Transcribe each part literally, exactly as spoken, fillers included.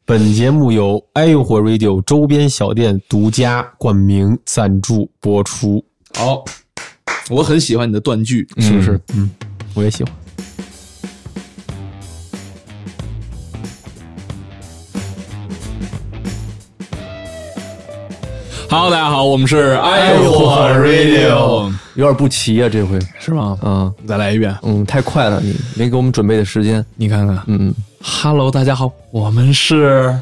本节目由爱用火 Radio 周边小店独家冠名赞助播出。 好，我很喜欢你的断句， 是不是？嗯，我也喜欢。 Hello， 大家好，我们是爱火 Radio， 有点不齐啊，这回是吗？ 嗯， 再来一遍。 嗯，太快了，你没给我们准备的时间， 你看看。 嗯嗯 ，Hello， 大家好，我们是。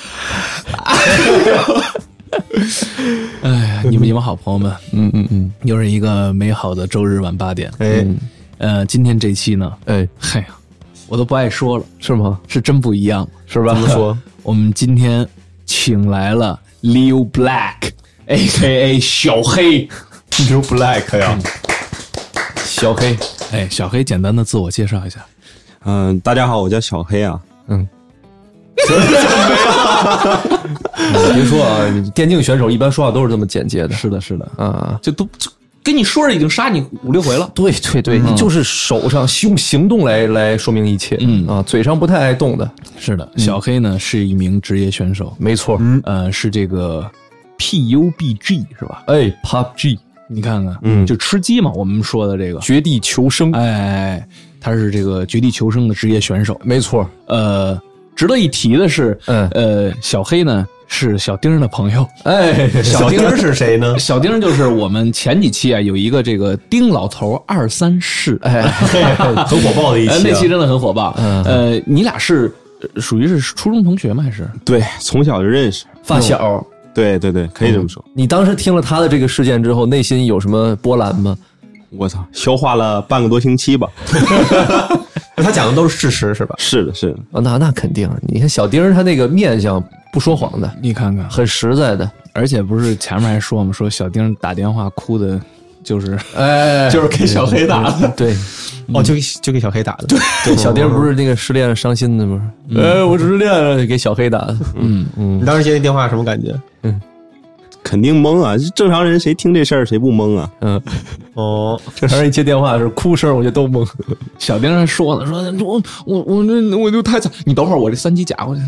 哎呀，你们你们好，朋友们， 嗯嗯嗯， 又是一个美好的周日晚八点。 哎， 呃，今天这期呢， 哎， 嘿呀，我都不爱说了， 是吗？ 是真不一样， 是吧？ 怎么说？ 我们今天请来了 Leo Black。A K A 小黑 ，New Black 呀， 小黑， 哎，小黑，简单的自我介绍一下。 嗯、呃，大家好，我叫小黑啊。 嗯，别说啊，电竞选手一般说话都是这么简洁的。 是的，是的啊， 就都就跟你说着已经杀你五六回了。 对对对，嗯、就是手上用行动来来说明一切。嗯啊，嘴上不太爱动的。 是的，小黑呢是一名职业选手， 没错。 嗯，呃，是这个。P U B G 是吧？ 哎 ，P U B G， 你看看，嗯，就吃鸡嘛，我们说的这个绝地求生， 哎，他是这个绝地求生的职业选手， 没错。 呃，值得一提的是，嗯，呃，小黑呢是小丁的朋友， 哎， 小丁是谁呢？ 小丁就是我们前几期啊有一个这个丁老头二三事，哎， 很火爆的一期、啊， 那期真的很火爆。嗯、呃，你俩是属于是初中同学吗？还是？ 对，从小就认识， 发小。 对对对，可以这么说、嗯。 你当时听了他的这个事件之后，内心有什么波澜吗？ 我操，消化了半个多星期吧。 他讲的都是事实是吧？ 是的，是的。 啊，那那肯定。你看小丁他那个面相不说谎的， 你看看， 很实在的。 而且不是前面还说嘛，说小丁打电话哭的，就是哎， 就是给小黑打的。 对。 哦，就就给小黑打的。 对对，小丁不是那个失恋伤心的吗？ 嗯、 哎，我失恋了，给小黑打的。 嗯嗯，你当时接那电话什么感觉？ 嗯，肯定懵啊！正常人谁听这事儿谁不懵啊？ 嗯， 哦， 正常人一接电话的时候哭声，我就都懵。 小丁还说呢，说我我我这我就太惨，你等会儿我这三级甲过去。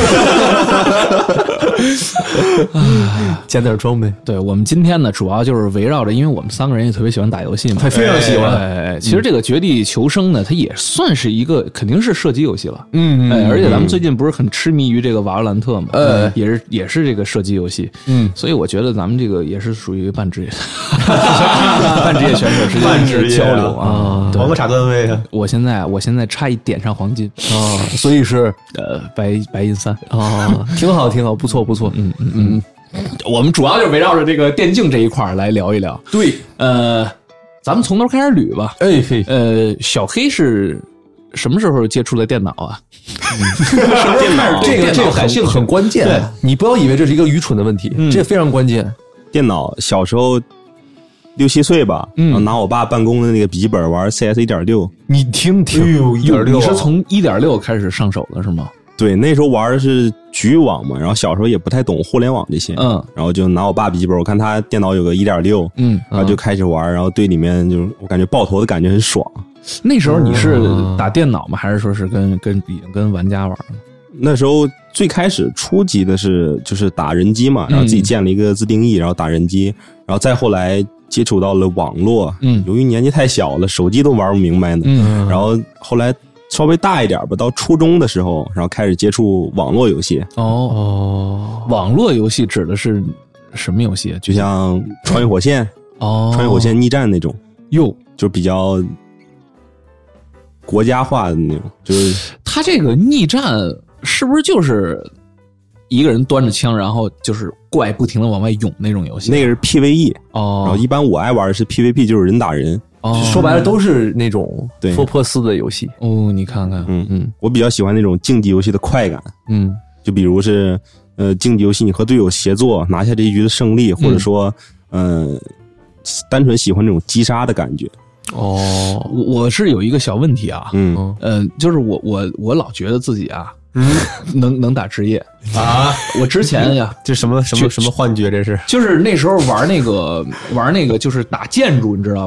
捡点装备。 对，我们今天呢，主要就是围绕着，因为我们三个人也特别喜欢打游戏嘛， 他非常喜欢。 哎，其实这个绝地求生呢，它也算是一个，肯定是射击游戏了。 嗯， 哎，而且咱们最近不是很痴迷于这个瓦罗兰特嘛， 呃， 也是也是这个射击游戏。 嗯， 所以我觉得咱们这个也是属于半职业，半职业选手之间半职业交流啊， 黄个啥段位啊？ 我现在我现在差一点上黄金啊，所以是呃白白银三啊，挺好挺好，不错不错。 嗯嗯嗯。我们主要就围绕着这个电竞这一块来聊一聊。 对， 呃，咱们从头开始捋吧。 哎嘿， 呃，小黑是什么时候接触的电脑啊？ 电脑这个这个很很关键。对，你不要以为这是一个愚蠢的问题，嗯、这非常关键。 电脑小时候六七岁吧，嗯，然后拿我爸办公的那个笔记本玩 C S 一点六。 你听听， 哎呦，一点六， 你是从一点六开始上手的是吗？ 对，那时候玩的是局域网嘛，然后小时候也不太懂互联网这些，嗯，然后就拿我爸笔记本，我看他电脑有个一点六，嗯，然后就开始玩，然后对里面就是我感觉爆头的感觉很爽。 那时候你是打电脑吗？还是说是跟跟笔跟玩家玩？ 那时候最开始初级的是就是打人机嘛，然后自己建了一个自定义，然后打人机，然后再后来接触到了网络，嗯，由于年纪太小了，手机都玩不明白呢，嗯，然后后来。稍微大一点吧，到初中的时候，然后开始接触网络游戏。 哦哦，网络游戏指的是什么游戏？ 就像《穿越火线》哦，《穿越火线》逆战那种， 哟， 就比较国家化的那种。就是他这个逆战是不是就是一个人端着枪，然后就是怪不停的往外涌那种游戏？ 那个是 P V E 哦， 然后一般我爱玩的是 P V P， 就是人打人。 哦，说白了都是那种佛珀斯的游戏哦，你看看， 嗯嗯，我比较喜欢那种竞技游戏的快感，嗯，就比如是呃竞技游戏，你和队友协作拿下这一局的胜利，或者说嗯、呃，单纯喜欢那种击杀的感觉。 哦，我我是有一个小问题啊，嗯呃，就是我我我老觉得自己啊，嗯，能能打职业啊， 我之前呀， 这什么什么什么幻觉，这是就是那时候玩那个玩那个就是打建筑，你知道吧？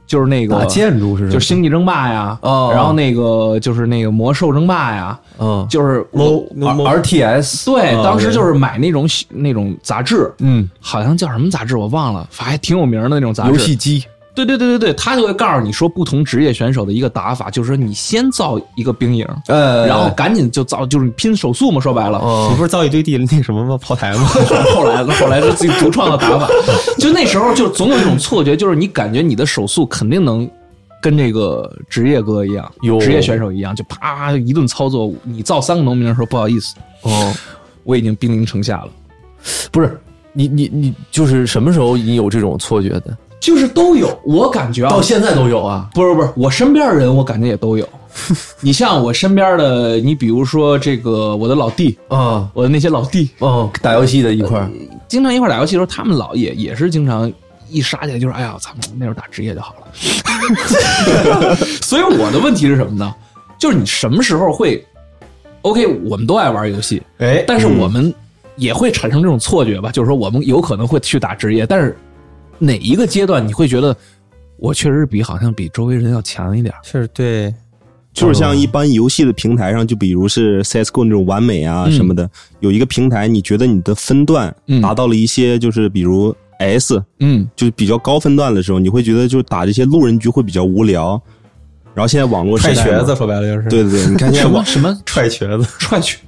就是那个打建筑是就是星际争霸呀， 哦， 然后那个就是那个魔兽争霸呀， 嗯， 就是 R T S， 对，当时就是买那种那种杂志， 嗯， 好像叫什么杂志我忘了，反正还挺有名的那种杂志， 游戏机。 对对对对对，他就会告诉你说不同职业选手的一个打法，就是说你先造一个兵营，呃，然后赶紧就造，就是拼手速嘛。说白了， 哦、你不是造一堆地那什么吗？炮台吗？ 后来后来是自己独创的打法，就那时候就总有这种错觉，就是你感觉你的手速肯定能跟这个职业哥一样，职业选手一样，就啪一顿操作。你造三个农民的时候，不好意思，哦，我已经兵临城下了。 不是你你你就是什么时候你有这种错觉的？ 就是都有，我感觉啊， 到现在都有啊。 不是不是，我身边的人我感觉也都有。你像我身边的，你比如说这个我的老弟啊， 我的那些老弟， 哦，打游戏的一块、呃， 经常一块打游戏的时候，他们老也也是经常一杀起来就是，哎呀，操，那时候打职业就好了。所以我的问题是什么呢？就是你什么时候会 ？OK， 我们都爱玩游戏，哎，但是我们也会产生这种错觉吧，就是说我们有可能会去打职业，但是。哪一个阶段你会觉得我确实比好像比周围人要强一点？ 是对， 就是像一般游戏的平台上，就比如是 C S G O 那种完美啊什么的，嗯、有一个平台，你觉得你的分段达到了一些，就是比如 S， 嗯，就是比较高分段的时候，你会觉得就打这些路人局会比较无聊。然后现在网络踹瘸子说白了就是， 对对对，你看现在什么什么踹瘸子， 踹瘸。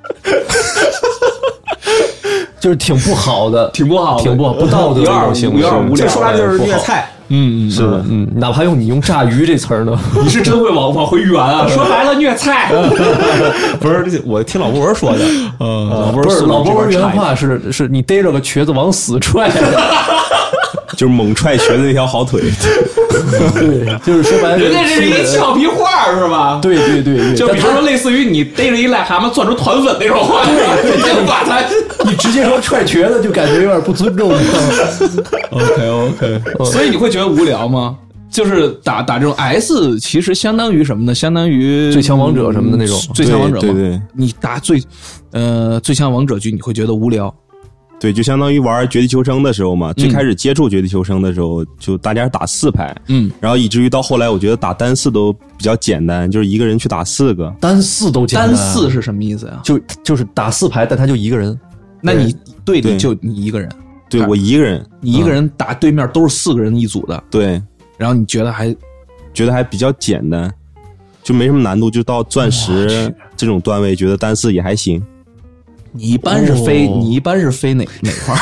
就是挺不好的， 挺不好的， 挺不好，不道德的一种行为， 有点无聊。 这说来就是虐菜， 嗯， 是的，嗯，哪怕用你用炸鱼这词儿呢， 你是真会往往回圆啊。说白了，虐菜， 不是我听老博文说的， 嗯，老博文老博文原话是是你逮着个瘸子往死踹。 就是猛踹瘸子那条好腿， 对，就是说白了， 人家是一个俏皮话是吧？ 对对对对， 就比如说类似于你逮着一癞蛤蟆攥出团粉那种话，对，对，把他， 你直接说踹瘸子就感觉有点不尊重。 OK OK， 所以你会觉得无聊吗？就是打打这种 S， 其实相当于什么呢？相当于最强王者什么的那种， 最强王者嘛。 对对对， 你打最呃最强王者局，你会觉得无聊。 对，就相当于玩绝地求生的时候嘛，嗯、最开始接触绝地求生的时候，就大家是打四排，嗯，然后以至于到后来，我觉得打单四都比较简单，就是一个人去打四个， 单四都简单。 单四是什么意思呀？ 就就是打四排，但他就一个人， 那你队里就你一个人， 对我一个人， 你一个人打对面都是四个人一组的， 对， 然后你觉得还觉得还比较简单，就没什么难度，就到钻石这种段位，觉得单四也还行。 你一般是飞，哦、你一般是飞哪哪块？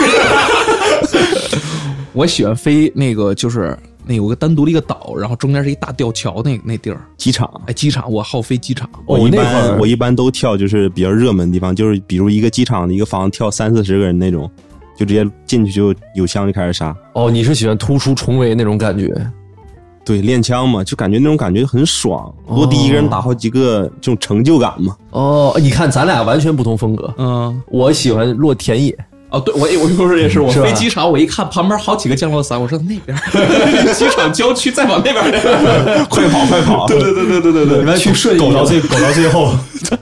我喜欢飞那个，就是那有个单独的一个岛，然后中间是一大吊桥，那那地儿。 机场， 哎，机场，我好飞机场。 我一般我一般都跳，就是比较热门的地方，就是比如一个机场的一个房跳三四十个人那种，就直接进去就有枪就开始杀。 哦，你是喜欢突出重围那种感觉？ 对，练枪嘛，就感觉那种感觉很爽，落地一个人打好几个，这种成就感嘛。 哦，你看咱俩完全不同风格。嗯，我喜欢落田野。 哦，对，我我有时候也是，我飞机场，我一看旁边好几个降落伞，我说那边机场郊区，再往那边快跑快跑！ 对对对对对对对， 你们去顺苟到最苟到最后。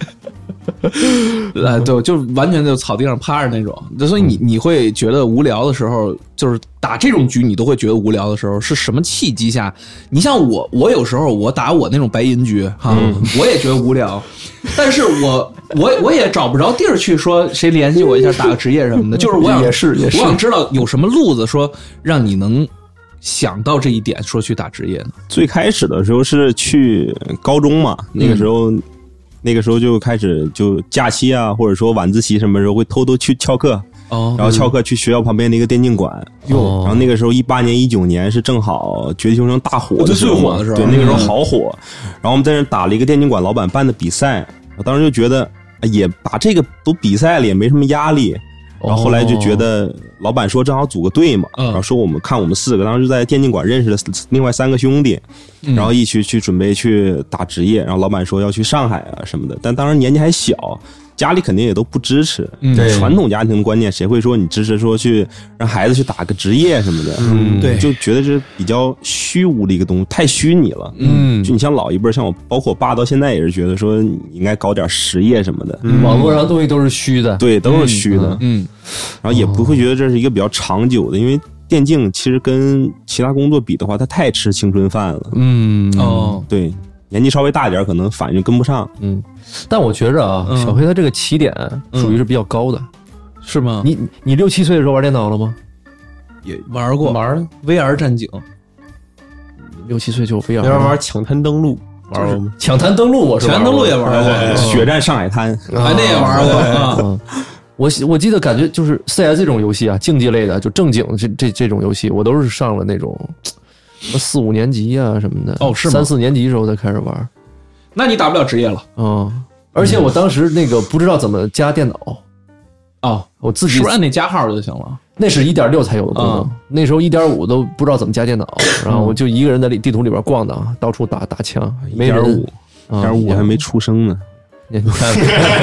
哎，对，就完全就草地上趴着那种，所以你你会觉得无聊的时候，就是打这种局，你都会觉得无聊的时候，是什么契机下？你像我，我有时候我打我那种白银局哈，嗯、我也觉得无聊，但是我我我也找不着地儿去说谁联系我一下打个职业什么的，就是我想也是也是， 我想知道有什么路子说让你能想到这一点，说去打职业呢？ 最开始的时候是去高中嘛，那个时候。嗯那个时候就开始就假期啊，或者说晚自习什么时候会偷偷去翘课，哦，然后翘课去学校旁边的一个电竞馆，哦，然后那个时候一八年、一九年是正好绝地求生大火的时候， 最火的时候， 对，那个时候好火。然后我们在那打了一个电竞馆老板办的比赛，我当时就觉得也打这个都比赛了，也没什么压力。然后后来就觉得老板说正好组个队嘛，然后说我们看我们四个，当时在电竞馆认识了另外三个兄弟，然后一起去准备去打职业，然后老板说要去上海啊什么的，但当时年纪还小，家里肯定也都不支持。对，传统家庭观念谁会说你支持说去让孩子去打个职业什么的？嗯，对，就觉得这比较虚无的一个东西，太虚拟了。嗯，就你像老一辈，像我，包括我爸到现在也是觉得说你应该搞点实业什么的。 嗯，网络上东西都是虚的， 对，都是虚的。嗯，然后也不会觉得这是一个比较长久的，因为电竞其实跟其他工作比的话，它太吃青春饭了。 嗯哦， 对，年纪稍微大一点，可能反应跟不上。 嗯，但我觉着啊， 嗯、 小黑他这个起点属于是比较高的， 嗯、是吗？ 你你六七岁的时候玩电脑了吗？ 也玩过， 玩 V R 战警， 六七岁就 V R 玩玩抢滩登陆。玩过吗？ 抢滩登陆我是抢滩登陆也玩过， 哎、血战上海滩， 哎，那也玩过啊。 嗯我我记得感觉就是 C S 这种游戏啊，竞技类的，就正经这这这种游戏，我都是上了那种什么四五年级啊什么的。 哦，是吗？ 三四年级的时候才开始玩。 那你打不了职业了。 嗯，而且我当时那个不知道怎么加电脑。 哦， 我自己是不是按那加号就行了？ 那是一点六才有的功能， 嗯、 那时候一点五都不知道怎么加电脑，然后我就一个人在地图里边逛荡，到处打打枪，没人。 一点五，一点五我还没出生呢。 你看，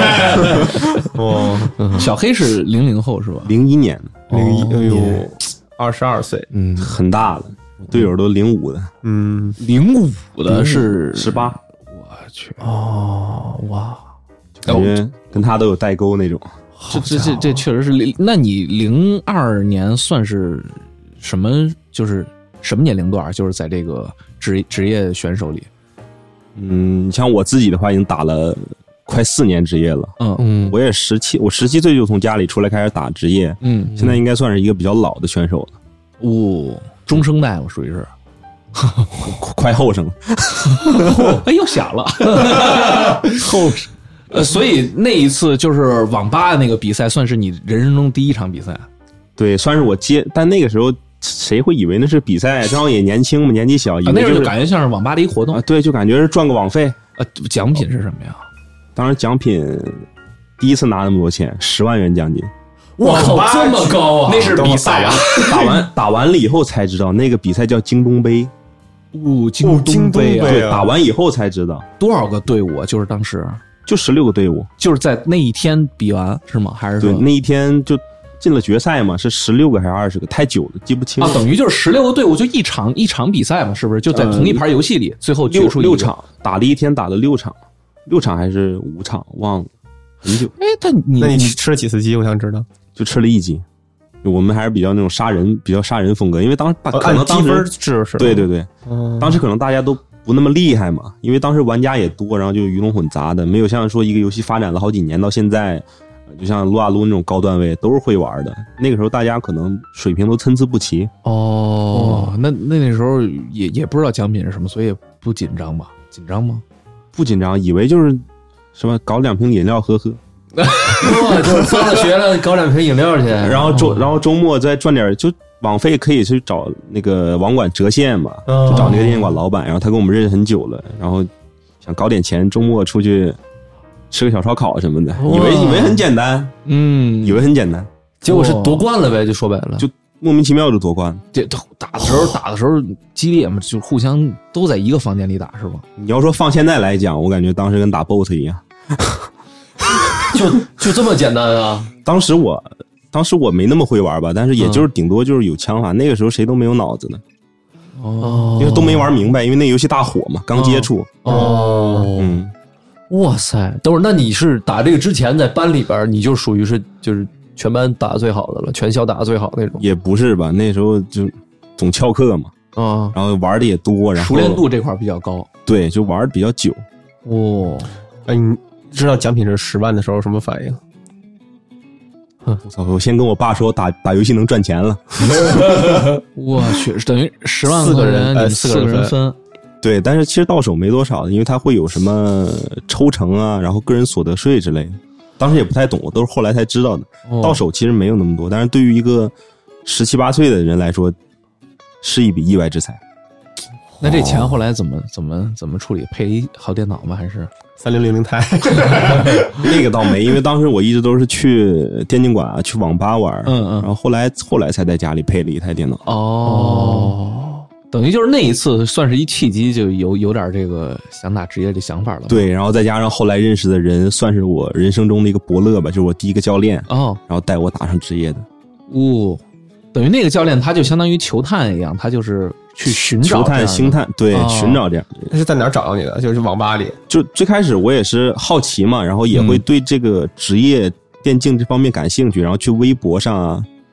哦， 小黑是零零后是吧？ 零一年的， 零一，哎呦，二十二岁， 嗯， 很大了，队友都零五的， 嗯， 零五的是十八， 我去， 哦，哇， 感觉跟他都有代沟那种。 这这这这确实是零，那你零二年算是什么？就是什么年龄段？就是在这个职职业选手里， 嗯，你像我自己的话，已经打了快四年职业了。 嗯嗯， 我也十七，我十七岁就从家里出来开始打职业。 嗯， 现在应该算是一个比较老的选手了。 哦，中生代我属于是， 快后生了。 哎，又响了，后生。呃，所以那一次就是网吧的那个比赛，算是你人生中第一场比赛。 对，算是我接，但那个时候谁会以为那是比赛？正好也年轻嘛，年纪小，以为、就是啊、那时候就感觉像是网吧的一活动啊。对，就感觉是赚个网费。 呃，奖品是什么呀？ 当时奖品第一次拿那么多钱，十万元奖金。 哇靠，这么高啊！ 那是比赛啊！ 打完打完了以后才知道，那个比赛叫京东杯。 哦，京东杯啊！ 对，打完以后才知道多少个队伍，就是当时就十六个队伍， 就是在那一天比完是吗？还是说对那一天就进了决赛嘛？是十六个还是二十个？太久了，记不清了啊。等于就是十六个队伍就一场一场比赛嘛？是不是？就在同一盘游戏里，呃、最后决出六六场，打了一天，打了六场，六场还是五场，忘了很久。 哎，但你那你吃了几次鸡？我想知道。 就吃了一鸡。我们还是比较那种杀人，比较杀人风格，因为当时大、哦、可能当时积分制是， 对对对， 嗯， 当时可能大家都不那么厉害嘛，因为当时玩家也多，然后就鱼龙混杂的，没有像说一个游戏发展了好几年到现在，就像撸啊撸那种高段位都是会玩的。那个时候大家可能水平都参差不齐。 哦，那那那时候也也不知道奖品是什么，所以也不紧张吧？紧张吗？ 不紧张，以为就是什么搞两瓶饮料喝喝。 哇，就放了学了，搞两瓶饮料去， 然后周然后周末再赚点，就网费可以去找那个网管折现嘛，就找那个电信馆老板，然后他跟我们认识很久了，然后想搞点钱，周末出去吃个小烧烤什么的，以为以为很简单， 嗯， 以为很简单， 结果是夺冠了呗，就说白了， 就莫名其妙就夺冠。 这打的时候打的时候激烈嘛，就互相都在一个房间里打是吧？ 你要说放现在来讲，我感觉当时跟打 B O S S 一样。 就就这么简单啊！ 当时我，当时我没那么会玩吧，但是也就是顶多就是有枪法。嗯、那个时候谁都没有脑子呢， 哦， 因为都没玩明白，因为那游戏大火嘛，刚接触。 哦， 嗯， 哇塞！等会儿，那你是打这个之前在班里边，你就属于是就是全班打得最好的了，全校打得最好那种？ 也不是吧，那时候就总翘课嘛， 啊， 然后玩的也多，然后熟练度这块比较高， 对，就玩的比较久。 哦， 哎，你知道奖品是十万的时候什么反应？ 我操！我先跟我爸说打打游戏能赚钱了。 我去，等于十万四个人， 你们四个人分。 对，但是其实到手没多少，因为它会有什么抽成啊，然后个人所得税之类的。当时也不太懂，我都是后来才知道的。 哦、 到手其实没有那么多，但是对于一个十七八岁的人来说，是一笔意外之财。 那这钱后来怎么怎么怎么处理？配一好电脑吗？还是三零零零钛？ 那个倒没，因为当时我一直都是去电竞馆啊，去网吧玩， 嗯嗯， 然后后来后来才在家里配了一台电脑。 哦，等于就是那一次算是一契机，就有有点这个想打职业的想法了。 对，然后再加上后来认识的人，算是我人生中的一个伯乐吧，就是我第一个教练哦， 然后带我打上职业的。 哦，等于那个教练他就相当于球探一样，他就是去寻找球探、星探，对， 哦、 寻找这样。 那是在哪儿找到你的？就是网吧里。 就最开始我也是好奇嘛，然后也会对这个职业电竞这方面感兴趣，然后去微博上啊，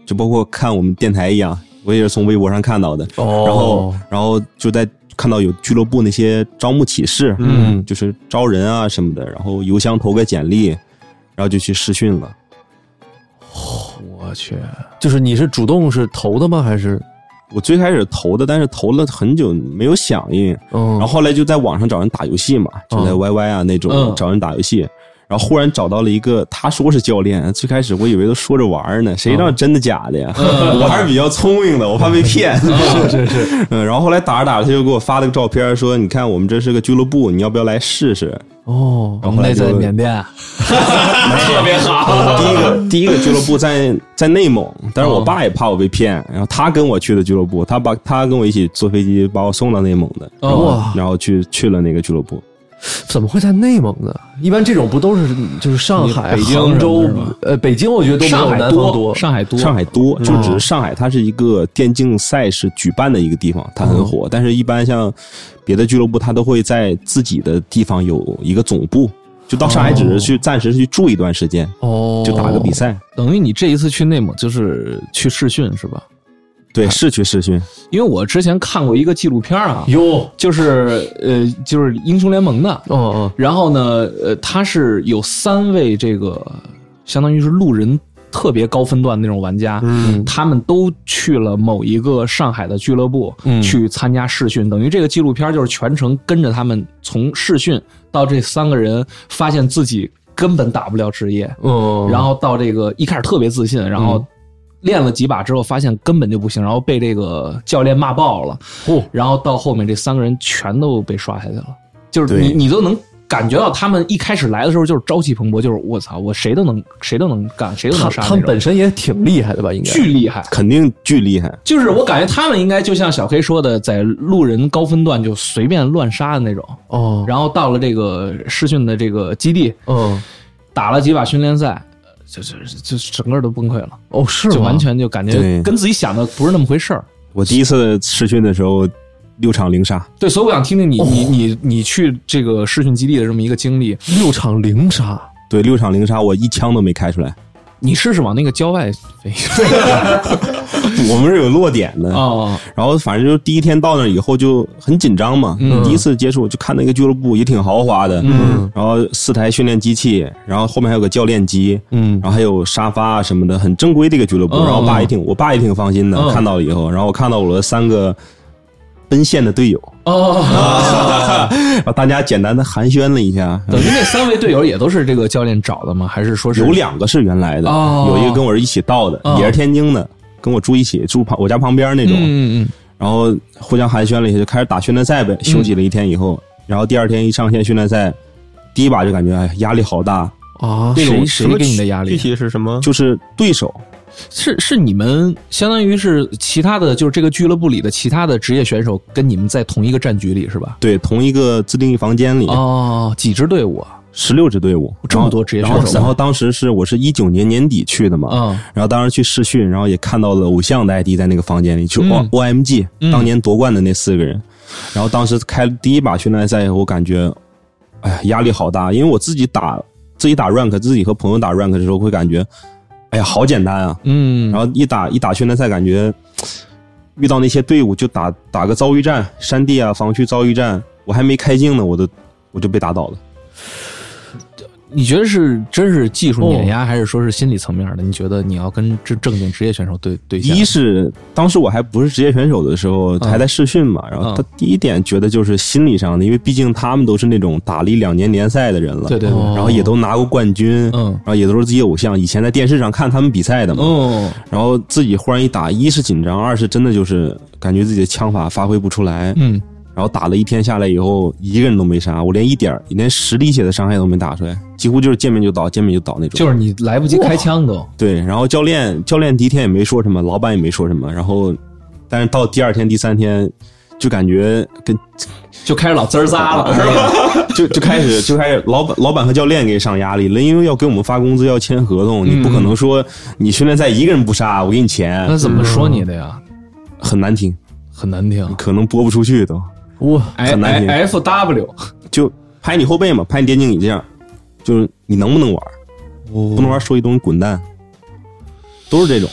就包括看我们电台一样，我也是从微博上看到的。 哦， 然后然后就在看到有俱乐部那些招募启事，嗯，就是招人啊什么的，然后邮箱投个简历，然后就去试训了。 我去， 就是你是主动是投的吗？还是我最开始投的，但是投了很久没有响应，嗯，然后后来就在网上找人打游戏嘛，就在 Y Y 啊那种、嗯、找人打游戏，然后忽然找到了一个，他说是教练，最开始我以为都说着玩呢，谁知道真的假的呀？嗯、我还是比较聪明的，我怕被骗。 是是是， 嗯，然后后来打着打着，他就给我发了个照片，说你看我们这是个俱乐部，你要不要来试试？ 哦， 然后那在缅甸，特别好。 第一个第一个俱乐部在在内蒙，但是我爸也怕我被骗，然后他跟我去的俱乐部，他把他跟我一起坐飞机把我送到内蒙的，然后、哦、然后去去了那个俱乐部。 怎么会在内蒙呢？一般这种不都是就是上海、 北京、 杭州？呃，北京我觉得都没有南方多， 上海多， 上海多，就只是上海它是一个电竞赛事举办的一个地方，它很火。嗯、但是，一般像别的俱乐部，它都会在自己的地方有一个总部，就到上海只是去、哦、暂时去住一段时间，哦，就打个比赛。 等于你这一次去内蒙就是去试训是吧？ 对，是去试训， 因为我之前看过一个纪录片啊， 哟， 就是呃，就是英雄联盟的， 哦哦， 然后呢，呃，他是有三位这个相当于是路人特别高分段那种玩家，嗯，他们都去了某一个上海的俱乐部，嗯，去参加试训，等于这个纪录片就是全程跟着他们从试训到这三个人发现自己根本打不了职业， 哦， 然后到这个一开始特别自信，然后。嗯练了几把之后，发现根本就不行，然后被这个教练骂爆了。哦，然后到后面这三个人全都被刷下去了，就是你你都能感觉到他们一开始来的时候就是朝气蓬勃，就是我操，我谁都能谁都能干，谁都能杀。 他们本身也挺厉害的吧？应该巨厉害， 肯定巨厉害。 就是我感觉他们应该就像小黑说的，在路人高分段就随便乱杀的那种。 哦， 然后到了这个试训的这个基地， 嗯， 打了几把训练赛。就就就整个都崩溃了哦，是吗？ 就完全就感觉跟自己想的不是那么回事儿。 我第一次试训的时候，六场零杀。 对，所以我想听听你、哦、你你你去这个试训基地的这么一个经历。 六场零杀， 对，六场零杀，我一枪都没开出来。 你试试往那个郊外飞。 我们是有落点的哦， 然后反正就第一天到那以后就很紧张嘛，嗯、第一次接触就看那个俱乐部也挺豪华的，嗯，然后四台训练机器，然后后面还有个教练机，嗯，然后还有沙发啊什么的，很正规的一个俱乐部。嗯、然后我爸也挺，我爸也挺放心的，嗯、看到了以后，然后我看到我的三个奔现的队友。 哦， 然后大家简单的寒暄了一下。 等于那三位队友也都是这个教练找的吗？还是说是有两个是原来的，哦、有一个跟我是一起到的，哦、也是天津的，跟我住一起住旁我家旁边那种。 嗯嗯。 然后互相寒暄了一下，就开始打训练赛呗。休息了一天以后，嗯、然后第二天一上线训练赛，第一把就感觉哎压力好大啊！ 谁谁给你的压力？ 具体是什么？ 就是对手。 是是你们相当于是其他的就是这个俱乐部里的其他的职业选手跟你们在同一个战局里是吧？ 对，同一个自定义房间里。 哦，几支队伍啊？ 十六支队伍， 这么多职业选手。 然后，然后当时是我是一九年年底去的嘛，嗯，然后当时去试训，然后也看到了偶像的 I D 在那个房间里，就 O M G、嗯、当年夺冠的那四个人。然后当时开第一把训练赛以后，我感觉，哎呀，压力好大，因为我自己打自己打 rank， 自己和朋友打 rank 的时候会感觉。哎呀，好简单啊！嗯，然后一打一打训练赛，感觉遇到那些队伍就打打个遭遇战，山地啊防区遭遇战，我还没开镜呢，我都我就被打倒了。 你觉得是真是技术碾压，还是说是心理层面的？你觉得你要跟正正经职业选手对对象？ 一是当时我还不是职业选手的时候，还在试训嘛。嗯、然后他第一点觉得就是心理上的，因为毕竟他们都是那种打了一两年联赛的人了， 对对对， 然后也都拿过冠军，嗯，然后也都是自己偶像，以前在电视上看他们比赛的嘛。嗯，然后自己忽然一打，一是紧张，二是真的就是感觉自己的枪法发挥不出来。嗯。然后打了一天下来以后，一个人都没杀，我连一点连十滴血的伤害都没打出来，几乎就是见面就倒，见面就倒那种。 就是你来不及开枪都。 对，然后教练教练第一天也没说什么，老板也没说什么，然后，但是到第二天、第三天，就感觉跟就开始老滋儿扎了，是吧？ 就就开始就开始老板老板和教练给上压力了，因为要给我们发工资，要签合同，你不可能说你训练赛一个人不杀，我给你钱。 那怎么说你的呀？ 很难听， 很难听， 可能播不出去都。 哇， 很难听。 F W 就拍你后背嘛，拍你电竞椅这样，就是你能不能玩？哦、不能玩，说一东西滚蛋，都是这种。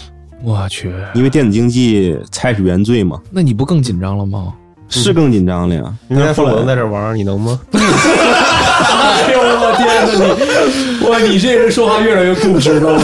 我去， 因为电子竞技菜是原罪嘛。 那你不更紧张了吗？ 是更紧张了呀。 人家说我能在这玩，你能吗？ 哎呦我天哪，你哇，你这人说话越来越固执了。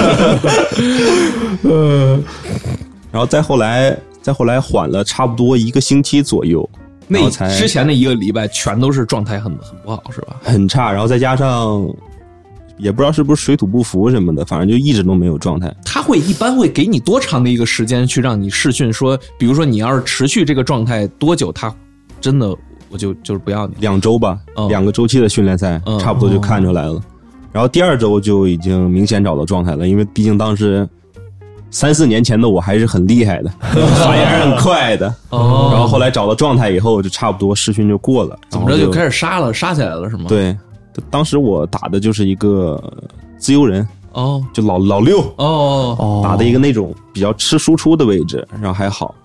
呃，然后再后来，再后来缓了差不多一个星期左右， 那之前的一个礼拜全都是状态很很不好，是吧？ 很差，然后再加上也不知道是不是水土不服什么的，反正就一直都没有状态。 他会一般会给你多长的一个时间去让你试训？说，比如说你要是持续这个状态多久，他真的我就就是不要你。 两周吧，嗯、两个周期的训练赛、嗯，差不多就看出来了、嗯。然后第二周就已经明显找到状态了，因为毕竟当时三四年前的我还是很厉害的，反应还是很快的。哦。然后后来找到状态以后，就差不多试训就过了。 怎么着就开始杀了，杀起来了是吗？ 对。当时我打的就是一个自由人哦，就老老六哦，打的一个那种比较吃输出的位置，然后还好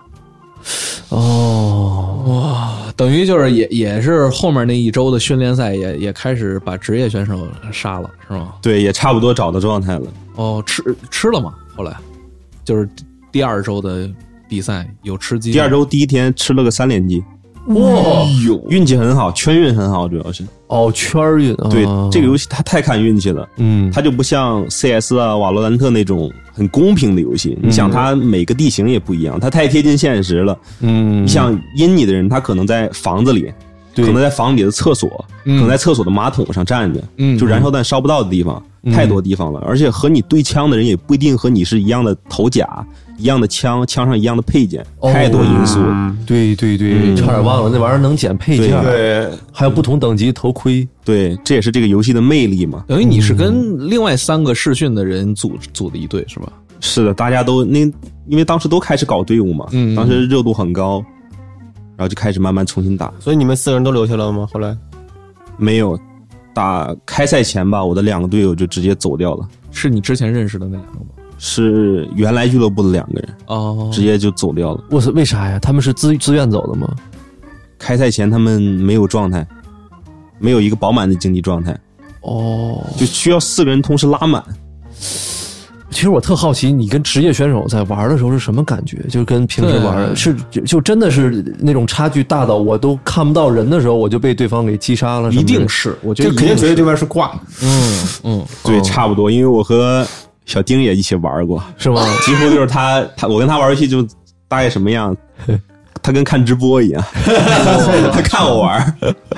哦，哇，等于就是也也是后面那一周的训练赛也也开始把职业选手杀了是吗？ 对，也差不多找到状态了。 哦，吃吃了吗？后来就是第二周的比赛有吃鸡， 第二周第一天吃了个三连击。 哇、哦， 运气很好，圈运很好，主要是哦，圈运。 对、啊，这个游戏它太看运气了，嗯，它就不像 C S 啊、瓦罗兰特那种很公平的游戏。嗯、你想，它每个地形也不一样，它太贴近现实了。嗯，你像阴你的人，他可能在房子里，可能在房里的厕所，嗯、可能在厕所的马桶上站着，嗯，就燃烧弹烧不到的地方、嗯、太多地方了。而且和你对枪的人也不一定和你是一样的头甲。一样的枪，枪上一样的配件，哦、太多因素。 对对对、嗯，差点忘了那玩意儿能捡配件， 对， 还有不同等级头盔， 对，这也是这个游戏的魅力嘛。 等于你是跟另外三个试训的人组组的一队是吧？ 是的，大家都那因为当时都开始搞队伍嘛，嗯，当时热度很高，然后就开始慢慢重新打。 所以你们四个人都留下了吗？后来没有，打开赛前吧，我的两个队友就直接走掉了。 是你之前认识的那两个吗？ 是原来俱乐部的两个人哦，直接就走掉了。 我是为啥呀？他们是自自愿走的吗？ 开赛前他们没有状态，没有一个饱满的竞技状态哦，就需要四个人同时拉满。 其实我特好奇，你跟职业选手在玩的时候是什么感觉？就跟平时玩是就就真的是那种差距大到我都看不到人的时候，我就被对方给击杀了。 一定是，我觉得肯定觉得对面是挂。 嗯嗯， 对，差不多，因为我和小丁也一起玩过， 是吗？ 几乎就是他，他我跟他玩游戏就大概什么样，他跟看直播一样，他看我玩。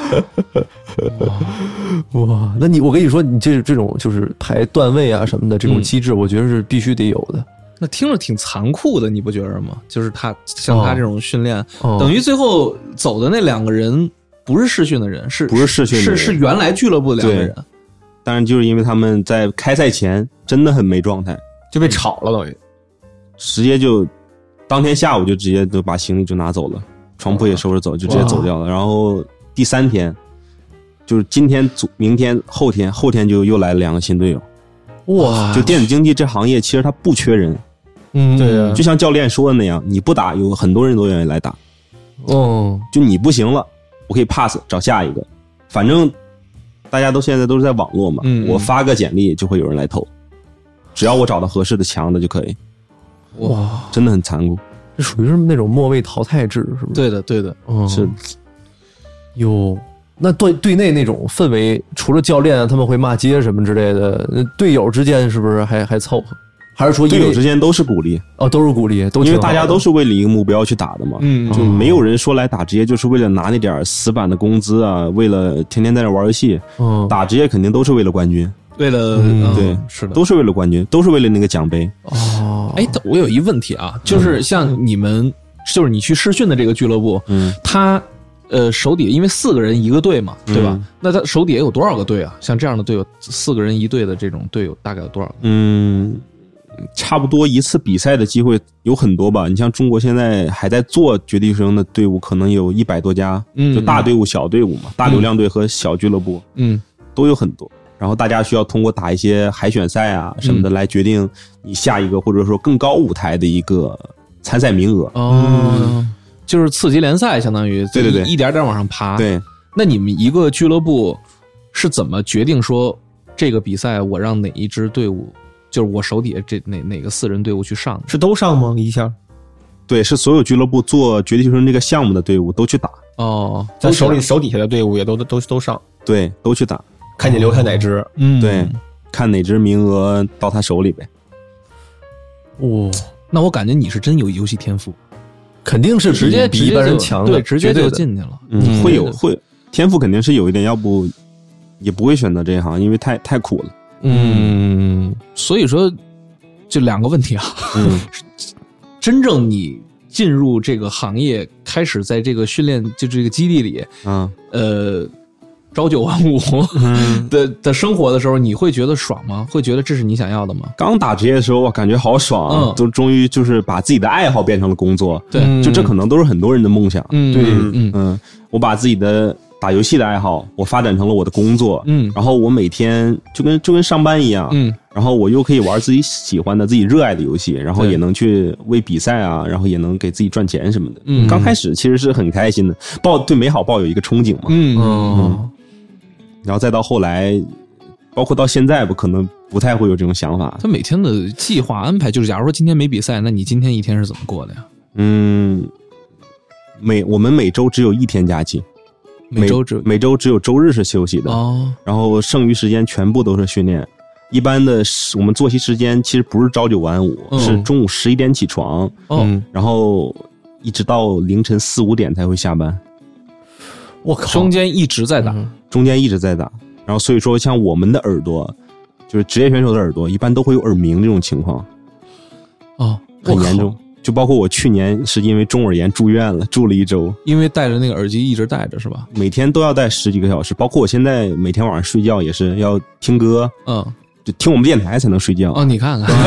哇，那你我跟你说，你这这种就是排段位啊什么的这种机制，我觉得是必须得有的。 那听着挺残酷的，你不觉得吗？就是他像他这种训练，哦、等于最后走的那两个人不是试训的人，是不是试训的人？ 是是原来俱乐部的两个人。 当然，就是因为他们在开赛前真的很没状态， 就被炒了，等于直接就当天下午就直接就把行李就拿走了，床铺也收拾走，就直接走掉了。然后第三天，就是今天、明天、后天，后天就又来了两个新队友。哇！就电子竞技这行业，其实它不缺人。 嗯， 对啊，就像教练说的那样，你不打，有很多人都愿意来打。 哦， 就你不行了，我可以 pass 找下一个，反正。大家都现在都是在网络嘛，嗯、我发个简历就会有人来投，只要我找到合适的强的就可以。哇，真的很残酷， 这属于是那种末位淘汰制，是不是？ 对的，对的， 嗯， 是。 哟，那队队内那种氛围，除了教练他们会骂街什么之类的，队友之间是不是还还凑合？还是说队友之间都是鼓励？ 哦，都是鼓励，都因为大家都是为了一个目标去打的嘛。嗯，就没有人说来打职业就是为了拿那点死板的工资啊，为了天天在那玩游戏。嗯，打职业肯定都是为了冠军， 为了、 嗯、对， 是的， 都是为了冠军，都是为了那个奖杯。 哦，哎，我有一问题啊，就是像你们，就是你去试训的这个俱乐部，嗯，他呃手底下因为四个人一个队嘛，对吧？嗯、那他手底下有多少个队啊？像这样的队友，四个人一队的这种队友大概有多少个？ 嗯。差不多一次比赛的机会有很多吧，你像中国现在还在做绝地求生的队伍，可能有一百多家，嗯，就大队伍、小队伍嘛，大流量队和小俱乐部，嗯，都有很多。然后大家需要通过打一些海选赛啊什么的来决定你下一个或者说更高舞台的一个参赛名额。 哦，嗯、就是次级联赛，相当于对对对， 一点点往上爬。 对， 那你们一个俱乐部是怎么决定说这个比赛我让哪一支队伍就是我手底下这哪哪个四人队伍去上的？ 是都上吗？一下？ 对，是所有俱乐部做绝地求生这个项目的队伍都去打。 哦， 咱手里手底下的队伍也都都都上， 对，都去打， 看你留下哪支。 嗯， 对，看哪支名额到他手里呗。 哇、哦， 那我感觉你是真有游戏天赋， 肯定是直接比一般人强的， 对，直接就的进去了。 嗯，会有会天赋肯定是有一点，要不也不会选择这一行，因为太太苦了。 嗯， 所以说就两个问题啊， 嗯， 真正你进入这个行业，开始在这个训练就这个基地里， 啊， 呃，朝九晚五的的生活的时候，你会觉得爽吗？会觉得这是你想要的吗？ 刚打职业的时候，我感觉好爽， 嗯， 都终于就是把自己的爱好变成了工作。 对， 就这可能都是很多人的梦想。 嗯， 对， 嗯嗯，我把自己的打游戏的爱好，我发展成了我的工作。 嗯， 然后我每天就跟就跟上班一样。 嗯， 然后我又可以玩自己喜欢的、自己热爱的游戏，然后也能去为比赛啊，然后也能给自己赚钱什么的。 嗯， 刚开始其实是很开心的，抱对美好抱有一个憧憬嘛。 嗯嗯， 然后再到后来，包括到现在，不可能不太会有这种想法。 他每天的计划安排，就是假如说今天没比赛，那你今天一天是怎么过的呀？ 嗯，每我们每周只有一天假期， 每周只每周只有周日是休息的哦， 然后剩余时间全部都是训练。一般的我们作息时间其实不是朝九晚五， 嗯、 是中午十一点起床， 哦， 然后一直到凌晨四五点才会下班。 我靠， 中间一直在打， 嗯、 中间一直在打。然后所以说，像我们的耳朵，就是职业选手的耳朵，一般都会有耳鸣这种情况， 哦， 很严重。就包括我去年是因为中耳炎住院了，住了一周， 因为戴着那个耳机一直戴着是吧？ 每天都要戴十几个小时，包括我现在每天晚上睡觉也是要听歌， 嗯， 就听我们电台才能睡觉。 哦，你看看，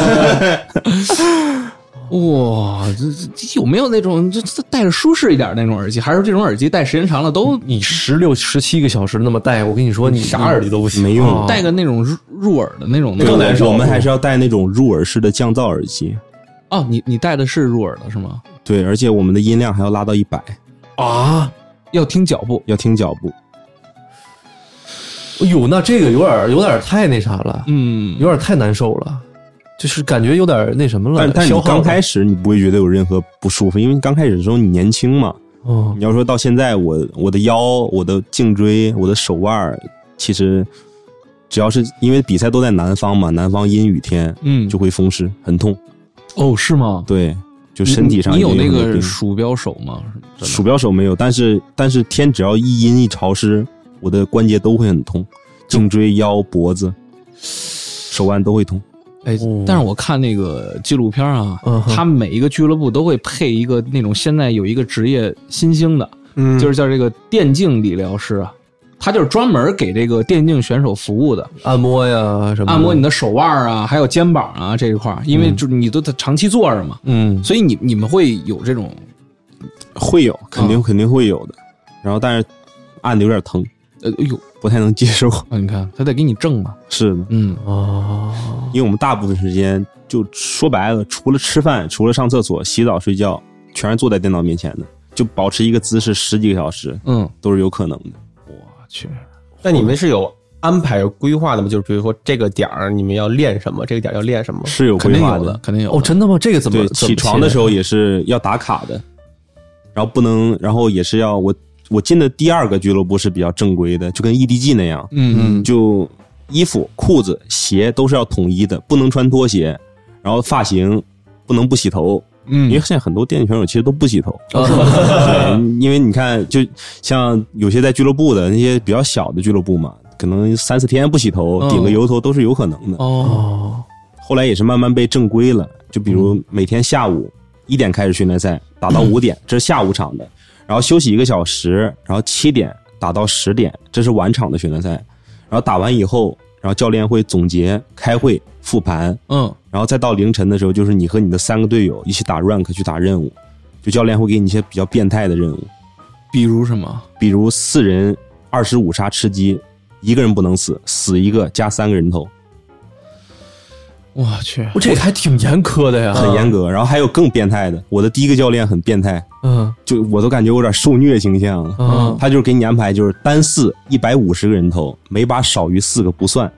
哇，这这有没有那种这这戴着舒适一点那种耳机？还是这种耳机戴时间长了都你十六十七个小时那么戴，我跟你说，你啥耳机都不行， 没用。 戴个那种入入耳的那种更难受。我们还是要戴那种入耳式的降噪耳机。 哦，你你戴的是入耳的是吗？ 对，而且我们的音量还要拉到一百啊，要听脚步， 要听脚步。 哎呦，那这个有点有点太那啥了， 嗯， 有点太难受了，就是感觉有点那什么了。 但但你刚开始你不会觉得有任何不舒服，因为刚开始的时候你年轻嘛。 哦， 你要说到现在，我我的腰、我的颈椎、我的手腕，其实只要是因为比赛都在南方嘛，南方阴雨天， 嗯， 就会风湿，很痛。 哦，是吗？ 对，就身体上你有那个鼠标手吗？ 鼠标手没有，但是但是天只要一阴一潮湿，我的关节都会很痛，颈椎、腰、脖子、手腕都会痛。 哎，但是我看那个纪录片啊， 嗯、 他每一个俱乐部都会配一个那种现在有一个职业新兴的， 嗯， 就是叫这个电竞理疗师啊。他就是专门给这个电竞选手服务的， 按摩呀什么， 按摩你的手腕啊，还有肩膀啊这一块，因为就是你都长期坐着嘛， 嗯， 所以你你们会有这种， 会有，肯定、嗯、肯定会有的。然后但是按的有点疼， 呃，哎呦， 不太能接受。 啊，你看他得给你正嘛， 是的， 嗯哦， 因为我们大部分时间就说白了，除了吃饭，除了上厕所、洗澡、睡觉，全是坐在电脑面前的，就保持一个姿势十几个小时， 嗯， 都是有可能的。 去， 那你们是有安排规划的吗？就是比如说这个点儿你们要练什么，这个点要练什么？ 是有规划的，肯定有。 哦，真的吗？这个怎么？ 对，起床的时候也是要打卡的，然后不能，然后也是要我我进的第二个俱乐部是比较正规的，就跟 E D G 那样， 嗯嗯， 就衣服、裤子、鞋都是要统一的，不能穿拖鞋，然后发型不能不洗头。 嗯， 因为现在很多电竞选手其实都不洗头，哦、对，因为你看，就像有些在俱乐部的那些比较小的俱乐部嘛，可能三四天不洗头，顶、哦、个油头都是有可能的。 哦， 后来也是慢慢被正规了，就比如每天下午一点开始训练赛，打到五点，这是下午场的，然后休息一个小时，然后七点打到十点，这是晚场的训练赛，然后打完以后，然后教练会总结、开会、复盘， 嗯。 然后再到凌晨的时候，就是你和你的三个队友一起打 rank 去打任务，就教练会给你一些比较变态的任务， 比如什么？ 比如四人二十五杀吃鸡，一个人不能死，死一个加三个人头。 我去， 我这还挺严苛的呀， 很严格。然后还有更变态的，我的第一个教练很变态， 嗯， 就我都感觉有点受虐倾向了。 嗯， 他就是给你安排就是单四一百五十个人头，每把少于四个不算。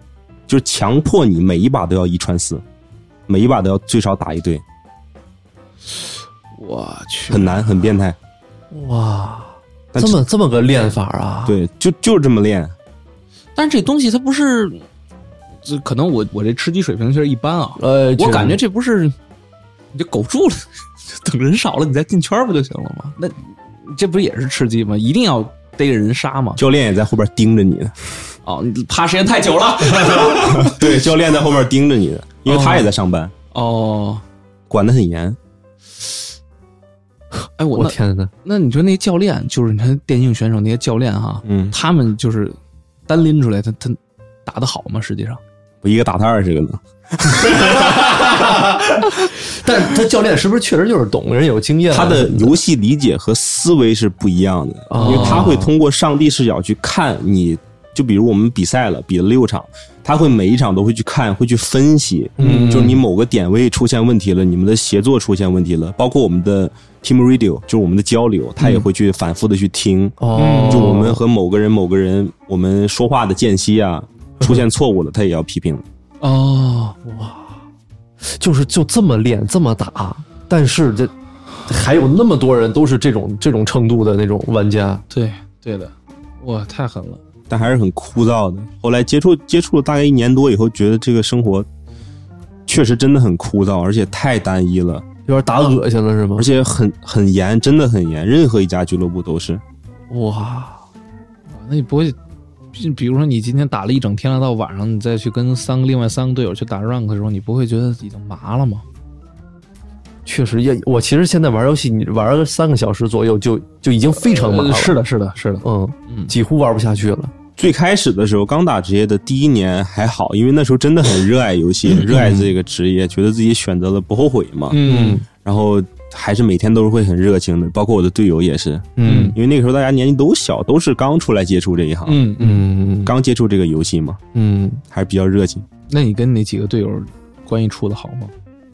就是强迫你每一把都要一传四，每一把都要最少打一队。 我去， 很难，很变态。 哇，这么这么个练法啊？ 对，就就是这么练。 但是这东西它不是，这可能我我这吃鸡水平确实一般啊。 呃， 我感觉这不是，你就苟住了，等人少了你再进圈不就行了吗？那这不也是吃鸡吗？一定要逮着人杀吗？ 教练也在后边盯着你的。 哦，你趴时间太久了。 对，教练在后边盯着你的，因为他也在上班。 哦， 管得很严。 哎，我我天哪！ 那你说那些教练，就是你看电竞选手那些教练哈， 嗯， 他们就是单拎出来，他他打得好吗？实际上， 我一个打他二十个呢。 但他教练是不是确实就是懂人有经验？ 他的游戏理解和思维是不一样的， 哦、 因为他会通过上帝视角去看你。就比如我们比赛了，比了六场，他会每一场都会去看，会去分析，嗯，就是你某个点位出现问题了，你们的协作出现问题了，包括我们的 team radio， 就是我们的交流，他也会去反复的去听，哦，就我们和某个人某个人我们说话的间隙啊，出现错误了，他也要批评。 哦，哇，就是就这么练，这么打，但是这还有那么多人都是这种这种程度的那种玩家， 对对的，哇，太狠了。 但还是很枯燥的。后来接触接触了大概一年多以后，觉得这个生活确实真的很枯燥，而且太单一了， 有点打恶心了是吗？ 而且很很严，真的很严，任何一家俱乐部都是。 哇， 那你不会，比如说你今天打了一整天了，到晚上你再去跟三个另外三个队友去打 rank 的时候，你不会觉得已经麻了吗？ 确实也，我其实现在玩游戏，你玩个三个小时左右就就已经非常麻了。 呃、是的，是的，是的， 嗯嗯，几乎玩不下去了。 最开始的时候，刚打职业的第一年还好，因为那时候真的很热爱游戏，热爱这个职业，觉得自己选择了不后悔嘛。嗯，然后还是每天都是会很热情的，包括我的队友也是。嗯，因为那个时候大家年纪都小，都是刚出来接触这一行。嗯嗯，刚接触这个游戏嘛。嗯，还是比较热情。 那你跟那几个队友关系处得好吗？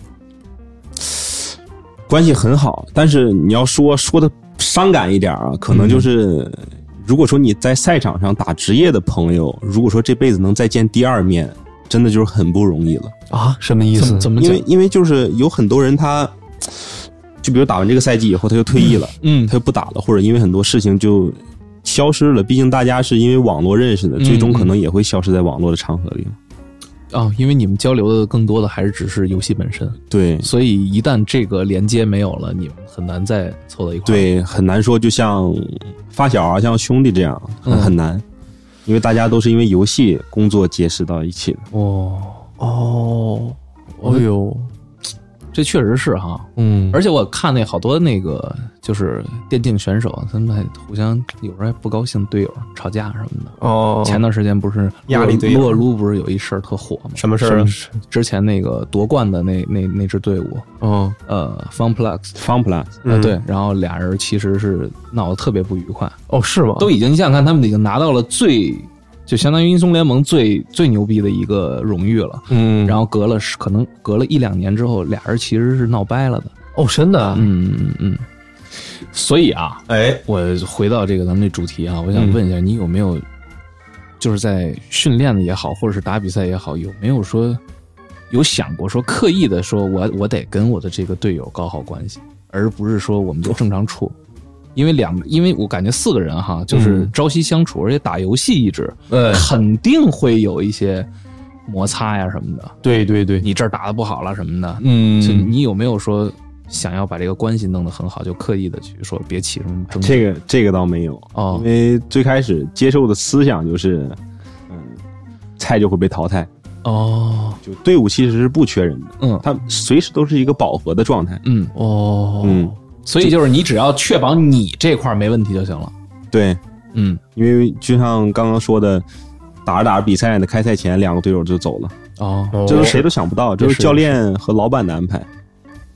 关系很好，但是你要说说的伤感一点啊，可能就是。嗯，如果说你在赛场上打职业的朋友，如果说这辈子能再见第二面，真的就是很不容易了啊！什么意思？ 怎么？ 因为因为就是有很多人他，就比如打完这个赛季以后他就退役了，嗯，他就不打了，或者因为很多事情就消失了。毕竟大家是因为网络认识的，最终可能也会消失在网络的场合里。 哦，因为你们交流的更多的还是只是游戏本身， 对， 所以一旦这个连接没有了，你们很难再凑到一块。 对，很难说，就像发小啊，像兄弟这样，很很难，嗯，因为大家都是因为游戏工作结识到一起的。 哦哦，哎呦， 这确实是哈，嗯，而且我看那好多那个就是电竞选手，他们还互相有时候还不高兴，队友吵架什么的。哦，前段时间不是压力队友， 洛撸不是有一事儿特火吗？ 什么事儿？ 之前那个夺冠的那那那支队伍，哦，呃 ，Funplex，Funplex，呃，对，然后俩人其实是闹得特别不愉快。 哦，是吗？ 都已经你想想看，他们已经拿到了最。就相当于英雄联盟最最牛逼的一个荣誉了，嗯，然后隔了可能隔了一两年之后，俩人其实是闹掰了的。 哦，真的， 嗯嗯嗯。所以啊，哎，我回到这个咱们这主题啊，我想问一下，嗯，你有没有就是在训练的也好，或者是打比赛也好，有没有说有想过说刻意的说我我得跟我的这个队友搞好关系，而不是说我们就正常处？因为两，因为我感觉四个人哈，就是朝夕相处，嗯，而且打游戏一直，嗯，肯定会有一些摩擦呀什么的。 对对对， 你这儿打得不好了什么的，嗯，就你有没有说想要把这个关系弄得很好，就刻意的去说别起什么争执？ 这个这个倒没有哦，因为最开始接受的思想就是，嗯，菜就会被淘汰。哦，就队伍其实是不缺人的，嗯，他随时都是一个饱和的状态。 嗯，哦，嗯。所以就是你只要确保你这块没问题就行了。 对，嗯，因为就像刚刚说的，打着打着比赛的开赛前两个队友就走了。哦，这都谁都想不到，这是教练和老板的安排。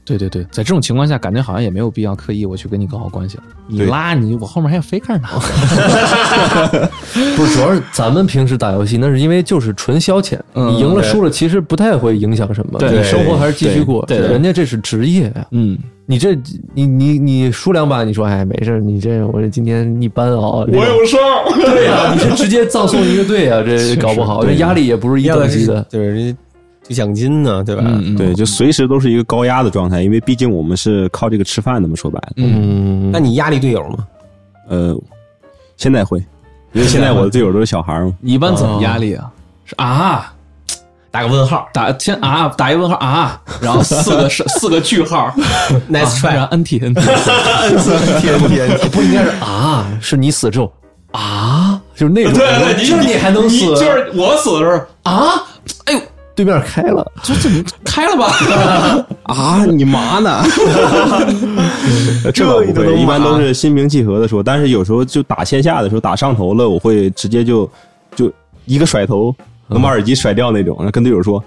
对对对，在这种情况下，感觉好像也没有必要刻意我去跟你搞好关系了。你拉你，我后面还有 faker 呢。 不是，主要是咱们平时打游戏，那是因为就是纯消遣， 嗯、 你赢了输了，其实不太会影响什么， 对， 你生活还是继续过。 对，对人家这是职业呀， 嗯。 你这你你你输两把，你说哎没事，你这我这今天一般啊， 我有伤， 对呀、啊，你是直接葬送一个队啊，这搞不好这压力也不是一等级的， 对，这奖金呢，对吧？ 嗯、 对，就随时都是一个高压的状态，因为毕竟我们是靠这个吃饭的嘛，说白了。 嗯，那你压力队友吗？ 呃，现在会，因为现在我的队友都是小孩嘛。 你一般怎么压力啊？是啊。 打个问号， 打先啊，打一个问号啊，然后四个是四个句号 ，nice try， 然后 N T N T N T N T， 不应该是啊，是你死之后啊，就是那种， 对对， 就是你还能死， 就是我死的时候啊，哎呦， 对面开了， 这怎么开了吧？ 啊，你嘛呢？这不会，一般都是心平气和的说，但是有时候就打线下的时候打上头了，我会直接就就一个甩头。能把耳机甩掉那种，跟队友说：“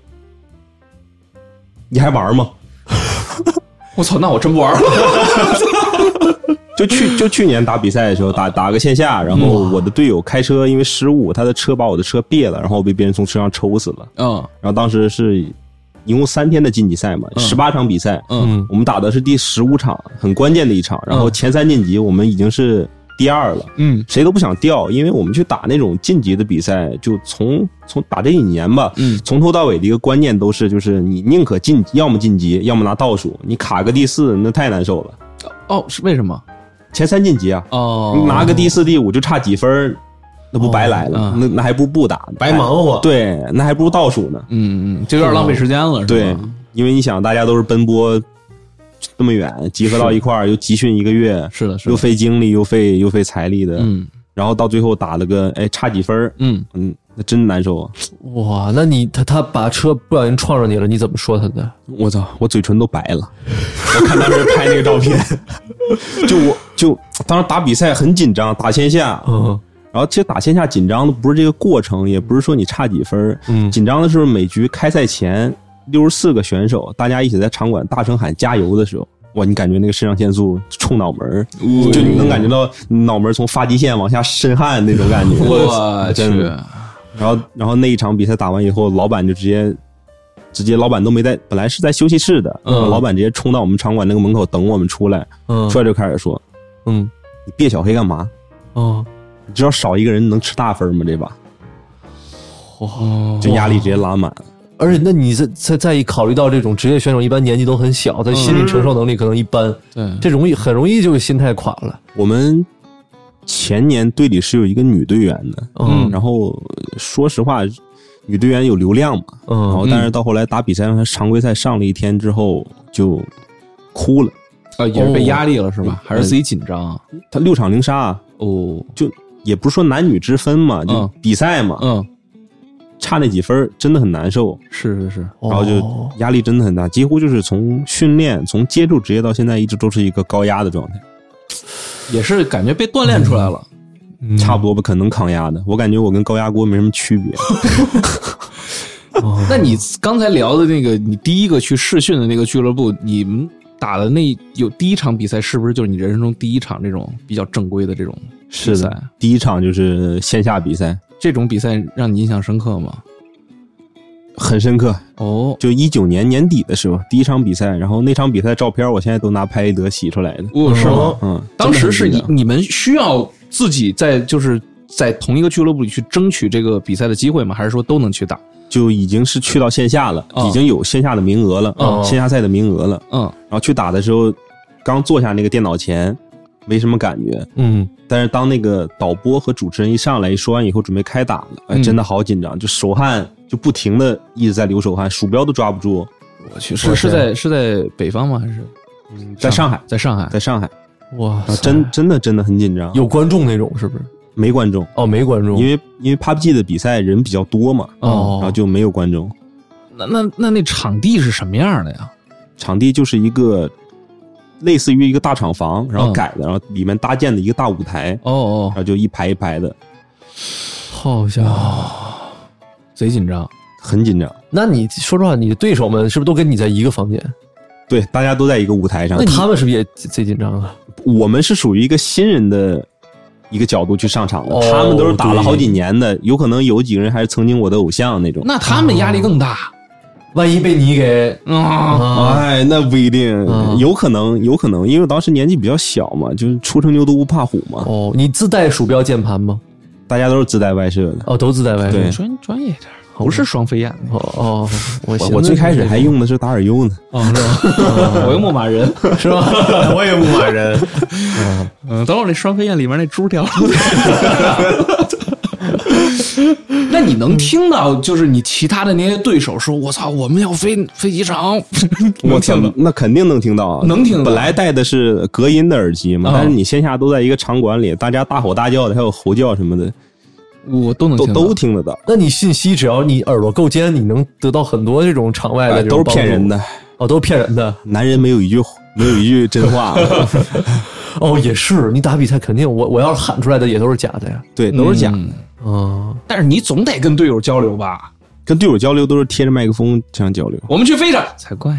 你还玩吗？” 我操，那我真不玩了。 就去就去年打比赛的时候，打打个线下，然后我的队友开车因为失误，他的车把我的车别了，然后被别人从车上抽死了。 嗯， 然后当时是一共三天的晋级赛嘛，十八场比赛， 嗯， 我们打的是第十五场，很关键的一场，然后前三晋级我们已经是第二了， 嗯， 谁都不想掉，因为我们去打那种晋级的比赛，就从从打这一年吧， 嗯， 从头到尾的一个观念都是，就是你宁可晋，要么晋级，要么拿倒数，你卡个第四那太难受了。 哦，是为什么？ 前三晋级啊， 哦， 你拿个第四、第五就差几分，那不白来了？哦、那那还不如不打， 白忙活。 对，那还不如倒数呢。 嗯嗯，就有点浪费时间了，是吧？ 对，因为你想，大家都是奔波。那么远集合到一块儿，又集训一个月， 是的，是的， 又费精力，又费又费财力的， 嗯， 然后到最后打了个哎差几分， 嗯嗯，那真难受啊！ 哇，那你他他把车不小心撞上你了，你怎么说他的？ 我操，我嘴唇都白了。我看当时拍那个照片，就我就当时打比赛很紧张，打线下， 嗯， 然后其实打线下紧张的不是这个过程，也不是说你差几分， 嗯， 紧张的是每局开赛前。六十四个选手，大家一起在场馆大声喊加油的时候，哇，你感觉那个肾上腺素冲脑门， 嗯、 就你能感觉到脑门从发际线往下渗汗那种感觉。 我去！ 然后，然后那一场比赛打完以后，老板就直接，直接老板都没在，本来是在休息室的， 嗯， 老板直接冲到我们场馆那个门口等我们出来， 嗯， 出来就开始说， 嗯， 你别小黑干嘛？ 哦， 你知道少一个人能吃大分吗？这把， 哇， 就压力直接拉满。 而且，那你再再再一考虑到这种职业选手，一般年纪都很小，他心理承受能力可能一般， 对， 这容易很容易就心态垮了。 我们前年队里是有一个女队员的， 嗯， 然后说实话，女队员有流量嘛， 嗯， 然后但是到后来打比赛，让她常规赛上了一天之后就哭了， 啊，也是被压力了是吧？还是自己紧张啊？ 她六场零杀， 哦， 就也不是说男女之分嘛，就比赛嘛， 嗯。 差那几分真的很难受， 是是是， 然后就压力真的很大，几乎就是从训练从接触职业到现在一直都是一个高压的状态， 也是感觉被锻炼出来了， 嗯、 差不多吧，可能抗压的，我感觉我跟高压锅没什么区别。 那你刚才聊的那个，你第一个去试训的那个俱乐部，你们打的那有第一场比赛，是不是就是你人生中第一场这种比较正规的这种比赛？ 是的，第一场就是线下比赛。 这种比赛让你印象深刻吗？ 很深刻哦， 就一九年年底的时候，第一场比赛，然后那场比赛照片，我现在都拿拍立得洗出来的。 哦，是吗？ 嗯， 当时是你你们需要自己在就是在同一个俱乐部里去争取这个比赛的机会吗？还是说都能去打？ 就已经是去到线下了， 哦、 已经有线下的名额了， 哦、 线下赛的名额了。 嗯， 然后去打的时候，刚坐下那个电脑前。没什么感觉， 嗯， 但是当那个导播和主持人一上来一说完以后，准备开打了，哎，真的好紧张，就手汗就不停的一直在流手汗，鼠标都抓不住。 我去，是是在是在北方吗？还是嗯，在上海， 在上海， 在上海。 哇， 真真的真的很紧张。 有观众那种是不是？ 没观众哦，没观众， 因为因为 P U B G 的比赛人比较多嘛， 哦， 然后就没有观众。 那那那那场地是什么样的呀？ 场地就是一个。类似于一个大厂房，然后改的，嗯、然后里面搭建的一个大舞台， 哦哦， 然后就一排一排的， 好家伙， 贼紧张， 很紧张。 那你说实话，你的对手们是不是都跟你在一个房间？ 对，大家都在一个舞台上。 那他们是不是也贼紧张啊？ 我们是属于一个新人的一个角度去上场的， 哦、 他们都是打了好几年的，有可能有几个人还是曾经我的偶像那种。 那他们压力更大。 哦万一被你给啊， 哎，那不一定，嗯、有可能，有可能，因为当时年纪比较小嘛，就是初生牛犊不怕虎嘛。 哦，你自带鼠标键盘吗？ 大家都是自带外设的。 哦，都自带外设。 对， 专专业一点，不是双飞燕。 哦哦，我我最开始还用的是达尔优呢。 哦，是吧？我用牧马人， 是吧？ 我也牧马人。 嗯嗯，等会儿那双飞燕里面那猪掉。那你能听到，就是你其他的那些对手说：“我操，我们要飞飞机场。” 我操，那肯定能听到啊， 能听到。 本来戴的是隔音的耳机嘛，嗯、但是你线下都在一个场馆里，大家大吼大叫的，还有吼叫什么的， 我都能听到都都听得到。 那你信息只要你耳朵够尖，你能得到很多这种场外的这种、 哎，都是骗人的。 哦，都是骗人的。 男人没有一句没有一句真话。 哦，也是，你打比赛肯定，我我要是喊出来的也都是假的呀。 对，都是假的。 嗯哦， 但是你总得跟队友交流吧？ 跟队友交流都是贴着麦克风这样交流。 我们去飞着才怪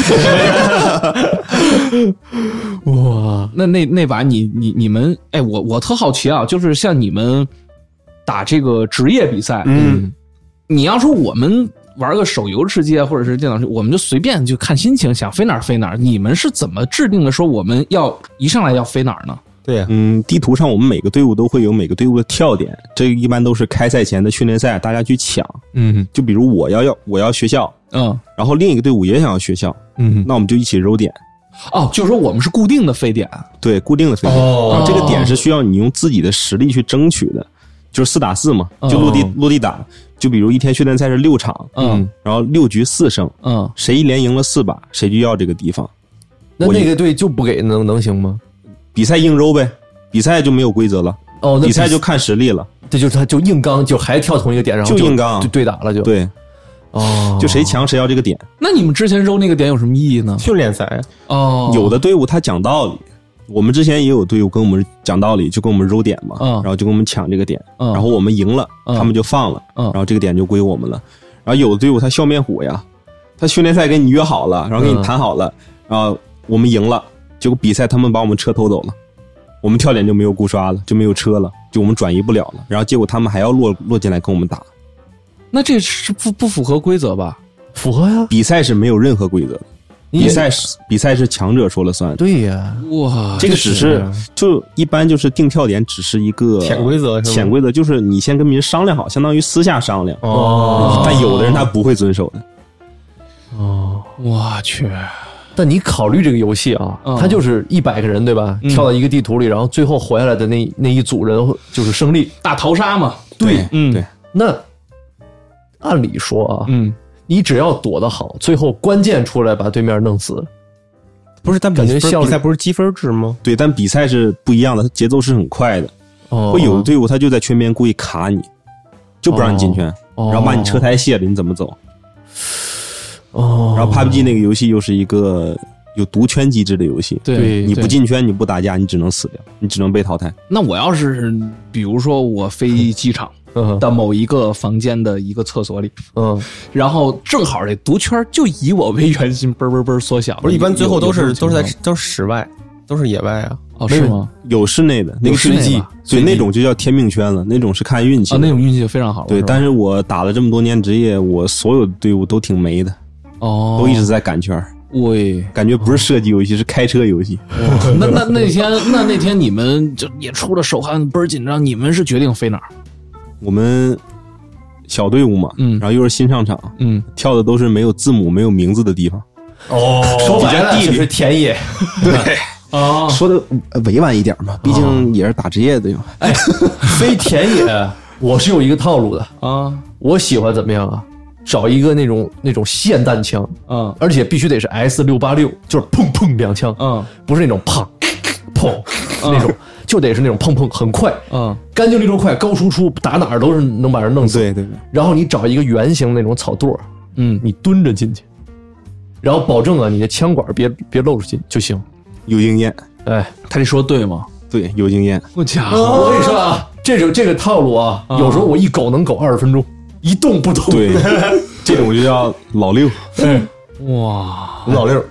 呢！哇，那那那把你你你们，哎，我我特好奇啊，就是像你们打这个职业比赛， 嗯， 你要说我们玩个手游世界或者是电脑世界，我们就随便就看心情，想飞哪儿飞哪儿。你们是怎么制定的？说我们要一上来要飞哪儿呢？ 对呀、啊， 嗯，地图上我们每个队伍都会有每个队伍的跳点，这一般都是开赛前的训练赛，大家去抢。 嗯， 就比如我要要我要学校， 嗯， 然后另一个队伍也想要学校， 嗯， 那我们就一起揉点。 哦，就是说我们是固定的飞点， 对，固定的飞点。哦，然后这个点是需要你用自己的实力去争取的，就是四打四嘛，就落地、哦、落地打。就比如一天训练赛是六场， 嗯， 然后六局四胜， 嗯， 谁一连赢了四把，谁就要这个地方。 那那个队就不给能能行吗？ 比赛硬揉呗。比赛就没有规则了， 哦， 比赛就看实力了。 这就是他就硬刚，就还跳同一个点，然后就硬刚就对打了就，就对，哦，就谁强谁要这个点。 那你们之前揉那个点有什么意义呢？ 训练赛哦， 有的队伍他讲道理，我们之前也有队伍跟我们讲道理，就跟我们揉点嘛， 嗯， 然后就跟我们抢这个点， 嗯， 然后我们赢了， 嗯， 他们就放了， 嗯， 然后这个点就归我们了。然后有的队伍他笑面虎呀，他训练赛跟你约好了，然后跟你谈好了，嗯，然后我们赢了，结果比赛他们把我们车偷走了。我们跳点就没有固刷了，就没有车了，就我们转移不了了。然后结果他们还要落落进来跟我们打， 那这是不不符合规则吧？ 符合呀， 比赛是没有任何规则的，比赛是比赛是强者说了算。 对呀， 哇， 这个只是就一般就是定跳点，只是一个潜规则， 潜规则就是你先跟别人商量好，相当于私下商量。 哦， 但有的人他不会遵守的。 哦， 我去。 但你考虑这个游戏啊， 嗯、 它就是一百个人对吧？ 嗯、 跳到一个地图里，然后最后活下来的那那一组人就是胜利， 大逃杀嘛。 对， 嗯， 对。 那按理说啊， 嗯， 你只要躲得好，最后关键出来把对面弄死， 不是？但感觉比赛不是积分制吗？ 对，但比赛是不一样的，它节奏是很快的。 哦， 会有的队伍他就在圈边故意卡你，就不让你进圈， 哦、 然后把你车胎卸了，你怎么走？ 哦， 然后 P U B G 那个游戏又是一个有独圈机制的游戏， 对， 你不进圈，你不打架，你只能死掉，你只能被淘汰。 那我要是比如说我飞机场的某一个房间的一个厕所里， 嗯， 然后正好这毒圈就以我为圆心，嘣嘣嘣缩小。 不是，一般最后都是都是在都是室外，都是野外啊。 哦，是吗？ 有室内的那个随机，所以那种就叫天命圈了，那种是看运气啊，那种运气非常好。 对，但是我打了这么多年职业，我所有的队伍都挺没的。 哦， 都一直在赶圈， 喂， 感觉不是射击游戏，是开车游戏。 那那那天那那天你们就也出了手汗，倍儿紧张。你们是决定飞哪儿？ 我们小队伍嘛， 嗯， 然后又是新上场， 嗯， 跳的都是没有字母、没有名字的地方。 哦，说白了就是田野。 对， 哦， 说的委婉一点嘛，毕竟也是打职业的嘛。 哎，飞田野，我是有一个套路的啊， 我喜欢怎么样啊？找一个那种那种霰弹枪， 嗯， 而且必须得是 S 六八六，就是砰砰两枪， 嗯， 不是那种砰砰那种，就得是那种砰砰很快， 嗯， 干净利落快，高输出，打哪儿都是能把人弄死。 对对对。 然后你找一个圆形那种草垛， 嗯， 你蹲着进去，然后保证啊你的枪管别别露出去就行。 有经验， 哎，他这说对吗？ 对，有经验。 我家伙， 我跟你说啊，这种这个套路啊，有时候我一狗能狗二十分钟。一动不动， 对，这种就叫老六。 嗯， 哇， 老六。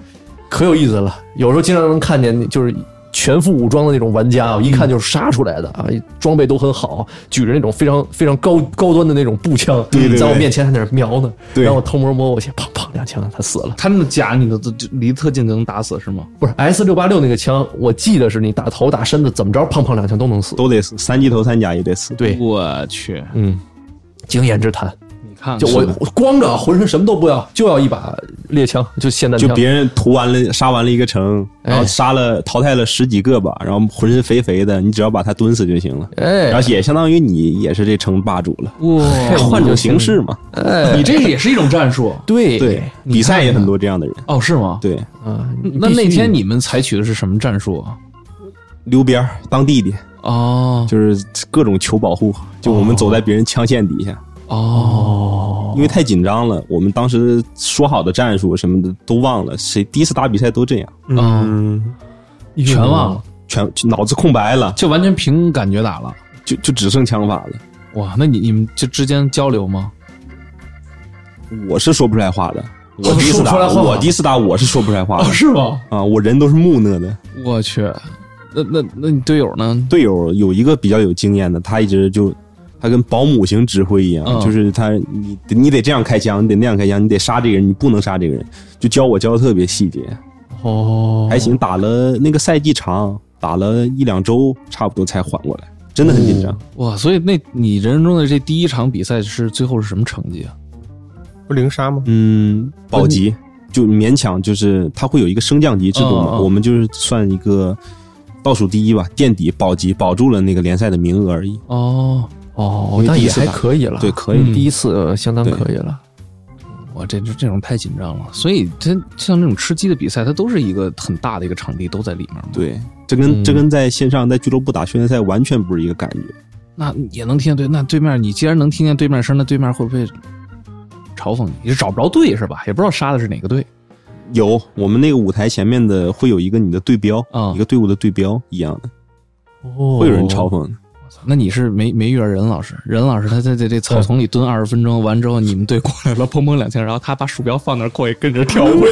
可有意思了。有时候经常能看见，就是全副武装的那种玩家啊，一看就是杀出来的啊，装备都很好，举着那种非常非常高高端的那种步枪， 对对对在我面前还在那瞄呢， 对然后我偷摸摸我先砰砰两枪，他死了。 他那么假，你都就离特近就能打死是吗？ 不是 S 六八六那个枪，我记得是你打头打身子怎么着，砰砰两枪都能死， 都得死，三级头三甲也得死。 对， 我去， 嗯，经验之谈。 你看， 就我我光着浑身什么都不要，就要一把猎枪，就霰弹枪。 就别人屠完了杀完了一个城，然后杀了淘汰了十几个吧，然后浑身肥肥的，你只要把他蹲死就行了。哎，然后也相当于你也是这城霸主了。 哇， 换种形式嘛。 哎， 你这也是一种战术。 对对，比赛也很多这样的人。 哦，是吗？ 对啊， 那那天你们采取的是什么战术啊？ 溜边当弟弟哦， 就是各种求保护，就我们走在别人枪线底下。 哦， 因为太紧张了，我们当时说好的战术什么的都忘了，谁第一次打比赛都这样， 嗯，全忘了， 全脑子空白了， 就完全凭感觉打了， 就就只剩枪法了。 哇，那你你们就之间交流吗？ 我是说不出来话的，我第一次打，我第一次打我是说不出来话的， 哦，是吗？ 啊，我人都是木讷的。 我去，那那那你队友呢？ 队友有一个比较有经验的，他一直就。他跟保姆型指挥一样，嗯、就是他，你你得这样开枪，你得那样开枪，你得杀这个人，你不能杀这个人，就教我教的特别细节。哦，还行，打了那个赛季长，打了一两周，差不多才缓过来，真的很紧张。 哦、哇，所以那你人生中的这第一场比赛是最后是什么成绩啊？ 不零杀吗？ 嗯，保级就勉强，就是他会有一个升降级制度嘛，哦哦我们就是算一个倒数第一吧，垫底保级，保住了那个联赛的名额而已。 哦。哦，那也还可以了， 对，可以， 第一次、呃、相当可以了。 哇，这这种太紧张了，所以这像这种吃鸡的比赛，它都是一个很大的一个场地，都在里面嘛。 对，这跟、嗯、这跟在线上在俱乐部打训练赛完全不是一个感觉。 那也能听见对，那对面你既然能听见对面声，那对面会不会嘲讽你？你是找不着队是吧？也不知道杀的是哪个队。 有，我们那个舞台前面的会有一个你的队标， 嗯、 一个队伍的队标一样的，哦、会有人嘲讽的。 那你是没没遇到任老师？任老师他在这这草丛里蹲二十分钟，完之后你们队过来了，砰砰两枪，然后他把鼠标放那儿，过去跟着跳舞。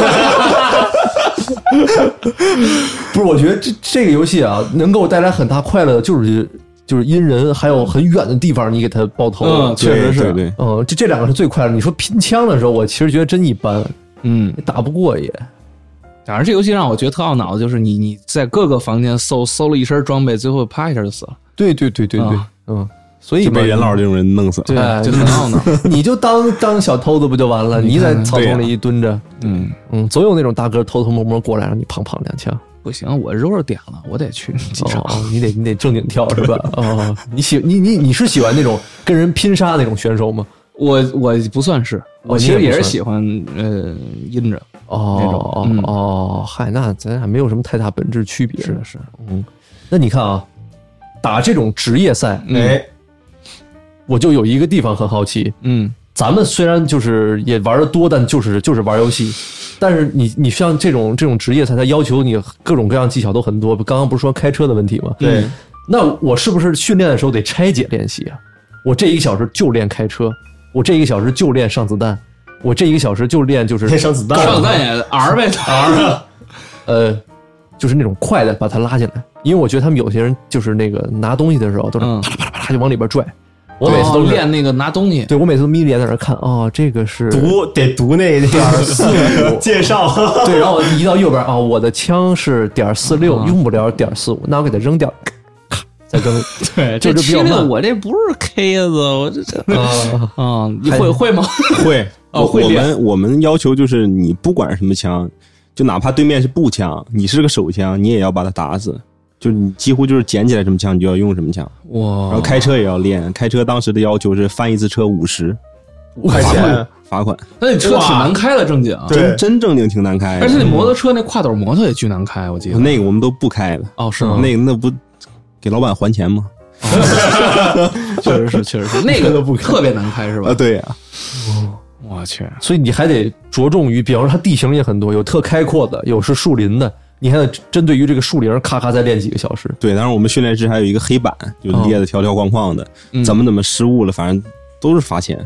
不是，我觉得这这个游戏啊，能够带来很大快乐的，就是就是阴人，还有很远的地方你给他爆头， 嗯， 确实是， 对对， 嗯，这这两个是最快乐。你说拼枪的时候，我其实觉得真一般， 嗯， 打不过也。 反正这游戏让我觉得特懊恼的就是你你在各个房间搜搜了一身装备，最后啪一下就死了。 对对对对对，啊、嗯，所以就被任老师这种人弄死了， 对，就很懊恼。 你就当当小偷子不就完了？你在草丛里一蹲着， 嗯嗯，总有那种大哥偷偷摸摸过来让你砰砰两枪。 不行，我肉肉点了，我得去机场、 哦。你得你得正经跳是吧？哦，你喜你你你是喜欢那种跟人拼杀那种选手吗？ 我我不算是，我其实也是喜欢呃阴着。 哦哦、嗯、哦，嗨，那咱还没有什么太大本质区别。 是的是， 嗯，那你看啊，打这种职业赛，哎、嗯，我就有一个地方很好奇， 嗯， 咱们虽然就是也玩的多，但就是就是玩游戏，但是你你像这种这种职业赛，它要求你各种各样技巧都很多。刚刚不是说开车的问题吗？ 对， 那我是不是训练的时候得拆解练习啊？我这一个小时就练开车，我这一个小时就练上子弹。我这一个小时就练就是上子弹， 上子弹也 R 呗 ，R， 呃，就是那种快的把它拉进来，因为我觉得他们有些人就是那个拿东西的时候都是啪啦啪啦啪啦就往里边拽，我每次都练那个拿东西， 对我每次都眯着眼在那看，哦，这个是读得读那点四五介绍， 对，然后我移到右边啊、哦，我的枪是点四六，用不了点四五，那我给它扔掉。再扔， 对， 这七六我这不是 K 子，我这这啊啊，你会会吗？ 会哦，会我们我们要求就是你不管什么枪，就哪怕对面是步枪，你是个手枪，你也要把它打死。就你几乎就是捡起来什么枪你就要用什么枪。 哇！ 然后开车也要练，开车当时的要求是翻一次车五十， 五块钱罚款。 那你车挺难开的，正经， 真真正经挺难开。 而且那摩托车那跨斗摩托也巨难开，我记得那个我们都不开的。 哦，是吗？ 那个那不。给老板还钱吗？ 确实是，确实是，那个都不特别难开是吧？ 啊，对呀、啊。 我去， 所以你还得着重于，比方说它地形也很多，有特开阔的，有是树林的，你还得针对于这个树林，咔咔再练几个小时。 对，当然我们训练室还有一个黑板，就列的条条框框的，哦、怎么怎么失误了，反正都是罚钱。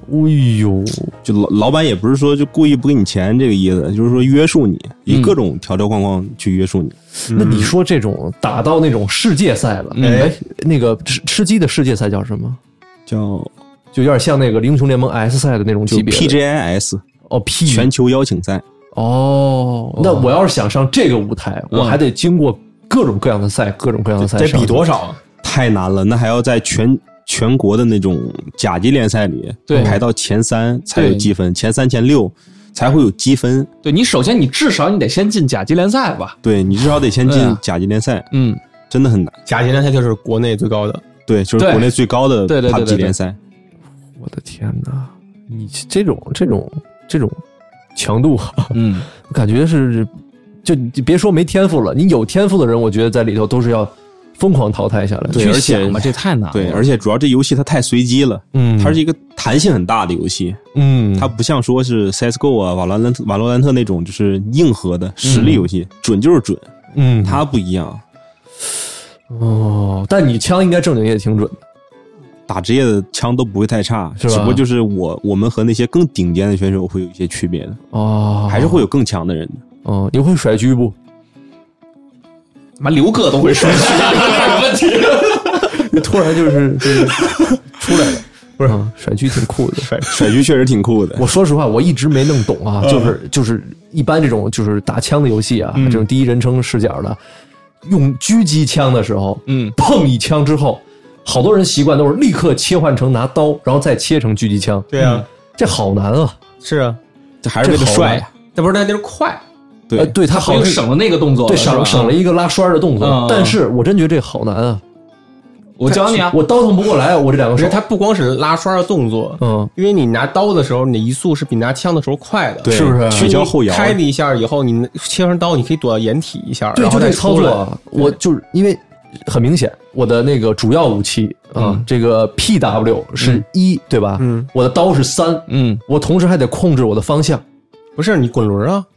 哎呦， 就老老板也不是说就故意不给你钱这个意思，就是说约束你，以各种条条框框去约束你。 嗯、那你说这种打到那种世界赛了，哎、嗯，那个吃吃鸡的世界赛叫什么？ 叫就有点像那个英雄联盟 S 赛的那种级别 ，P G I S 哦 ，P 全球邀请赛。 哦，那我要是想上这个舞台，嗯、我还得经过各种各样的赛，各种各样的赛， 这比多少啊？ 太难了，那还要在全全国的那种甲级联赛里排到前三才有积分，前三前六才会有积分。 对，你首先你至少你得先进甲级联赛吧？ 对，你至少得先进甲级联赛。 嗯， 真的很难。 甲级联赛就是国内最高的， 对，就是国内最高的 P U B G 联赛。 我的天哪，你这种这种这种强度， 嗯， 感觉是就你别说没天赋了，你有天赋的人，我觉得在里头都是要疯狂淘汰下来的。 对，而且嘛，这太难了。 对，而且主要这游戏它太随机了，嗯，它是一个弹性很大的游戏， 嗯， 它不像说是 C S G O 啊、瓦罗兰特、瓦罗兰特那种就是硬核的实力游戏，嗯、准就是准， 嗯， 它不一样。 哦，但你枪应该正经也挺准的。 打职业的枪都不会太差， 是吧？ 只不过就是我我们和那些更顶尖的选手会有一些区别的哦， 还是会有更强的人的哦。你会甩狙不？ 妈刘哥都会甩狙，有问题。 突然就是就是出来了，不是、嗯、甩狙挺酷的， 甩甩狙确实挺酷的。 我说实话，我一直没弄懂啊，就是就是一般这种就是打枪的游戏啊，嗯、这种第一人称视角的，用狙击枪的时候， 嗯， 碰一枪之后。好多人习惯都是立刻切换成拿刀，然后再切成狙击枪。 对啊、嗯， 这好难啊！ 是啊， 这还是为了帅呀。 这不是那就是快。 对、 呃、对，他好像省了那个动作， 对，省省了一个拉栓的动作。嗯、但是我真觉得这好难啊！ 我教你啊， 我刀捅不过来，我这两个手。 它不光是拉栓的动作， 嗯， 因为你拿刀的时候，你的移速是比拿枪的时候快的， 对，是不是？ 取消后摇， 开了一下以后，你切成刀，你可以躲到掩体一下， 对， 然后再就这操作，我就是因为。很明显，我的那个主要武器啊、嗯，这个 P W 是一、嗯，对吧？ 嗯， 我的刀是三， 嗯， 我同时还得控制我的方向。 不是你滚轮啊，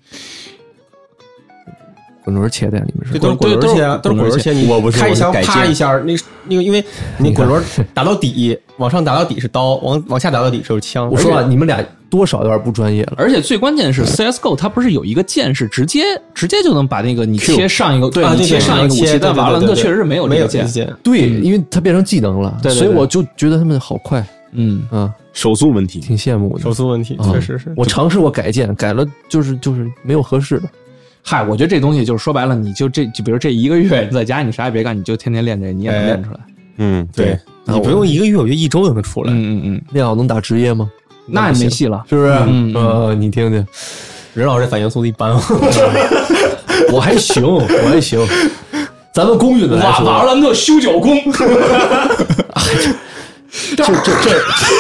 滚轮切的呀？你们是？ 对，都是滚轮切啊，都是滚轮切。你我不是开一枪，啪一下，那那个，因为你滚轮打到底，往上打到底是刀，往往下打到底是枪。 我说啊，你们俩多少有点不专业了。 而且最关键是 C S G O 它不是有一个键是直接直接就能把那个你切上一个，对，你切上一个武器，但瓦罗兰特确实是没有这个键， 对，因为它变成技能了，所以我就觉得他们好快。 嗯啊， 手速问题挺羡慕的， 手速问题确实是。 我尝试过改键，改了就是就是没有合适的。 嗨，我觉得这东西就是说白了，你就这就比如这一个月你在家你啥也别干，你就天天练这，你也能练出来。 嗯，对， 你不用一个月，我觉得一周就能出来。 嗯嗯嗯， 练好能打职业吗？ 那也没戏了， 是不是？ 嗯呃，你听听， 任老师反应速度一般， 我还行，我还行。咱们公允的来说， 瓦罗兰特修脚功， 这这这，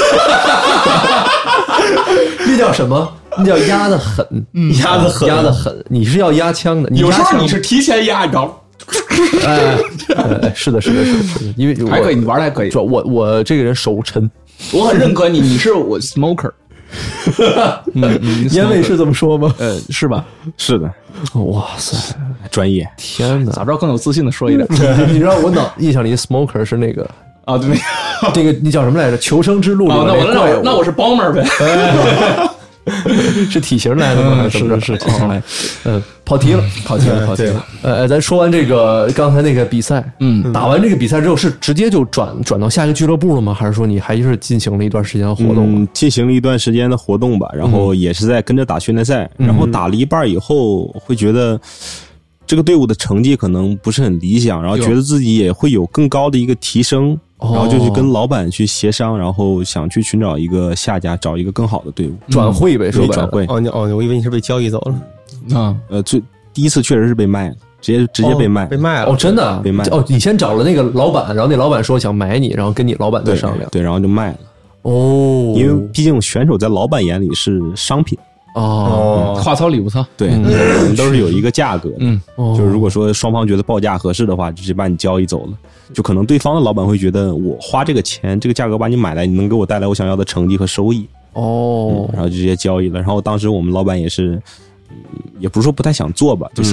那叫什么？那叫压得狠， 压得狠， 压得狠。你是要压枪的， 有时候你是提前压一招。 哎，是的，是的，是的，是的，因为还可以，你玩的还可以。 主要我我这个人手沉， 我很认可你，你是我 smoker。 嗯嗯，烟味是这么说吗？ 呃，是吧？ 是的。 哇塞， 专业！ 天哪， 咋不知道更有自信的说一点？ 你知道我脑印象里 smoker 是那个啊，对， 那个那叫什么来着？求生之路里那我那我那我是 bomber 呗。 是体型来的吗？ 嗯、是是是体型来。 嗯，跑题了， 跑题了，跑题了。 呃，咱说完这个刚才那个比赛， 嗯， 打完这个比赛之后，是直接就转转到下一个俱乐部了吗？还是说你还是进行了一段时间的活动、 嗯？进行了一段时间的活动吧，然后也是在跟着打训练赛， 嗯、 然后打了一半以后，会觉得这个队伍的成绩可能不是很理想，然后觉得自己也会有更高的一个提升。然后就去跟老板去协商，然后想去寻找一个下家，找一个更好的队伍， 转会呗，说转会。 哦，你哦，我以为你是被交易走了。 啊， 呃，最第一次确实是被卖了，直接直接被卖， 被卖了。 哦，真的被卖。 哦，你先找了那个老板，然后那老板说想买你，然后跟你老板再商量， 对，然后就卖了。 哦， 因为毕竟选手在老板眼里是商品。 哦， 话糙理不糙， 对，我们都是有一个价格的。 嗯， 就是如果说双方觉得报价合适的话，直接把你交易走了。就可能对方的老板会觉得，我花这个钱，这个价格把你买来，你能给我带来我想要的成绩和收益。 哦、 嗯，然后就直接交易了。然后当时我们老板也是，嗯、也不是说不太想做吧，就想、嗯、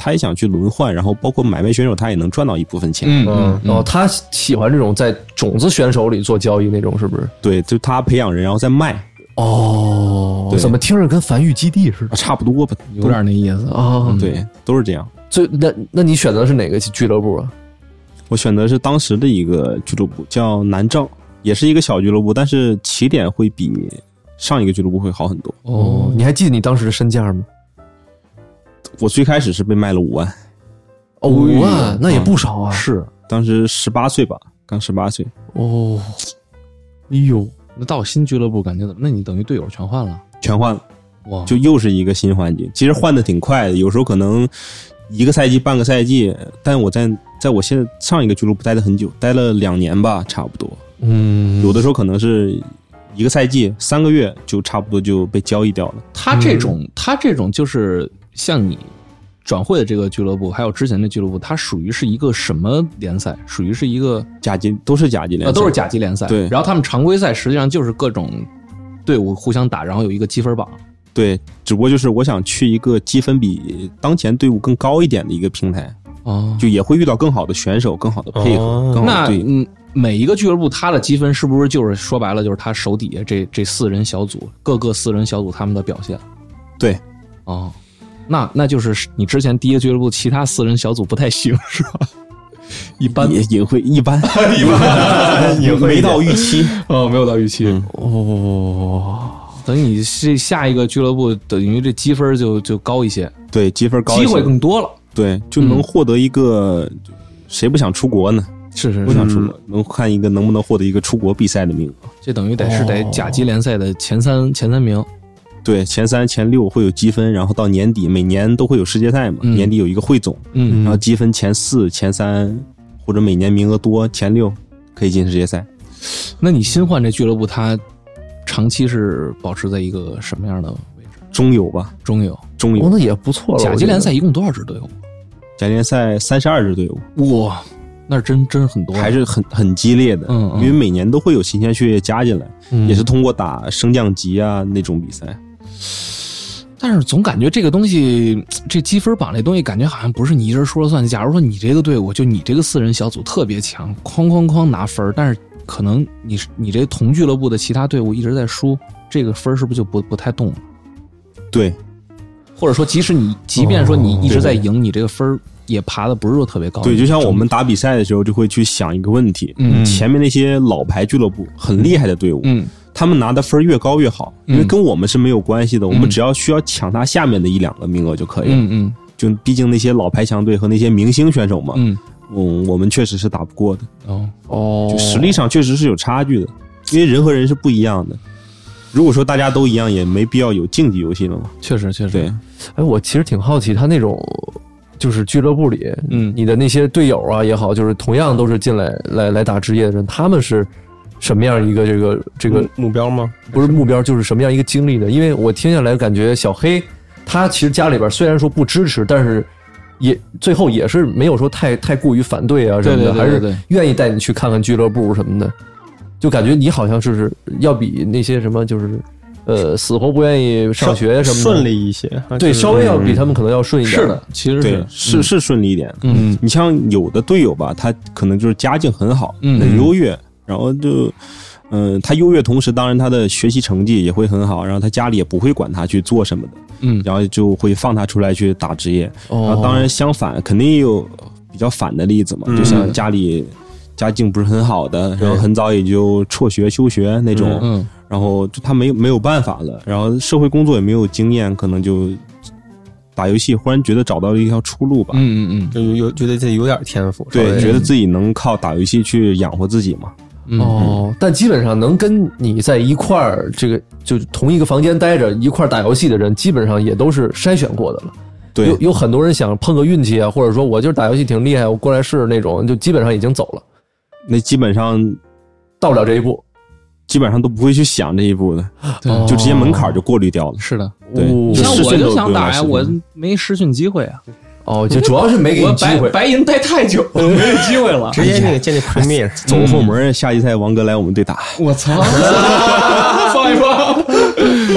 他也想去轮换，然后包括买卖选手，他也能赚到一部分钱。 嗯嗯， 哦，他喜欢这种在种子选手里做交易那种，是不是？ 对，就他培养人，然后再卖。 哦，怎么听着跟繁育基地似的？ 差不多吧， 有点那意思啊。 嗯、对，都是这样。 最那那你选择是哪个俱乐部啊？ 我选择是当时的一个俱乐部，叫南郑，也是一个小俱乐部，但是起点会比上一个俱乐部会好很多。 哦，你还记得你当时的身价吗？ 我最开始是被卖了五万。 哦，五万那也不少啊。 是，当时十八岁吧，刚十八岁。 哦，哎呦。 那到新俱乐部感觉怎么？那你等于队友全换了？ 全换了， 哇！ 就又是一个新环境。其实换的挺快的，有时候可能一个赛季、半个赛季，但我在在我现在上一个俱乐部待了很久，待了两年吧，差不多。 嗯， 有的时候可能是一个赛季、三个月就差不多就被交易掉了。 他这种，嗯、他这种就是像你转会的这个俱乐部，还有之前的俱乐部，它属于是一个什么联赛？属于是一个甲级，都是甲级联赛， 呃，都是甲级联赛。 对， 然后他们常规赛实际上就是各种队伍互相打，然后有一个积分榜。 对，只不过就是我想去一个积分比当前队伍更高一点的一个平台， 哦， 就也会遇到更好的选手、更好的配合。 哦、 更好的那嗯，每一个俱乐部它的积分是不是就是说白了就是他手底下这这四人小组各个四人小组他们的表现？ 对， 哦。那那就是你之前第一个俱乐部其他四人小组不太行是吧？一般也也会一般， 一般也没到预期哦，没有到预期、 嗯、 哦。等于你这下一个俱乐部等于这积分就就高一些， 对，积分高一些， 机会更多了， 对，就能获得一个、嗯、谁不想出国呢？ 是是， 不想出国，能看一个能不能获得一个出国比赛的名额。 这等于得是得甲级联赛的前三、哦、前三名。 对，前三前六会有积分，然后到年底每年都会有世界赛嘛、 嗯、 年底有一个汇总， 嗯， 然后积分前四前三或者每年名额多前六可以进世界赛。 那你新换这俱乐部它长期是保持在一个什么样的位置？ 中游吧， 中游， 中游、 哦、那也不错了。 甲级联赛一共多少支队伍？ 甲级联赛三十二支队伍。 哇，那真真很多， 还是很很激烈的。 嗯， 因为每年都会有新鲜血液加进来、 嗯、 也是通过打升降级啊那种比赛。 但是总感觉这个东西，这积分榜这东西感觉好像不是你一人说了算。假如说你这个队伍就你这个四人小组特别强，哐哐哐拿分，但是可能你你这同俱乐部的其他队伍一直在输，这个分是不是就不不太动了？ 对， 或者说即使你即便说你一直在赢、哦、你这个分也爬的不是说特别高。 对，就像我们打比赛的时候就会去想一个问题， 嗯， 前面那些老牌俱乐部很厉害的队伍， 嗯， 他们拿的分越高越好，因为跟我们是没有关系的、嗯、我们只要需要抢他下面的一两个名额就可以了。 嗯嗯， 就毕竟那些老牌强队和那些明星选手嘛， 嗯， 嗯，我们确实是打不过的。 哦哦， 就实力上确实是有差距的，因为人和人是不一样的。如果说大家都一样，也没必要有竞技游戏了嘛。 确实，确实。 对， 哎，我其实挺好奇，他那种就是俱乐部里， 嗯， 你的那些队友啊也好，就是同样都是进来来来打职业的人，他们是什么样一个这个这个目标吗？ 不是目标，就是什么样一个经历呢？因为我听下来感觉小黑他其实家里边虽然说不支持，但是也最后也是没有说太太过于反对啊什么的， 对对对对对， 还是愿意带你去看看俱乐部什么的。就感觉你好像是要比那些什么就是呃死活不愿意上学什么的顺利一些， 对，稍微要比他们可能要顺一点的。 是的，其实是是、嗯、是顺利一点。 嗯， 你像有的队友吧，他可能就是家境很好， 嗯， 很优越，然后就嗯、呃，他优越同时，当然他的学习成绩也会很好，然后他家里也不会管他去做什么的， 嗯， 然后就会放他出来去打职业。 哦、 然后当然相反，肯定也有比较反的例子嘛， 嗯、 就像家里。家境不是很好的，然后很早也就辍学休学那种， 嗯， 然后就他没有没有办法了，然后社会工作也没有经验，可能就打游戏忽然觉得找到了一条出路吧， 嗯嗯嗯， 就有觉得自己有点天赋， 对，觉得自己能靠打游戏去养活自己嘛。 嗯、 哦，但基本上能跟你在一块儿，这个就同一个房间待着一块儿打游戏的人，基本上也都是筛选过的了。 对， 有有很多人想碰个运气啊，或者说我就是打游戏挺厉害，我过来试试那种，就基本上已经走了。 那基本上到不了这一步， 基本上都不会去想这一步的， 对， 就直接门槛就过滤掉了。 是的， 对， 你像我就想打呀，我没试训机会啊。 哦，就主要是没给你机会， 白银待太久，没有机会了， 直接那个建立 Premier 走后门，下一赛王哥来我们队打。 我操，放一放。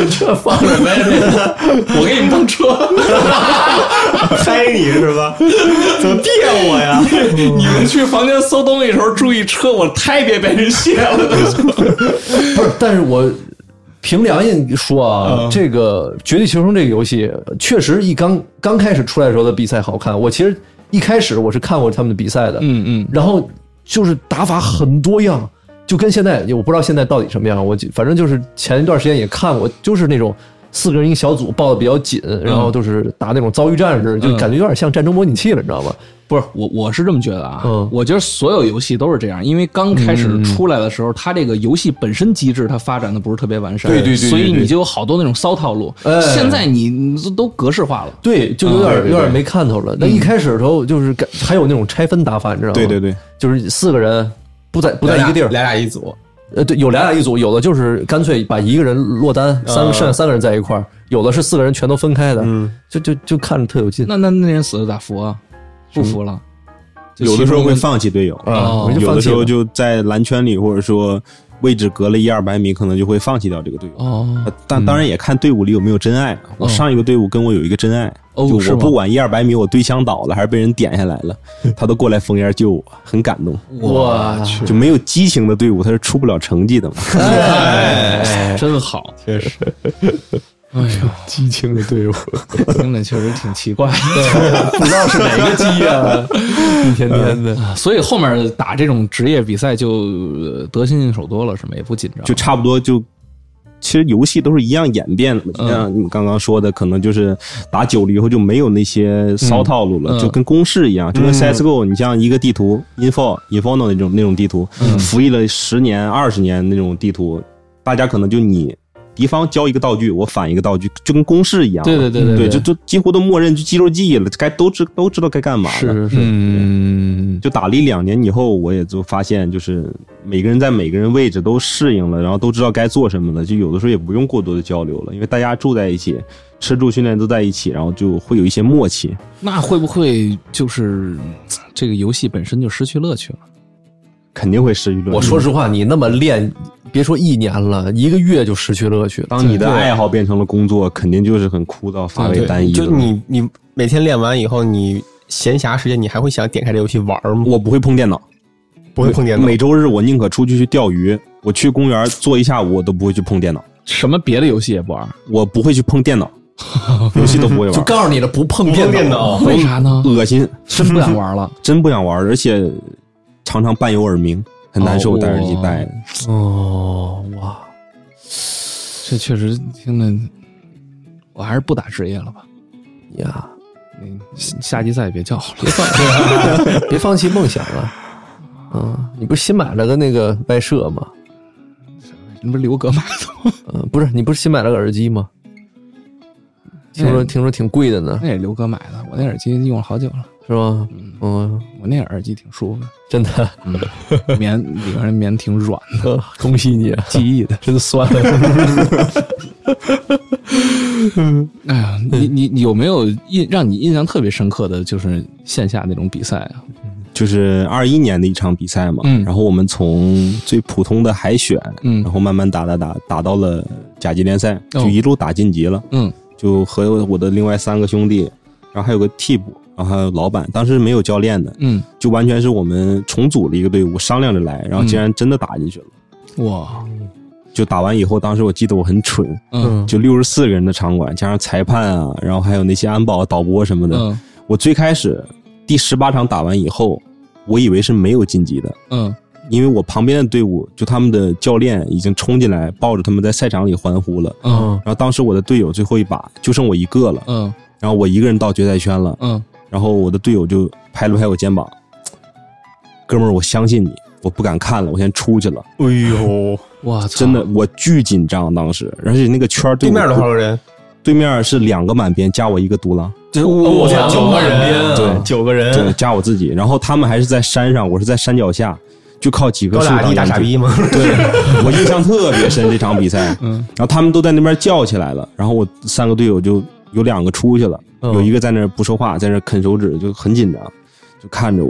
这放什么呀？这我给你们当车， 猜你是吧？怎么骗我呀？ 你们去房间搜东西的时候注意车，我胎别被人卸了。 不是，但是我凭良心说啊，嗯、这个《绝地求生》这个游戏确实一刚刚开始出来的时候的比赛好看。我其实一开始我是看过他们的比赛的， 嗯嗯， 然后就是打法很多样，就跟现在我不知道现在到底什么样。我反正就是前一段时间也看过，就是那种四个人一个小组抱得比较紧，然后就是打那种遭遇战士，嗯、就感觉有点像战争模拟器了，你知道吗？ 不是我，我是这么觉得啊。 嗯， 我觉得所有游戏都是这样，因为刚开始出来的时候，嗯、它这个游戏本身机制它发展的不是特别完善， 对对 对, 对, 对， 所以你就有好多那种骚套路。哎、现在你你都格式化了， 对，就有点、嗯、有点没看头了。那、嗯、一开始的时候就是还有那种拆分打法，你知道吗？ 对对对， 就是四个人不在不在一个地儿， 俩俩一组。 呃，对，有俩俩一组，有的就是干脆把一个人落单，三个剩下三个人在一块儿，有的是四个人全都分开的，嗯，就就就看着特有劲。 那那那人死了咋服啊？不服了。 有的时候会放弃队友， 哦、 有的时候就在蓝圈里，或者说位置隔了一二百米，可能就会放弃掉这个队友。 哦， 但当然也看队伍里有没有真爱。嗯、我上一个队伍跟我有一个真爱， 哦、 就我不管一二百米我对枪倒了还是被人点下来了，他都过来封烟救我，很感动。 哇， 就没有激情的队伍，他是出不了成绩的嘛。 哎，真好， 确实。 哎呦， 激情的队伍， 听着确实挺奇怪的， 不知道是哪个鸡啊，一天天的。 所以后面打这种职业比赛就得心应手多了，是吗？也不紧张， 就差不多就。其实游戏都是一样演变的，就像你们刚刚说的，可能就是打久了以后就没有那些骚套路了，嗯、就跟公式一样，就跟 C S G O，、嗯、你像一个地图 Inferno、Inferno 那种那种地图，嗯、服役了十年、二十年那种地图，大家可能就你。敌方交一个道具，我反一个道具，就跟公式一样。 对对对 对, 对，就就几乎都默认就肌肉记忆了，该都知都知道该干嘛了。 是是是， 嗯，就打了一两年以后，我也就发现，就是每个人在每个人位置都适应了，然后都知道该做什么了，就有的时候也不用过多的交流了，因为大家住在一起，吃住训练都在一起，然后就会有一些默契。 那会不会就是这个游戏本身就失去乐趣了？ 肯定会失去乐趣。 我说实话，你那么练，别说一年了，一个月就失去乐趣了。 当你的爱好变成了工作，肯定就是很枯燥、乏味、单一。 就你你每天练完以后，你闲暇时间你还会想点开这游戏玩吗？ 我不会碰电脑， 不会碰电脑。 每周日我宁可出去去钓鱼，我去公园坐一下午，我都不会去碰电脑。 什么别的游戏也不玩？ 我不会去碰电脑，游戏都不会玩。 就告诉你了，不碰电脑。 电脑为啥呢？ 恶心， 真不想玩了， 真不想玩，而且常常伴有耳鸣。很难受，戴耳机戴的。 哦，哇， 这确实听着，我还是不打职业了吧？ 呀， 嗯，夏季赛别叫了， 别放，别放弃梦想了。嗯，你不是新买了个那个外设吗？ 你不是刘哥买的吗？ 嗯，不是，你不是新买了个耳机吗？听说听说挺贵的呢。 那也刘哥买的，我那耳机用了好久了。 是吗？ 嗯， 嗯， 我那耳机挺舒服的， 真的， 嗯、棉里边棉挺软的， 恭喜你， 记忆的， 真酸。 哎呀，你你你有没有印让你印象特别深刻的就是线下那种比赛啊？ 就是二一年的一场比赛嘛，嗯，然后我们从最普通的海选，嗯，然后慢慢打打打打到了甲级联赛，就一路打晋级了， 嗯， 就和我的另外三个兄弟，然后还有个替补。然后还有老板，当时没有教练的， 嗯， 就完全是我们重组了一个队伍，商量着来，然后竟然真的打进去了， 嗯、哇！ 就打完以后，当时我记得我很蠢， 嗯， 就六十四个人的场馆，加上裁判啊，然后还有那些安保、导播什么的， 嗯， 我最开始第十八场打完以后，我以为是没有晋级的， 嗯， 因为我旁边的队伍就他们的教练已经冲进来，抱着他们在赛场里欢呼了， 嗯， 然后当时我的队友最后一把就剩我一个了， 嗯， 然后我一个人到决赛圈了， 嗯。 然后我的队友就拍了拍我肩膀，哥们儿，我相信你，我不敢看了，我先出去了。 哎呦， 哇， 真的，我巨紧张当时，而且那个圈对面多少人？ 对面是两个满编加我一个独狼， 就我操，九个人， 对， 九个人， 对，加我自己。然后他们还是在山上，我是在山脚下，就靠几棵树当一大傻逼吗？ 对，我印象特别深这场比赛。嗯，然后他们都在那边叫起来了，然后我三个队友就有两个出去了。有一个在那不说话，在那啃手指，就很紧张，就看着我。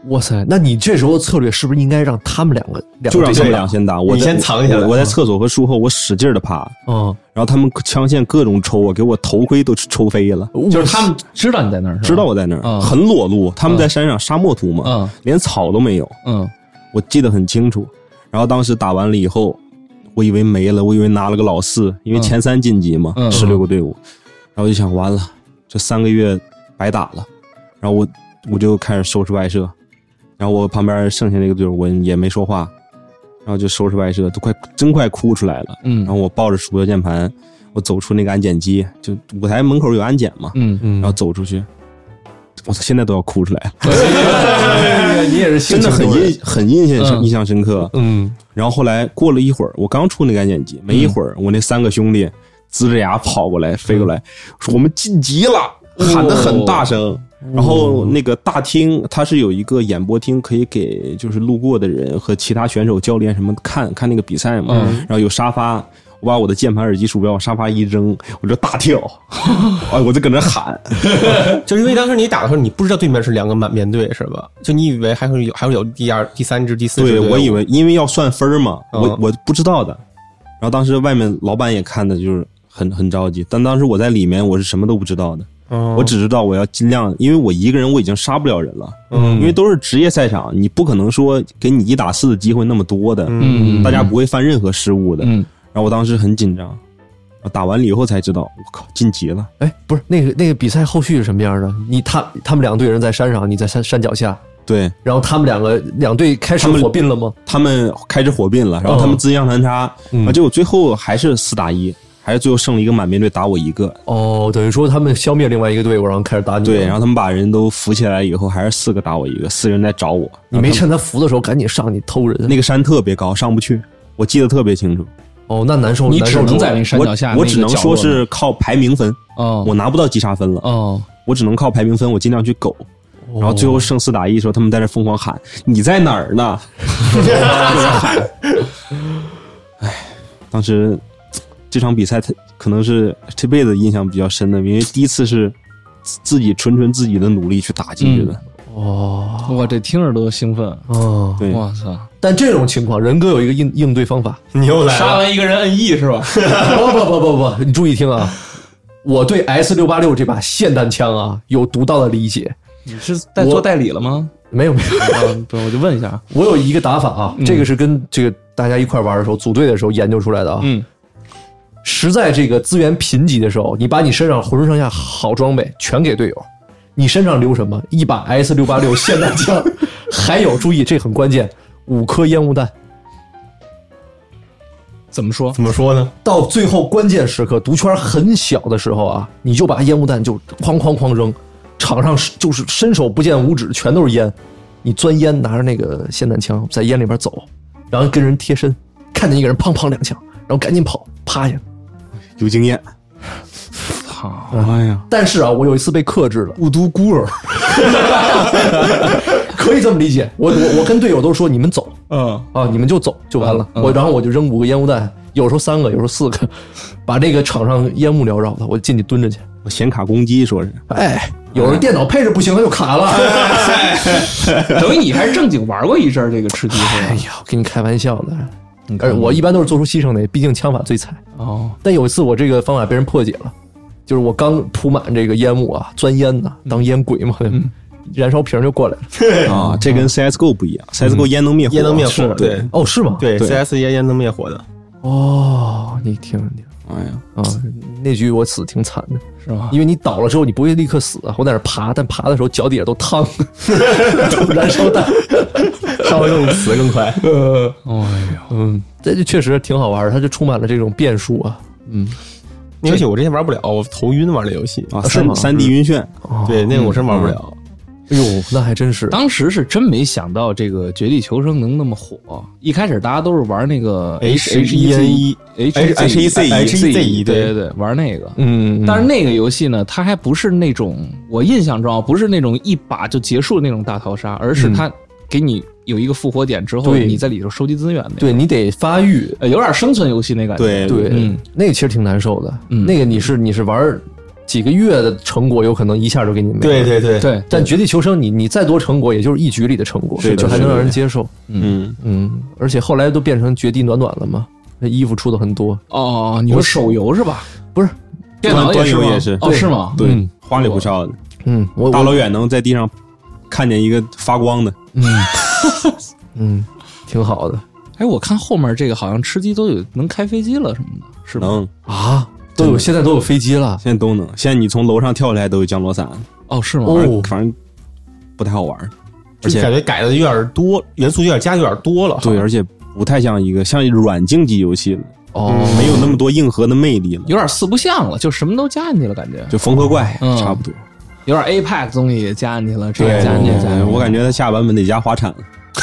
哇塞，那你这时候策略是不是应该让他们两个两就让他们个对象俩先打，我你在先藏起来我我在厕所和术后我使劲的爬， 嗯， 然后他们枪线各种抽我，给我头盔都抽飞了。 就是他们知道你在那儿， 知道我在那儿， 嗯很裸露。他们在山上，沙漠图嘛， 嗯连草都没有， 嗯我记得很清楚。然后当时打完了以后，我以为没了，我以为拿了个老四，因为前三晋级嘛， 嗯十六个队伍。然后我就想，完了，这三个月白打了。然后我我就开始收拾外设，然后我旁边剩下那个队友我也没说话，然后就收拾外设，都快真快哭出来了。 嗯然后我抱着鼠标键盘，我走出那个安检机，就舞台门口有安检嘛， 嗯嗯， 然后走出去，我操，现在都要哭出来了。 哎你也是真的很印很印象深、 嗯印象深刻。 嗯， 然后后来过了一会儿，我刚出那个安检机，没一会儿，我那三个兄弟呲着牙跑过来，飞过来，说我们晋级了，喊得很大声。然后那个大厅它是有一个演播厅，可以给就是路过的人和其他选手、教练什么看看那个比赛嘛。然后有沙发。我把我的键盘、耳机、鼠标往沙发一扔，我就大跳，哎，我就搁那喊， 就是因为当时你打的时候，你不知道对面是两个满编队是吧？就你以为还会有还会有第二、第三支、第四支。 对，我以为因为要算分嘛， 嗯、 我我不知道的。然后当时外面老板也看的就是很很着急，但当时我在里面我是什么都不知道的， 嗯、 我只知道我要尽量，因为我一个人我已经杀不了人了， 嗯， 因为都是职业赛场，你不可能说给你一打四的机会那么多的， 嗯， 大家不会犯任何失误的， 嗯。 然后我当时很紧张，打完了以后才知道，我靠，晋级了。 哎，不是那个那个比赛后续是什么样的？你他他们两队人在山上，你在山山脚下， 对， 然后他们两个两队开始火并了吗？ 他们开始火并了，然后他们自相残杀， 嗯、 结果最后还是四打一，还是最后剩了一个满编队打我一个。 哦，等于说他们消灭另外一个队伍，然后开始打你。 对，然后他们把人都扶起来以后，还是四个打我一个，四人在找我。 你没趁他扶的时候赶紧上去偷人？ 那个山特别高，上不去，我记得特别清楚。 哦，那难受， 你只能在那山脚下， 我只能说是靠排名分， 哦， 我拿不到击杀分了， 哦， 我只能靠排名分，我尽量去苟。然后最后剩四打一的时候，他们在那疯狂喊：“你在哪儿呢？”喊。哎，当时这场比赛，他可能是这辈子印象比较深的，因为第一次是自己纯纯自己的努力去打进去的。 哦， 哇，这听着都兴奋。 哦， 对， 哇操！ 但这种情况，人哥有一个应应对方法。 你又来了， 杀完一个人摁 E 是吧？ 不不不不不，你注意听啊！我对 S 六八六 这把霰弹枪啊有独到的理解。 你是在做代理了吗？ 没有没有， 啊，不，我就问一下。 我有一个打法啊，这个是跟这个大家一块玩的时候，组队的时候研究出来的啊。 嗯， 实在这个资源贫瘠的时候，你把你身上浑身上下好装备全给队友。你身上留什么？一把 S 六八六 霰弹枪，还有注意，这很关键，五颗烟雾弹。 怎么说？ 怎么说呢？ 到最后关键时刻，毒圈很小的时候啊，你就把烟雾弹就哐哐哐扔，场上就是伸手不见五指，全都是烟。你钻烟，拿着那个霰弹枪在烟里边走，然后跟人贴身，看见一个人砰砰两枪，然后赶紧跑，趴下。 有经验。 好， 哎呀！ 但是啊，我有一次被克制了， 雾都孤儿， 可以这么理解。我我我跟队友都说你们走， 嗯啊，你们就走就完了。 嗯、 我然后我就扔五个烟雾弹，有时候三个，有时候四个，把这个场上烟雾缭绕的，我进去蹲着去。 我显卡攻击说是， 哎，有人电脑配置不行，它就卡了。 等于你还是正经玩过一阵这个吃鸡是吧？ 哎呀，我跟你开玩笑的。而我一般都是做出牺牲的，毕竟枪法最菜。 哦， 但有一次我这个方法被人破解了。就是我刚铺满这个烟雾啊，钻烟呢，当烟鬼嘛，嗯、燃烧瓶就过来了啊。这跟 C S G O 不一样、嗯、，C S G O 烟能灭火， 烟能灭火，对， 哦，是吗？ 对 ，C S 烟烟能灭火的。 哦，你听听， 哎呀， 啊，那局我死挺惨的， 是吗？ 因为你倒了之后，你不会立刻死啊，我在那爬，但爬的时候脚底下都烫，都燃烧弹， 烧得更死更快。 呃， 哎呦， 嗯，这就确实挺好玩，它就充满了这种变数啊，嗯。 那游戏我之前玩不了，我头晕玩那游戏啊，三三 D 晕眩， 对，那个我真玩不了。 哎呦，那还真是， 当时是真没想到这个《绝地求生》能那么火。一开始大家都是玩那个 H H 一 N 一 H H E Z H E Z 一， 对对对，玩那个。 嗯， 但是那个游戏呢，它还不是那种我印象中不是那种一把就结束的那种大逃杀，而是它给你有一个复活点之后，你在里头收集资源的。 对你得发育， 有点生存游戏那感觉。 对对，嗯，那个其实挺难受的。那个你是你是玩几个月的成果，有可能一下就给你没了。 对对对对， 但绝地求生你，你再多成果，也就是一局里的成果， 对就还能让人接受。 嗯嗯，而且后来都变成绝地暖暖了嘛，那衣服出的很多。 哦，你说手游是吧？ 不是， 电脑端也是吗游也是， 哦，是吗？ 对， 嗯花里胡哨的， 嗯，我大老远能在地上看见一个发光的， 嗯嗯，挺好的哎，我看后面这个好像吃鸡都有能开飞机了什么的，是吗？ 能， 啊，都有现在都有飞机了。 现在都能，现在你从楼上跳下来都有降落伞， 哦，是吗？ 哦反正不太好玩，而且感觉改的有点多，元素有点加的有点多了。 对，而且不太像一个像软竞技游戏了， 哦， 没有那么多硬核的魅力了， 有点四不像了，就什么都加进去了，感觉就缝合怪嗯差不多。 有点 A P E C 东西也加进去了，这个加进去，加进去我感觉他下版本得加滑铲，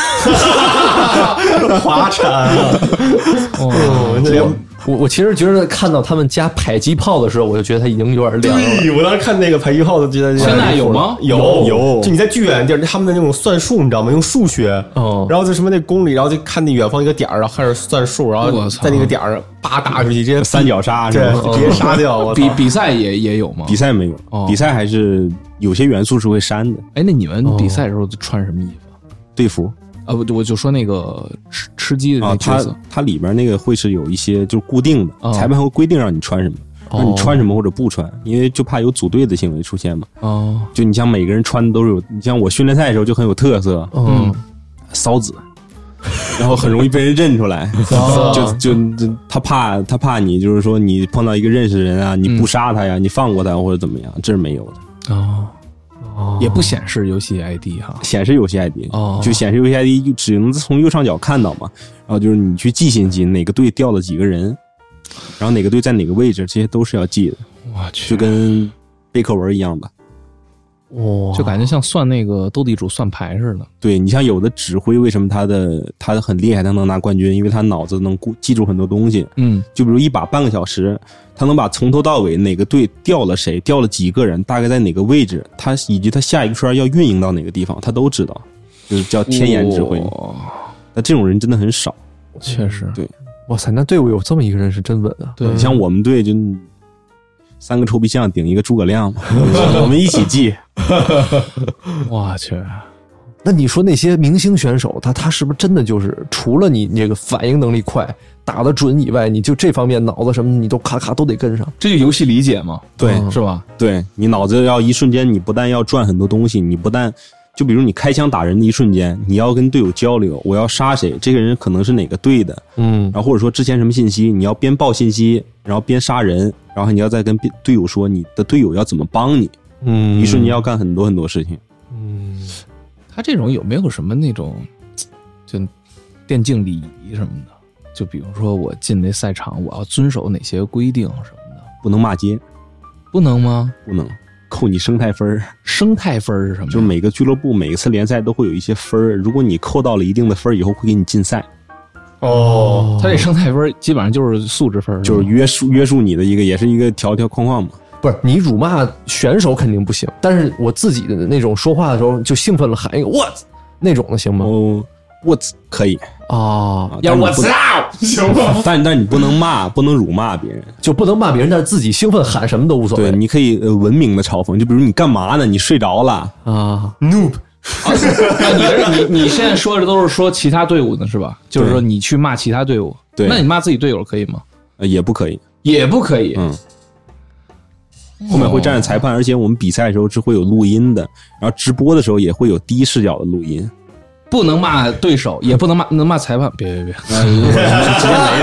滑铲啊！哦，那我我我其实觉得看到他们加迫击炮的时候，我就觉得它已经有点凉了。 对，我当时看那个迫击炮的，觉得现在有吗有有就你在巨远的地儿，他们的那种算数，你知道吗？用数学， 哦然后就什么那公里，然后就看那远方一个点儿，然后开始算数，然后我操在那个点儿叭打出去，直接三角杀是对吧？， 直接杀掉。我操比比赛也也有吗？ 比赛没有哦， 比赛还是有些元素是会删的。 哎，那你们比赛的时候穿什么衣服？ 队服啊，不，我就说那个吃吃鸡的那啊，它个角色， 它里边那个会是有一些就是固定的， 哦裁判会规定让你穿什么， 哦让你穿什么或者不穿，因为就怕有组队的行为出现嘛。 哦， 就你像每个人穿的都是有，你像我训练赛的时候就很有特色， 嗯， 骚子，然后很容易被人认出来，就就就他怕他怕你，就是说你碰到一个认识的人啊，你不杀他呀，你放过他或者怎么样，这是没有的。 哦，也不显示游戏 I D 哈。 显示游戏 I D， 哦就显示游戏 I D 就只能从右上角看到嘛，然后就是你去记信息，哪个队掉了几个人，然后哪个队在哪个位置，这些都是要记的， 我去， 就跟背课文一样吧。 哇， 就感觉像算那个斗地主算牌似的。 对，你像有的指挥，为什么他的他很厉害，他能拿冠军？因为他脑子能顾记住很多东西。 嗯， 就比如一把半个小时，他能把从头到尾哪个队掉了谁，掉了几个人，大概在哪个位置，他以及他下一个圈要运营到哪个地方，他都知道，就是叫天眼指挥。 哇那这种人真的很少。 确实， 对， 哇塞，那队伍有这么一个人是真稳啊！ 对， 你像我们队就三个臭皮匠顶一个诸葛亮嘛，我们一起记。 我去， 那你说那些明星选手，他他是不是真的就是除了你这个反应能力快、打得准以外，你就这方面脑子什么的你都咔咔都得跟上？ 这就游戏理解嘛， 对是吧？ 对你脑子要一瞬间，你不但要转很多东西，你不但就比如你开枪打人的一瞬间，你要跟队友交流，我要杀谁，这个人可能是哪个队的， 嗯， 然后或者说之前什么信息，你要边报信息，然后边杀人，然后你要再跟队友说你的队友要怎么帮你， 嗯一瞬间要干很多很多事情。 嗯， 他这种有没有什么那种就电竞礼仪什么的？就比如说我进这赛场，我要遵守哪些规定什么的？ 不能骂街， 不能吗？ 不能扣你生态分儿。 生态分是什么呀？ 就是每个俱乐部每一次联赛都会有一些分儿，如果你扣到了一定的分儿以后，会给你禁赛， 哦， 他这生态分基本上就是素质分， 就是约束约束你的一个，也是一个条条框框嘛。 不是你辱骂选手肯定不行，但是我自己的那种说话的时候就兴奋了喊一个我那种的行吗？ 哦，我可以啊， 要我操， 行吗？ 但但你不能骂，不能辱骂别人。 就不能骂别人，但是自己兴奋喊什么都无所谓。 对，你可以呃文明的嘲讽，就比如你干嘛呢？你睡着了啊， noob， 啊，你这你你现在说的都是说其他队伍的是吧？就是说你去骂其他队伍， 对那你骂自己队友可以吗？ 呃也不可以， 也不可以。 嗯。后面会站着裁判，而且我们比赛的时候是会有录音的，然后直播的时候也会有第一视角的录音。 不能骂对手，也不能骂能骂裁判，别别别， 直接没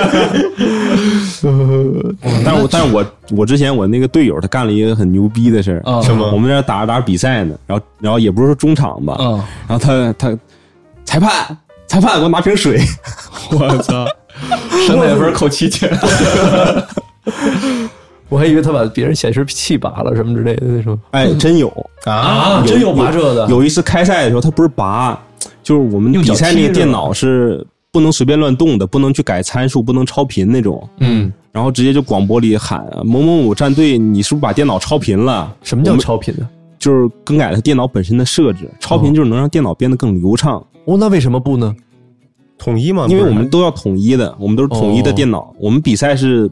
了。但是我但是我我之前我那个队友他干了一个很牛逼的事儿， 嗯什么我们在那打着打着比赛呢，然后然后也不是说中场吧， 嗯， 然后他他裁判裁判给我拿瓶水， 我操，生态分扣七千， 我还以为他把别人显示器拔了什么之类的那种。 哎，真有啊，真有拔这的。 有一次开赛的时候，他不是拔，就是我们比赛那个电脑是不能随便乱动的，不能去改参数，不能超频那种。 嗯， 然后直接就广播里喊某某某战队，你是不是把电脑超频了？ 什么叫超频呢？ 就是更改了电脑本身的设置，超频就是能让电脑变得更流畅。 哦，那为什么不呢？ 统一嘛， 因为我们都要统一的，我们都是统一的电脑。 哦、 我们比赛是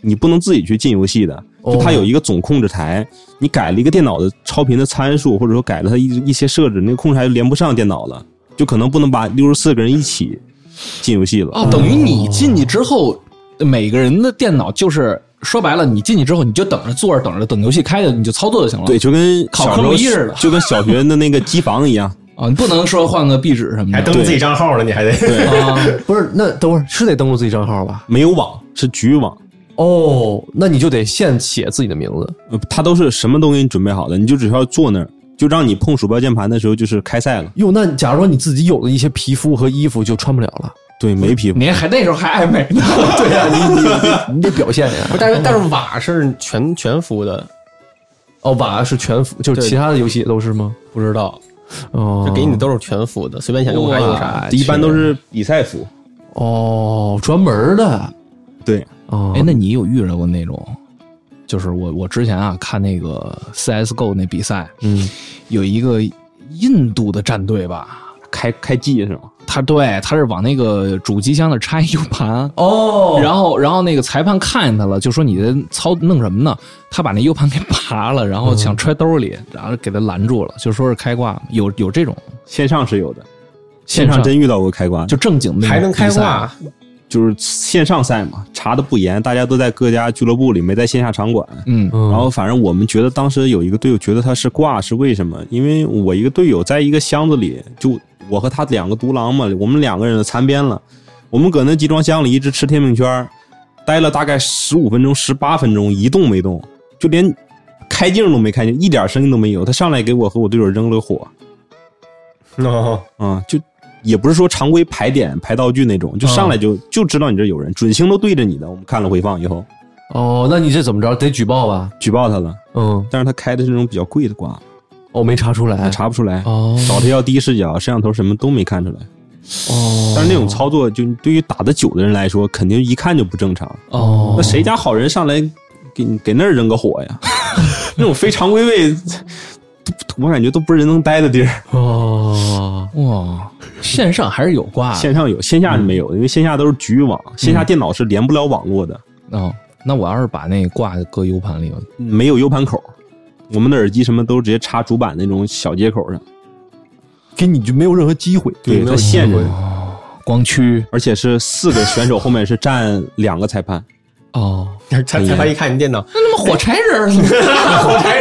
你不能自己去进游戏的，就它有一个总控制台，你改了一个电脑的超频的参数，或者说改了它一一些设置，那个控制台就连不上电脑了，就可能不能把六十四个人一起进游戏了。 哦，等于你进去之后，每个人的电脑就是说白了，你进去之后你就等着坐着等着等游戏开的，你就操作就行了。 对，就跟考科目一似的， 就跟小学的那个机房一样。 啊、哦，你不能说换个壁纸什么的， 还登录自己账号了，你还得对啊？不是，那等会儿是得登录自己账号吧？ 没有网，是局域网。 哦，那你就得现写自己的名字。 呃，他都是什么都给你准备好的，你就只需要坐那儿，就让你碰鼠标键盘的时候就是开赛了。 哟，那假如说你自己有的一些皮肤和衣服就穿不了了。 对，没皮肤。 你还那时候还爱美呢？ 对呀、啊，你你你得表现呀。 但是但是瓦是全全服的。 哦，瓦是全服，就是其他的游戏也都是吗？ 不知道。 哦， 就给你的都是全服的，随便想用啥用啥， 一般都是比赛服。 哦，专门的。 对。 哦， 哎，那你有遇到过那种？就是我我之前啊看那个 C S G O 那比赛， 嗯， 有一个印度的战队吧， 开开机是吗？ 他对他是往那个主机箱那插一 U 盘哦， 然后然后那个裁判看见他了，就说你在操弄什么呢？他把那 U 盘给拔了，然后想揣兜里，嗯、然后给他拦住了，就说是开挂，有有这种线上是有的，线上真遇到过开挂， 就正经的还能开挂。 就是线上赛嘛，查的不严，大家都在各家俱乐部里，没在线下场馆。 嗯， 然后反正我们觉得当时有一个队友觉得他是挂，是为什么？因为我一个队友在一个箱子里，就我和他两个独狼嘛，我们两个人残边了，我们搁那集装箱里一直吃天命圈，待了大概十五分钟、十八分钟，一动没动，就连开镜都没开镜，一点声音都没有。他上来给我和我队友扔了火， 哦， 啊、嗯，就。也不是说常规排点排道具那种，就上来就、嗯、就知道你这有人，准星都对着你的。我们看了回放以后， 哦，那你这怎么着？得举报吧？ 举报他了， 嗯， 但是他开的是那种比较贵的挂， 哦，没查出来， 查不出来， 哦， 找他要第一视角、摄像头什么都没看出来， 哦， 但是那种操作，就对于打得久的人来说，肯定一看就不正常， 哦， 那谁家好人上来给你给那儿扔个火呀？那种非常规位。我感觉都不是人能待的地儿哦， 哇！线上还是有挂的， 线上有，线下是没有，因为线下都是局域网，线下电脑是连不了网络的。 哦，那我要是把那挂搁 U 盘里了， 没有 U 盘口，我们的耳机什么都直接插主板那种小接口上， 给你就没有任何机会， 对，它限制光驱， 而且是四个选手后面是站两个裁判。 哦， 裁裁判一看你电脑， 那他妈火柴人，火柴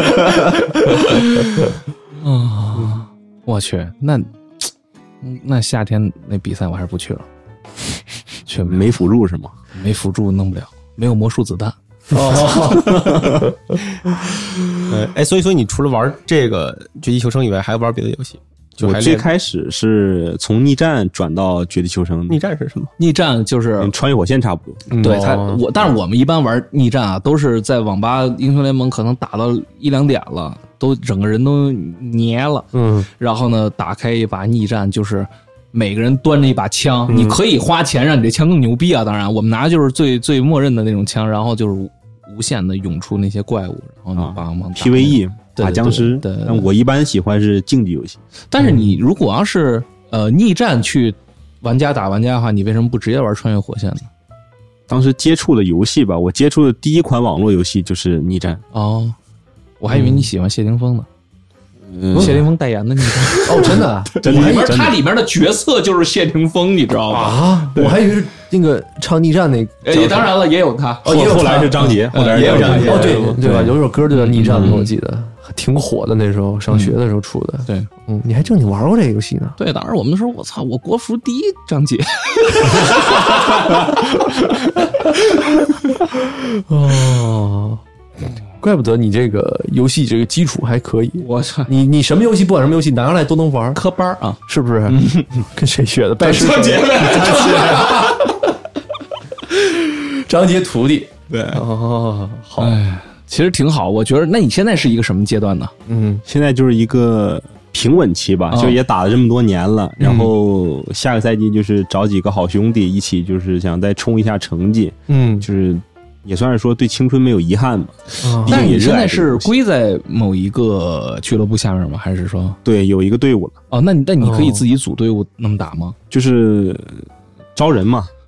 人。啊，我去，那那夏天那比赛我还是不去了，去不了没辅助是吗？ 没辅助弄不了，没有魔术子弹。 哦，哎，所以说你除了玩这个绝地求生以外，还玩别的游戏？ 我最开始是从逆战转到绝地求生。 逆战是什么？ 逆战就是穿越火线差不多。 嗯、对他，我但是我们一般玩逆战啊，都是在网吧英雄联盟，可能打到一两点了，都整个人都黏了。 嗯， 然后呢，打开一把逆战，就是每个人端着一把枪，嗯、你可以花钱让你这枪更牛逼啊。当然，我们拿的就是最最默认的那种枪，然后就是无限的涌出那些怪物，然后你帮忙 P V E。打僵尸， 对对对对， 但我一般喜欢是竞技游戏。 但是你如果要是呃逆战去玩家打玩家的话，你为什么不直接玩穿越火线呢？ 当时接触的游戏吧，我接触的第一款网络游戏就是逆战。 哦，我还以为你喜欢谢霆锋呢。 嗯、 谢霆锋代言的逆战哦，真的， 真的，里面他里面的角色就是谢霆锋，你知道吗？ 啊，我还以为是那个唱逆战那个。 哎，当然了，也有他。 哦，也有后来是张杰，后来也有张杰。 哦，对对吧？有首歌就叫逆战，我记得挺火的，那时候上学的时候出的。 对， 嗯，你还正经玩过这个游戏呢？ 对，当时我们那时候，我操，我国服第一张杰。 哦。怪不得你这个游戏这个基础还可以， 我操！ 你你什么游戏不管什么游戏拿上来都能玩， 科班啊， 是不是？嗯、跟谁学的？拜师张杰呗， 张杰徒弟。 对， 哦，好， 哎，其实挺好。我觉得，那你现在是一个什么阶段呢？ 嗯，现在就是一个平稳期吧，哦、就也打了这么多年了，然后下个赛季就是找几个好兄弟一起，就是想再冲一下成绩。 嗯， 就是。也算是说对青春没有遗憾吧。 哦、 但是你现在是归在某一个俱乐部下面吗？还是说对有一个队伍了？ 哦，那你但你可以自己组队伍那么打吗？ 就是招人嘛，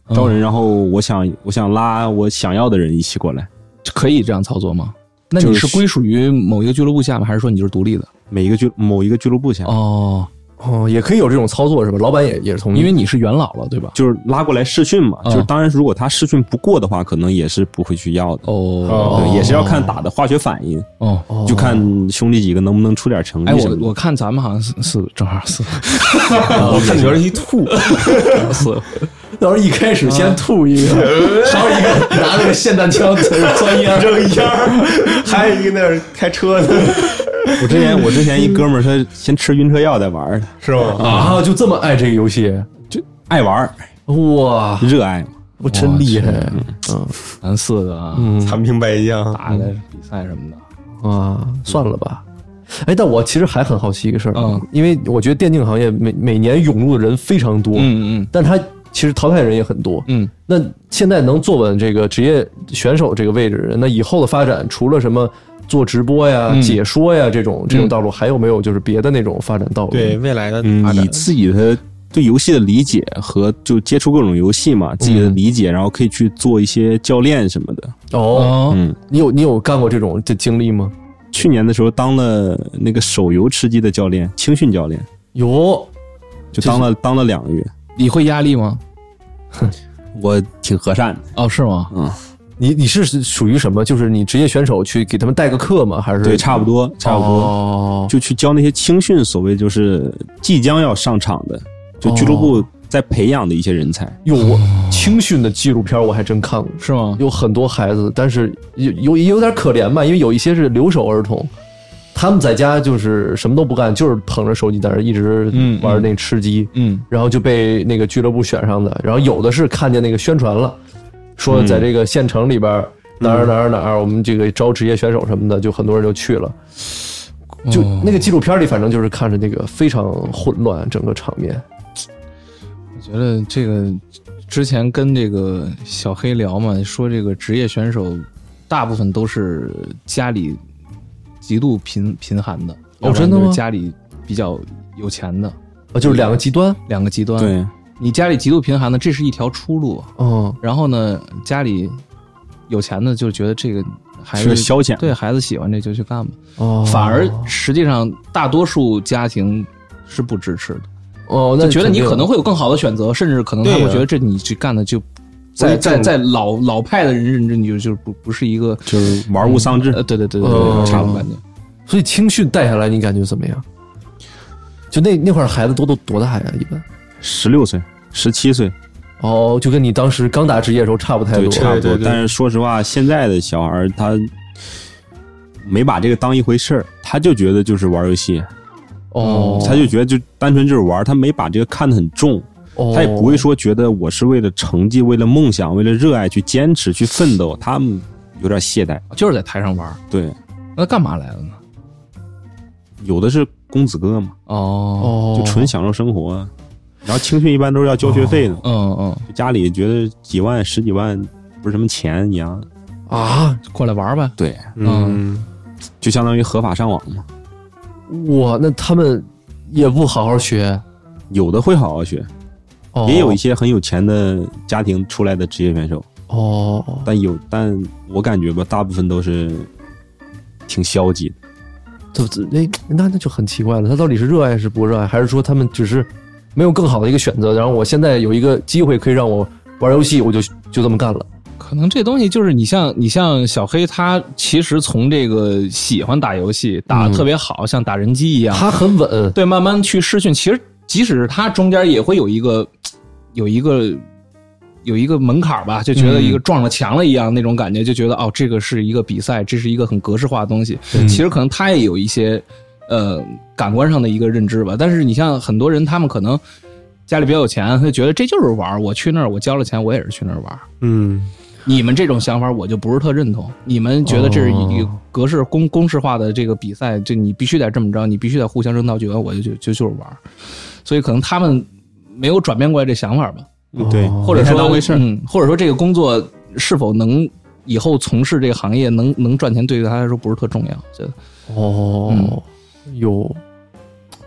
招人，然后我想我想拉我想要的人一起过来， 可以这样操作吗？那你是归属于某一个俱乐部下面，还是说你就是独立的？ 每一个俱某一个俱乐部下面。 哦哦，也可以有这种操作是吧？老板也也是同意， 因为你是元老了，对吧？ 就是拉过来试训嘛， 哦、 就是当然如果他试训不过的话，可能也是不会去要的。 哦， 对，也是要看打的化学反应。 哦， 就看兄弟几个能不能出点成绩。 哎，我我看咱们好像是四个，正好四个。 我看你这一吐， 四个。 到时候一开始先吐一个，还有一个拿那个霰弹枪钻烟扔烟儿，还有一个那儿开车呢。 我之前我之前一哥们儿，他先吃晕车药再玩的， 是吗？ 啊，就这么爱这个游戏， 就爱玩， 哇， 热爱嘛， 我真厉害。 嗯，咱四个啊， 嗯， 残兵败将， 打的比赛什么的啊，算了吧。哎，但我其实还很好奇一个事儿， 嗯， 因为我觉得电竞行业每每年涌入的人非常多， 嗯嗯， 但他其实淘汰人也很多， 嗯， 那现在能坐稳这个职业选手这个位置的人，那以后的发展除了什么做直播呀、 嗯、 解说呀这种这种道路，还有没有就是别的那种发展道路？ 对未来的嗯， 发展， 你自己的对游戏的理解和就接触各种游戏嘛，自己的理解，然后可以去做一些教练什么的。 哦， 嗯， 你有你有干过这种的经历吗？ 去年的时候当了那个手游吃鸡的教练，青训教练， 有， 就当了当了两个月。 你会压力吗？ 我挺和善的。 哦，是吗？ 嗯， 你你是属于什么？就是你职业选手去给他们带个课吗？还是对，差不多差不多， 哦、 就去教那些青训，所谓就是即将要上场的，就俱乐部在培养的一些人才。 哟、哦，我青训的纪录片我还真看过， 是吗？ 有很多孩子，但是有有有点可怜吧，因为有一些是留守儿童。他们在家就是什么都不干，就是捧着手机在那一直玩那吃鸡， 嗯，嗯然后就被那个俱乐部选上的。然后有的是看见那个宣传了，说在这个县城里边、嗯、哪儿哪儿哪儿，我们这个招职业选手什么的，就很多人就去了。就那个纪录片里，反正就是看着那个非常混乱，整个场面。 我觉得这个之前跟这个小黑聊嘛，说这个职业选手大部分都是家里极度贫贫寒的， 哦，真的吗？ 家里比较有钱的， 哦，就是两个极端， 两个极端。 对， 你家里极度贫寒的，这是一条出路。 哦， 然后呢，家里有钱的就觉得这个孩子是消遣， 对孩子喜欢这就去干吧。 哦， 反而实际上大多数家庭是不支持的。 哦，那就觉得你可能会有更好的选择，甚至可能他会觉得这你去干的就。在在在老老派的人认知，你就就不不是一个就是玩物丧志， 呃，对对对对对，差不多感觉。 所以青训带下来，你感觉怎么样？就那那会儿孩子都都多大呀？一般十六岁、十七岁。 哦，就跟你当时刚打职业的时候差不太多， 差不多。但是说实话，现在的小孩他没把这个当一回事儿，他就觉得就是玩游戏。 哦， 他就觉得就单纯就是玩，他没把这个看得很重。他也不会说觉得我是为了成绩、为了梦想、为了热爱去坚持、去奋斗，他们有点懈怠， 就是在台上玩。 对， 那干嘛来了呢？ 有的是公子哥嘛， 哦， 就纯享受生活。然后青训一般都是要交学费的， 嗯嗯， 家里觉得几万、十几万不是什么钱一样啊， 过来玩呗。 对， 嗯， 就相当于合法上网嘛。 哇，那他们也不好好学， 有的会好好学。也有一些很有钱的家庭出来的职业选手哦， 但有，但我感觉吧，大部分都是挺消极的。 这这那那那就很奇怪了，他到底是热爱是不热爱，还是说他们只是没有更好的一个选择？然后我现在有一个机会可以让我玩游戏，我就就这么干了。 可能这东西就是你像你像小黑，他其实从这个喜欢打游戏，打得特别好，嗯、像打人机一样， 他很稳， 对，慢慢去试训，其实。即使是他中间也会有一个有一个有一个门槛吧，就觉得一个撞了墙了一样、嗯、那种感觉，就觉得哦，这个是一个比赛，这是一个很格式化的东西。嗯、其实可能他也有一些呃感官上的一个认知吧。但是你像很多人，他们可能家里比较有钱，他就觉得这就是玩，我去那儿我交了钱，我也是去那儿玩。 嗯， 你们这种想法我就不是特认同。你们觉得这是一个格式公公式化的这个比赛，就你必须得这么着，你必须得互相扔道具，我就就就就是玩。所以可能他们没有转变过来这想法吧， 对， 或者说当回事，嗯，或者说这个工作是否能以后从事这个行业能能赚钱，对于他来说不是特重要，觉得。 哦，有、嗯，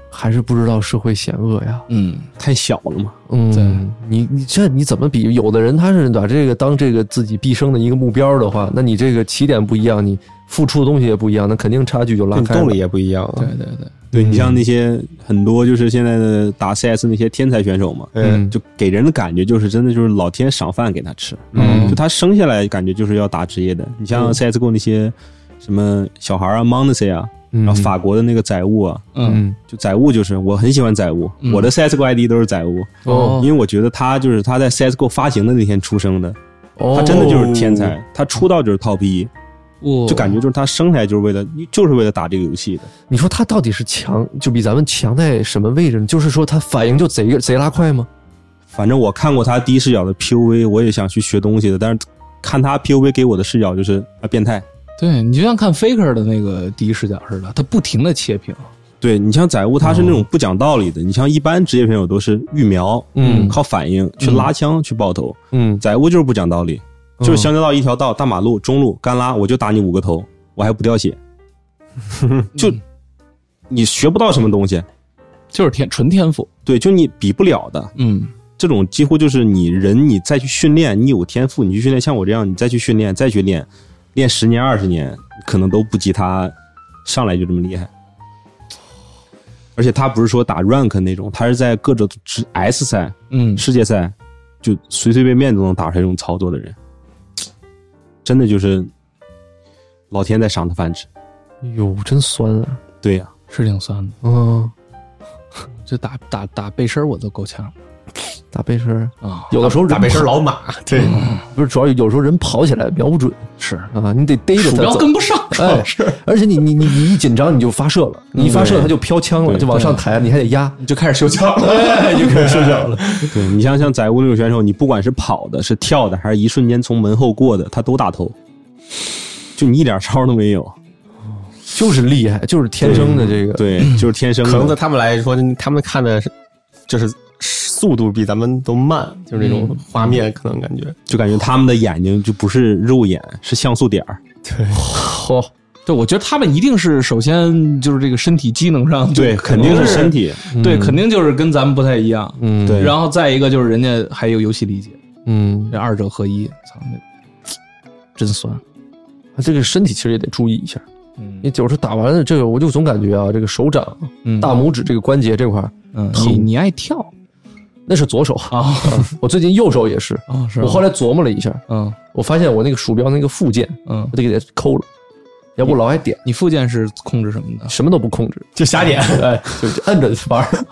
还是不知道社会险恶呀。 嗯， 太小了嘛。 嗯， 对， 你你这你怎么比？有的人他是把这个当这个自己毕生的一个目标的话，那你这个起点不一样，你付出的东西也不一样，那肯定差距就拉开了， 动力也不一样啊。 对对对， 对你像那些很多就是现在的打 C S 那些天才选手嘛， 嗯就给人的感觉就是真的就是老天赏饭给他吃， 嗯就他生下来感觉就是要打职业的。你像 C S G O 那些什么小孩啊 Monday 啊， 嗯然后法国的那个载物啊， 嗯就载物就是我很喜欢载物， 嗯我的 C S G O I D 都是载物， 哦因为我觉得他就是他在 C S G O 发行的那天出生的， 哦他真的就是天才，他出道就是 top 一， 哦就感觉就是他生下来就是为了就是为了打这个游戏的。 你说他到底是强，就比咱们强在什么位置呢？就是说他反应就贼贼拉快吗？ 反正我看过他第一视角的 P O V， 我也想去学东西的，但是看他 P O V 给我的视角就是啊变态。 对你就像看 Faker 的那个第一视角似的，他不停的切屏。 对你像载物，他是那种不讲道理的。你像一般职业选手都是预瞄， 嗯靠反应去拉枪、去爆头。 嗯， 载物就是不讲道理， 嗯就是香蕉道一条道，大马路中路干拉，我就打你五个头，我还不掉血，就你学不到什么东西。 就是天纯天赋。 对，就你比不了的。 嗯这种几乎就是你人，你再去训练，你有天赋，你去训练，像我这样，你再去训练，再去练，练十年二十年，可能都不及他上来就这么厉害。而且他不是说打 rank 那种，他是在各种 S 赛、 嗯， 世界赛，就随随便便都能打出来这种操作的人，真的就是老天在赏他饭吃。 哟，真酸啊！ 对呀、 是挺酸的。 嗯， 就打打打背身我都够呛打背身啊。 有的时候人打背身老马，对， 不是主要有时候人跑起来瞄不准是啊，你得逮着鼠他走。 标跟不上， 哎， 是而且你你你你一紧张你就发射了，你一发射它就飘枪了， 对就往上抬，你还得压， 你就开始休脚了。 哎，就开始射脚了。 对你像像载物那种选手，你不管是跑的、是跳的，还是一瞬间从门后过的，他都打头，就你一点招都没有。 就是厉害，就是天生的这个。 对，就是天生的。 可能对他们来说，他们看的是就是速度比咱们都慢，就是那种画面，可能感觉就感觉他们的眼睛就不是肉眼，是像素点儿。 对， 嚯， 对，我觉得他们一定是首先就是这个身体机能上， 对，肯定是身体。 对，肯定就是跟咱们不太一样。 嗯， 对然后再一个就是人家还有游戏理解， 嗯， 这二者合一，操，那真酸。 这个身体其实也得注意一下。 嗯你有时候打完了这个，我就总感觉啊，这个手掌、 嗯大拇指这个关节这块儿， 嗯， 疼你你爱跳那是左手啊？ 我最近右手也是， 哦，是我后来琢磨了一下， 嗯我发现我那个鼠标那个附件， 嗯， 我得给它抠了，要不老爱点， 你附件是控制什么的？ 什么都不控制， 就瞎点。 哎，就摁着玩儿。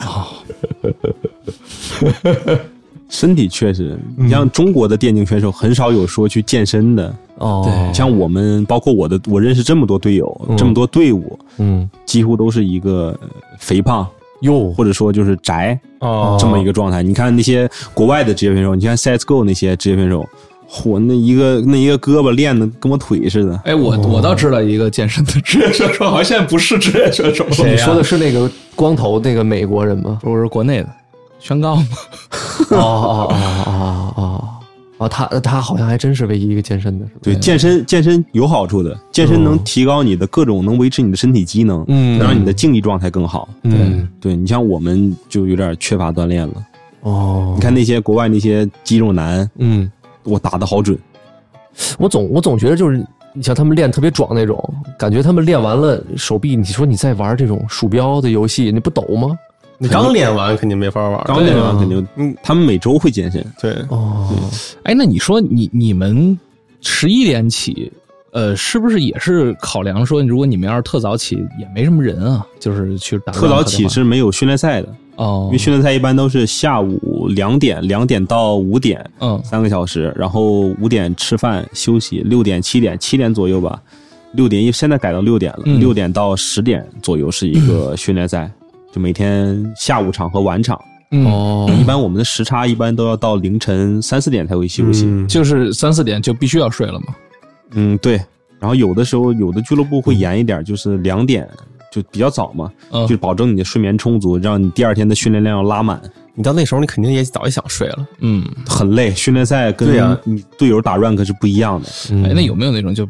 身体确实，你像中国的电竞选手很少有说去健身的。 哦， 对像我们，包括我的，我认识这么多队友， 嗯这么多队伍， 嗯， 几乎都是一个呃肥胖， 哟， 或者说就是宅哦这么一个状态。你看那些国外的职业选手，你看 C S G O 那些职业选手，我那一个那一个胳膊练的跟我腿似的。 哎，我我倒知道一个健身的职业选手，好像现在不是职业选手了。 你说的是那个光头那个美国人吗？ 不是国内的，宣告吗？ 哦哦哦哦哦哦，他他好像还真是唯一一个健身的，是吧？ 对，健身健身有好处的，健身能提高你的各种，能维持你的身体机能， 嗯能让你的竞技状态更好。 嗯， 对你像我们就有点缺乏锻炼了。 哦， 你看那些国外那些肌肉男， 嗯， 我打的好准。 我总我总觉得就是你像他们练特别壮那种，感觉他们练完了手臂，你说你在玩这种鼠标的游戏，你不抖吗？ 你刚练完肯定没法玩， 刚练完肯定， 嗯， 他们每周会健身。 对， 哦， 哎，那你说你你们十一点起，呃，是不是也是考量说，如果你们要是特早起，也没什么人啊，就是去打特早起是没有训练赛的， 哦， 因为训练赛一般都是下午两点，两点到五点， 嗯三个小时，然后五点吃饭休息，六点七点七点左右吧，六点现在改到六点了， 嗯六点到十点左右是一个训练赛，就每天下午场和晚场。 嗯， 哦， 一般我们的时差一般都要到凌晨三四点才会休息。 嗯就是三四点就必须要睡了嘛。 嗯，对。然后有的时候有的俱乐部会严一点，就是两点就比较早嘛， 嗯就保证你的睡眠充足，让你第二天的训练量要拉满。 你到那时候你肯定也早就想睡了。 嗯， 很累，训练赛跟对啊你队友打 rank 是不一样的。 哎，那有没有那种就不不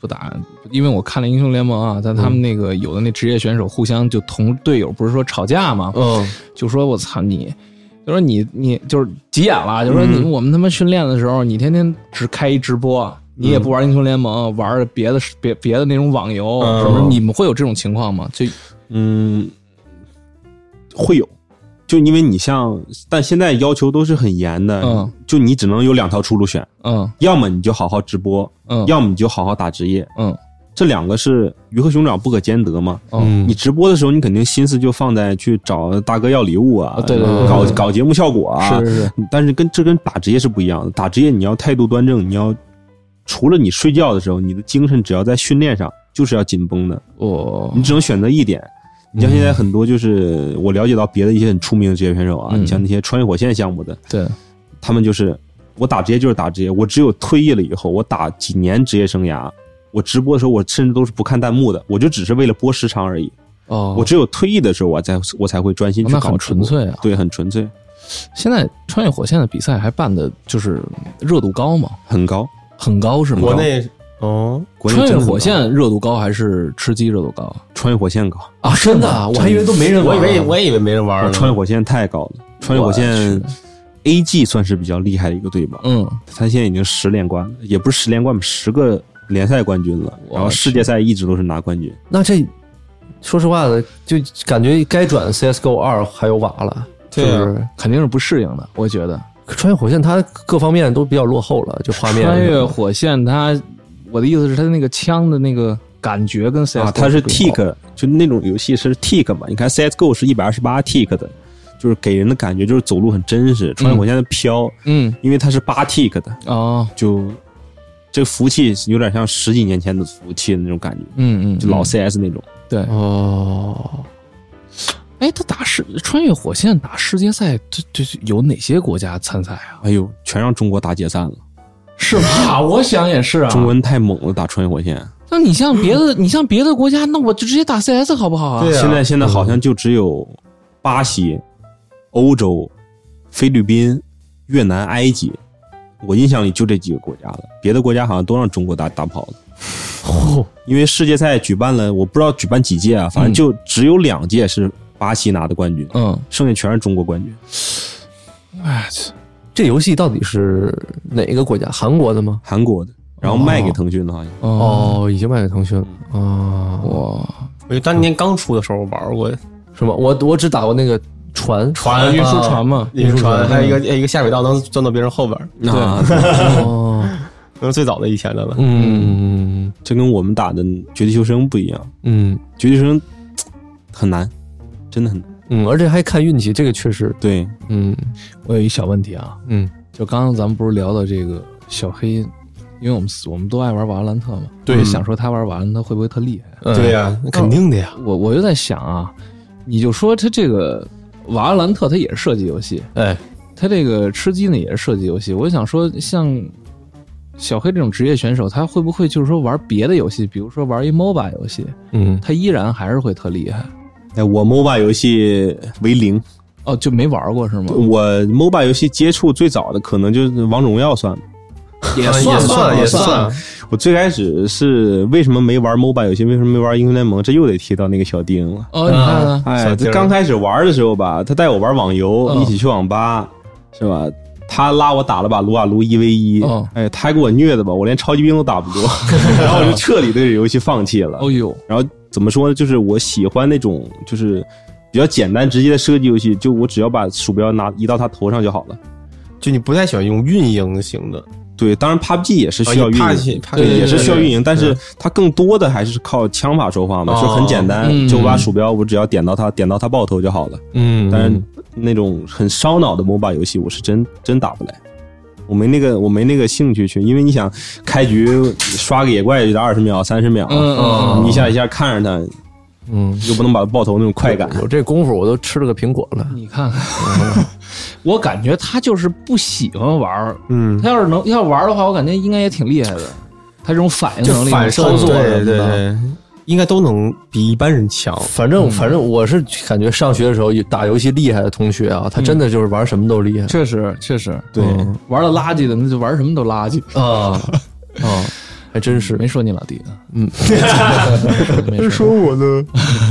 不打，因为我看了英雄联盟啊，但他们那个有的那职业选手互相就同队友不是说吵架吗？ 嗯， 就说我操你，就说你你就是急眼了，就说你、嗯、我们他妈训练的时候，你天天只开一直播，你也不玩英雄联盟，玩别的别别的那种网游， 嗯、 是不是？你们会有这种情况吗？就嗯，会有。就因为你像，但现在要求都是很严的，嗯，就你只能有两条出路选， 嗯， 要么你就好好直播， 嗯， 要么你就好好打职业， 嗯， 这两个是鱼和熊掌不可兼得嘛， 嗯， 你直播的时候，你肯定心思就放在去找大哥要礼物啊， 对对对， 搞搞节目效果啊， 是是是， 但是跟这跟打职业是不一样的，打职业你要态度端正，你要除了你睡觉的时候，你的精神只要在训练上就是要紧绷的， 哦， 你只能选择一点。你像现在很多就是我了解到别的一些很出名的职业选手啊， 嗯、 你像那些穿越火线项目的， 对， 他们就是我打职业就是打职业，我只有退役了以后，我打几年职业生涯，我直播的时候我甚至都是不看弹幕的，我就只是为了播时长而已。 哦， 我只有退役的时候，我才我才会专心去搞。 那好纯粹啊！ 对，很纯粹。 现在穿越火线的比赛还办的就是热度高吗？ 很高， 很高是吗？ 国内。哦， 穿越火线热度高还是吃鸡热度高？ 穿越火线高啊！真的啊，我还以为都没人玩， 我以为我也以为没人玩。 穿越火线太高了，穿越火线 A G 算是比较厉害的一个队吧。 嗯， 他现在已经十连冠了，也不是十连冠吧，十个联赛冠军了，然后世界赛一直都是拿冠军。 那这说实话的，就感觉该转 C S G O 二还有瓦了， 对、啊，就是肯定是不适应的。我觉得穿越火线它各方面都比较落后了，就画面。 穿越火线它。我的意思是，他那个枪的那个感觉跟 C S G O 啊，它是 tick， 就那种游戏是 tick 嘛。你看 C S G O 是一百二十八 tick 的，就是给人的感觉就是走路很真实。穿越火线的飘， 嗯， 因为它是八 tick 的， 哦， 就这个服务器有点像十几年前的服务器的那种感觉， 嗯嗯， 就老 C S 那种。 对， 哦， 哎，他打世穿越火线打世界赛，这这有哪些国家参赛啊？ 哎呦，全让中国打解散了。 是吧？我想也是啊， 中国人太猛了，打穿越火线。 那你像别的，你像别的国家，那我就直接打 C S 好不好啊？ 对啊。 现在现在好像就只有巴西、欧洲、菲律宾、越南、埃及，我印象里就这几个国家了，别的国家好像都让中国打打跑了。 哦， 因为世界赛举办了，我不知道举办几届啊，反正就只有两届是巴西拿的冠军， 嗯， 剩下全是中国冠军。 哎， 这游戏到底是哪个国家？韩国的吗？ 韩国的，然后卖给腾讯的，好像。 哦，已经卖给腾讯了。啊， 哇！ 我就当年刚出的时候玩过， 是吗？我我只打过那个船船运输船嘛， 运输船，还有一个一个下水道能钻到别人后边。 对， 哦， 那是最早的以前的了。 嗯， 这跟我们打的绝地求生不一样。 嗯， 绝地求生很难，真的很难。 嗯，而且还看运气，这个确实对。 嗯， 我有一小问题啊， 嗯， 就刚刚咱们不是聊到这个小黑，因为我们我们都爱玩瓦兰特嘛， 对， 想说他玩瓦兰特会不会特厉害？ 对呀、啊，那肯定的呀。 我我就在想啊，你就说他这个瓦兰特，他也是射击游戏， 哎， 他这个吃鸡呢也是射击游戏。我想说，像小黑这种职业选手，他会不会就是说玩别的游戏，比如说玩一 M O B A 游戏， 嗯， 他依然还是会特厉害？ 哎，我 M O B A 游戏为零。 哦，就没玩过是吗？ 我 M O B A 游戏接触最早的可能就是王者荣耀算， 也算算也算。 我最开始是为什么没玩 M O B A 游戏，为什么没玩英雄联盟？这又得提到那个小丁了。 哦，你看看， 哎，他刚开始玩的时候吧，他带我玩网游， 嗯、 一起去网吧，是吧？他拉我打了把撸啊撸一 v 一， 哦、 哎，他还给我虐的吧，我连超级兵都打不过，然后我就彻底对这游戏放弃了。 哦呦， 然后怎么说呢？就是我喜欢那种就是比较简单直接的射击游戏，就我只要把鼠标拿移到他头上就好了。 就你不太喜欢用运营型的。 对，当然 P U B G 也是需要运营， 哦、 对，也是需要运营，但是它更多的还是靠枪法说话嘛，就很简单， 嗯、 就把鼠标我只要点到它，点到它爆头就好了。 嗯， 但是那种很烧脑的 M O B A 游戏，我是真真打不来，我没那个我没那个兴趣去，因为你想开局刷个野怪就得二十秒、三十秒， 嗯嗯，你一下一下看着它。 嗯， 又不能把它爆头那种快感， 有这功夫我都吃了个苹果了。 你看看，嗯、我感觉他就是不喜欢玩， 嗯， 他要是能要玩的话，我感觉应该也挺厉害的。他这种反应能力、 反操作对对对，应该都能比一般人强。 反正、嗯、反正我是感觉上学的时候打游戏厉害的同学啊，他真的就是玩什么都厉害。 嗯、确实确实， 对， 嗯、玩的垃圾的那就玩什么都垃圾啊啊。 还真是没说你老弟啊， 嗯， 没说说我呢？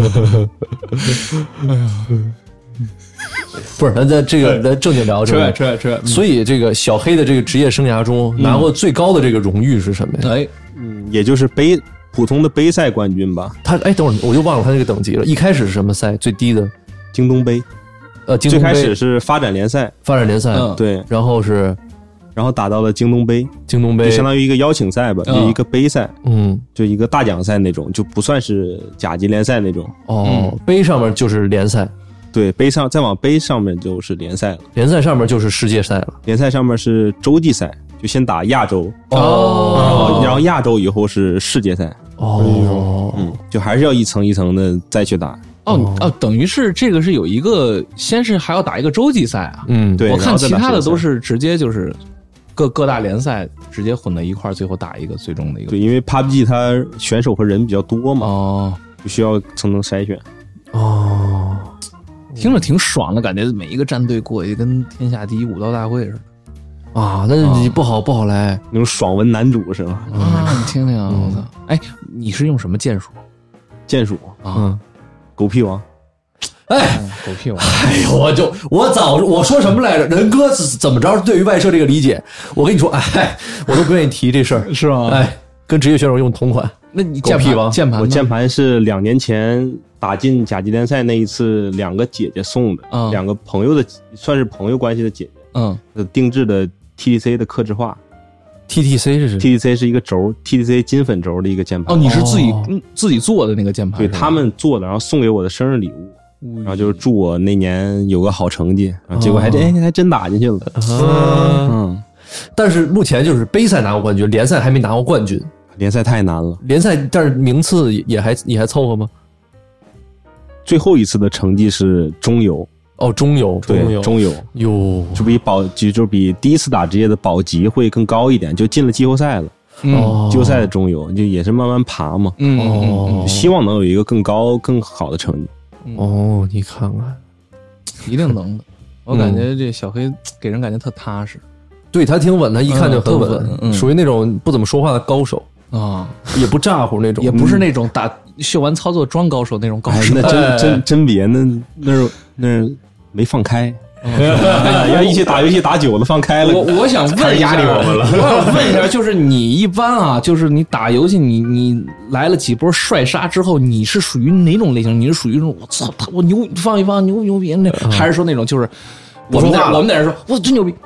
不是，咱在这个咱正经聊吃这个， 吃吃， 所以这个小黑的这个职业生涯中拿过最高的这个荣誉是什么呀？ 哎， 嗯，也就是杯普通的杯赛冠军吧。 他哎，等会儿我就忘了他这个等级了。一开始是什么赛？最低的京东杯， 呃，京东杯最开始是发展联赛， 发展联赛， 嗯对， 然后是然后打到了京东杯， 京东杯， 就相当于一个邀请赛吧， 嗯就一个杯赛， 嗯， 就一个大奖赛那种，就不算是甲级联赛那种。 哦，杯上面就是联赛， 对，杯上再往杯上面就是联赛了， 联赛上面就是世界赛了。 联赛上面是洲际赛，就先打亚洲， 哦然后然后亚洲以后是世界赛， 哦， 嗯，就还是要一层一层的再去打。 哦哦，等于是这个是有一个，先是还要打一个洲际赛啊。 嗯， 对， 我看其他的都是是直接就是各各大联赛直接混在一块儿，最后打一个最终的一个。 对，因为 P U B G 它选手和人比较多嘛， 哦， 就需要层层筛选。 哦， 听着挺爽的感觉，每一个战队过去跟天下第一武道大会似的啊，那你不好不好来那种爽文男主是吧？ 啊！你听听啊，我操！哎，你是用什么剑术剑术啊？ 嗯， 狗屁王， 哎。 狗屁王！ 哎呦，我就我早我说什么来着？人哥是怎么着对于外设这个理解？我跟你说，哎，我都不愿意提这事儿， 是吗？ 哎，跟职业选手用同款， 那你键盘狗屁王键盘呢我键盘是两年前打进甲级联赛那一次，两个姐姐送的， 嗯两个朋友的算是朋友关系的姐姐， 嗯呃定制的 T D C 的刻制化 T T C 这是 ，T D C 是一个轴 ，T D C 金粉轴的一个键盘。 哦，你是自己哦嗯自己做的那个键盘？是吧对他们做的，然后送给我的生日礼物，然后就是祝我那年有个好成绩，然后结果还真、哎还真打进去了。 啊， 嗯， 但是目前就是杯赛拿过冠军，联赛还没拿过冠军。 联赛太难了， 联赛但是名次也还也还凑合吗？ 最后一次的成绩是中游， 哦，中游， 对， 游， 中游哟， 就比保级就比第一次打职业的保级会更高一点，就进了季后赛了。 嗯哦， 季后赛的中游就也是慢慢爬嘛， 嗯哦就希望能有一个更高更好的成绩。 哦，你看看， 一定能的。我感觉这小黑给人感觉特踏实对他挺稳，他一看就很嗯特稳稳，嗯属于那种不怎么说话的高手， 啊， 也不咋呼那种， 也不是那种打秀完操作装高手那种高哎， 手那。真哎真真别，那那儿那儿没放开，要一起打游戏打久了放开了， 我我想问一下， 压力我们了我想问一下，就是你一般啊，就是你打游戏，你你来了几波帅杀之后，你是属于哪种类型？你是属于那种我操他我牛放一放牛不牛逼那，还是说那种就是我们在我们在这说我真牛逼？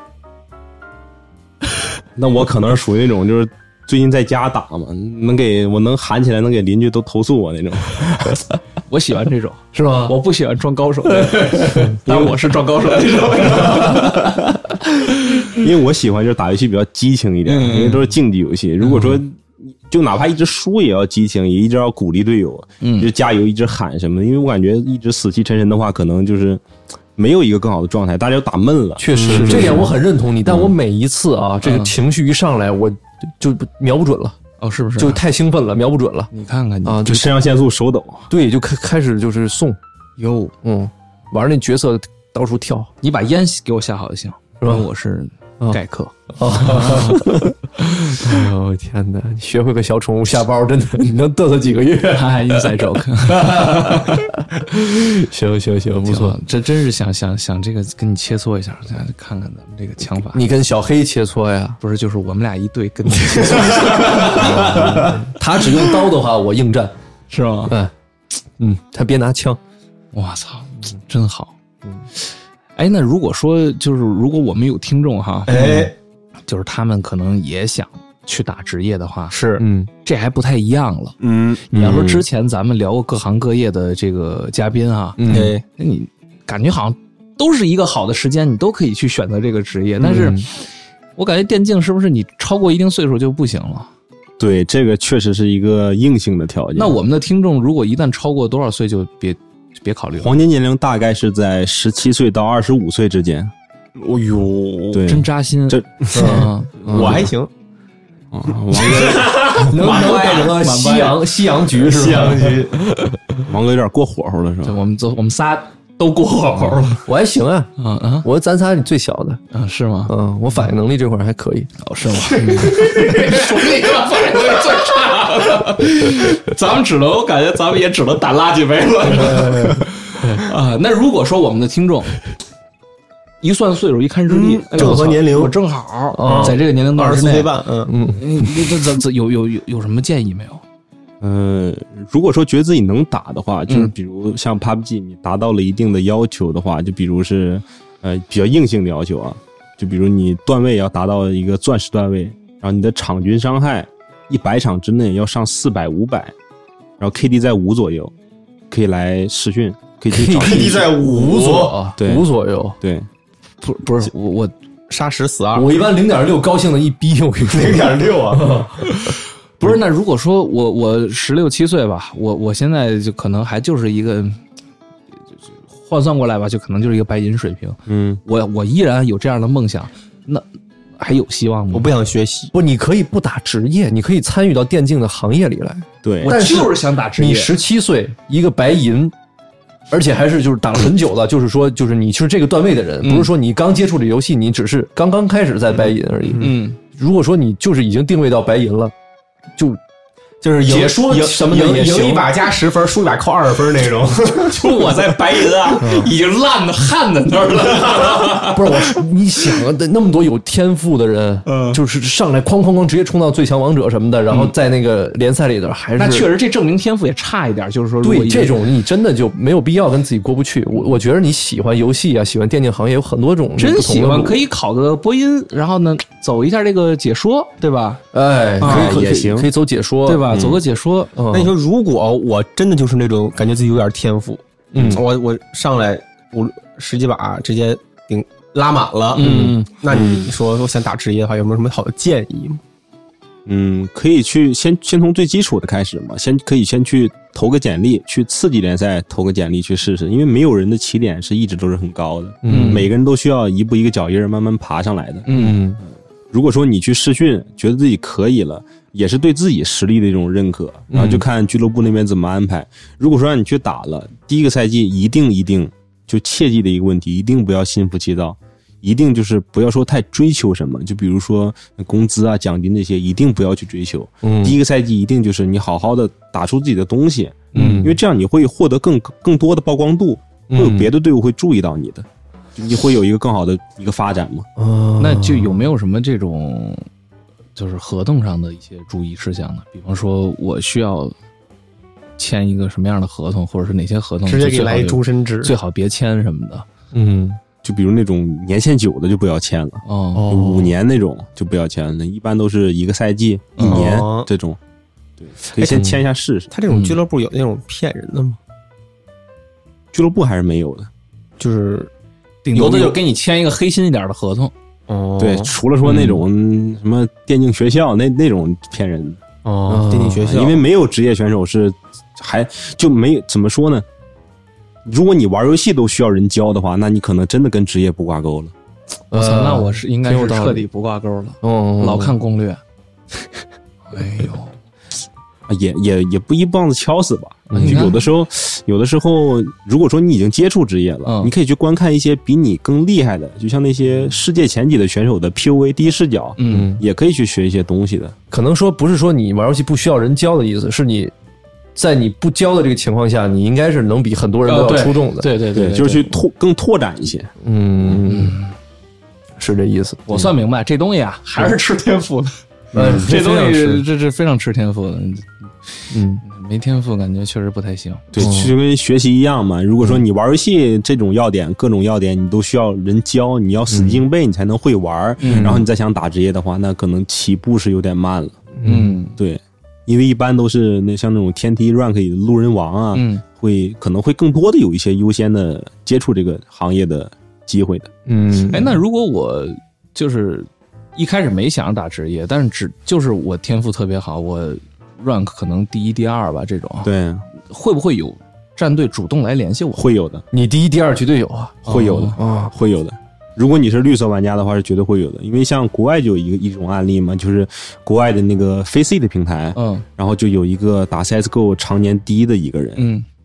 那我可能是属于那种就是最近在家打嘛，能给我能喊起来，能给邻居都投诉我那种。 我喜欢这种， 是吗？ 我不喜欢装高手的，但我是装高手那种。 因为我喜欢就是打游戏比较激情一点， 嗯因为都是竞技游戏。如果说就哪怕一直输也要激情，也一直要鼓励队友， 嗯一直加油，一直喊什么的。因为我感觉一直死气沉沉的话，可能就是没有一个更好的状态，大家都打闷了。 确实，这点我很认同你，但我每一次啊，这个情绪一上来，我就就瞄不准了， 哦，是不是？ 就太兴奋了，瞄不准了你看看你啊， 就就肾上腺素手抖， 对，就开开始就是送， 哟， 嗯，玩那角色到处跳， 你把烟给我下好就行， 是吧因为我是盖克。 哎呦天哪！你学会个小宠物下包，真的你能嘚瑟几个月？ 哈 inside joke， 行行行，不错。， 这真是想想想这个跟你切磋一下，咱看看咱们这个枪法。 你跟小黑切磋呀？ 不是就是我们俩一对跟你切磋一下， 他只用刀的话，我应战。 是吗？ 嗯嗯，他别拿枪。 我操，真好。哎，那如果说就是如果我们有听众哈， 哎， 就是他们可能也想去打职业的话， 是，嗯这还不太一样了。 嗯， 你要说之前咱们聊过各行各业的这个嘉宾啊， 嗯哎，那你感觉好像都是一个好的时间，你都可以去选择这个职业。但是嗯我感觉电竞是不是你超过一定岁数就不行了？ 对，这个确实是一个硬性的条件。 那我们的听众如果一旦超过多少岁，就别别考虑了。 黄金年龄大概是在十七岁到二十五岁之间。 哦呦， 对， 真扎心， 这嗯， 我还行， 啊王哥， 能能改成个西洋西洋局是吧？ 西洋局， 王哥有点过火候了是吧？ 就我们走，我们仨都过猴了。 我还行啊， 嗯嗯我咱仨里最小的， 嗯，是吗？ 嗯，我反应能力这块儿还可以。 哦，是吗？说你他妈反应能力最差的，咱们只能，我感觉咱们也只能打垃圾杯了。啊，那如果说我们的听众一算岁数，一看日历， 嗯正合年龄我正好在这个年龄段二十之内四岁半，嗯嗯，你这这这有有有有什么建议没有？ 呃，如果说觉得自己能打的话，就是比如像 P U B G， 你达到了一定的要求的话，就比如是呃比较硬性的要求啊，就比如你段位要达到一个钻石段位，然后你的场均伤害一百场之内要上四百五百，然后 K D 在五左右，可以来试训，可以去找 ，K D 在五左， 对五左右， 对， 不不是我我杀十死二， 我一般零点六高兴的一逼，我跟你说零点六啊。 不是，那如果说我我十六七岁吧，我我现在就可能还就是一个换算过来吧，就可能就是一个白银水平。 嗯， 我我依然有这样的梦想，那还有希望吗？ 我不想学习， 不，你可以不打职业，你可以参与到电竞的行业里来。 对， 我但是就是想打职业。 你十七岁，一个白银，而且还是就是打了很久了，就是说，就是你是这个段位的人， 嗯不是说你刚接触这游戏，你只是刚刚开始在白银而已。 嗯， 如果说你就是已经定位到白银了，就就是赢解说赢什么的也行赢赢一把加十分，输一把扣二十分那种。 就我在白银啊，已经烂的焊在那儿了。 不是我说，你想啊，那么多有天赋的人， 嗯就是上来哐哐哐直接冲到最强王者什么的，然后在那个联赛里头还是那确实，这证明天赋也差一点。就是说，如果对这种你真的就没有必要跟自己过不去。我我觉得你喜欢游戏啊，喜欢电竞行业有很多种， 真喜欢，可以， 以考个播音，然后呢，走一下这个解说，对吧？ 哎，可以可以也行可以走解说， 对吧？走个解说， 嗯？ 那你说，如果我真的就是那种感觉自己有点天赋， 嗯我我上来五十几把直接顶拉满了， 嗯， 那你说我想打职业的话，有没有什么好的建议吗？ 嗯，可以去先先从最基础的开始嘛，先可以先去投个简历，去次级联赛投个简历去试试，因为没有人的起点是一直都是很高的， 嗯每个人都需要一步一个脚印儿慢慢爬上来的。 嗯如果说你去试训，觉得自己可以了，也是对自己实力的一种认可，然后就看俱乐部那边怎么安排。如果说让你去打了，第一个赛季一定一定就切记的一个问题，一定不要心浮气躁，一定就是不要说太追求什么，就比如说工资啊、奖金这些，一定不要去追求。 嗯第一个赛季一定就是你好好的打出自己的东西， 嗯因为这样你会获得更更多的曝光度，会有别的队伍会注意到你的，你会有一个更好的一个发展嘛。 嗯， 那就有没有什么这种，就是合同上的一些注意事项呢？比方说，我需要签一个什么样的合同，或者是哪些合同直接给最好就来一终身制， 最好别签什么的。 嗯就比如那种年限久的就不要签了。 哦， 哦五年那种就不要签了，一般都是一个赛季、一年哦这种。对，可以先签一下试试。 他这种俱乐部有那种骗人的吗？ 俱乐部还是没有的。 就是顶多的就给你签一个黑心一点的合同。 哦对，除了说那种什么电竞学校那那种骗人的， 哦，电竞学校， 因为没有职业选手是还就没怎么说呢？如果你玩游戏都需要人教的话，那你可能真的跟职业不挂钩了。 我操， 呃那我是应该挺有道理是彻底不挂钩了， 哦， 老看攻略。哎呦， 啊也也也不一棒子敲死吧。 嗯就有的时候，有的时候，如果说你已经接触职业了， 嗯你可以去观看一些比你更厉害的，就像那些世界前几的选手的 P O V 第一视角， 嗯， 也可以去学一些东西的。 可能说不是说你玩游戏不需要人教的意思，是你在你不教的这个情况下，你应该是能比很多人都要出众的。 对对对， 就是去拓更拓展一些。 嗯，是这意思。 我算明白，这东西啊还是吃天赋的。 呃， 这东西是这这非常吃天赋的， 嗯没天赋感觉确实不太行。 对，就跟学习一样嘛。如果说你玩游戏这种要点，各种要点，你都需要人教，你要死记硬背，你才能会玩。 嗯然后你再想打职业的话，那可能起步是有点慢了。 嗯对，因为一般都是那像那种天梯 rank 里的路人王啊， 嗯会可能会更多的有一些优先的接触这个行业的机会的。 嗯， 哎，那如果我就是一开始没想着打职业，但是只就是我天赋特别好，我 rank 可能第一、第二吧，这种对， 会不会有战队主动来联系我？ 会有的， 你第一、第二绝对有啊会有的， 啊！ 会有的。如果你是绿色玩家的话，是绝对会有的，因为像国外就有一个一种案例嘛，就是国外的那个 Faceit 的平台， 嗯然后就有一个打 C S G O 常年第一的一个人， 嗯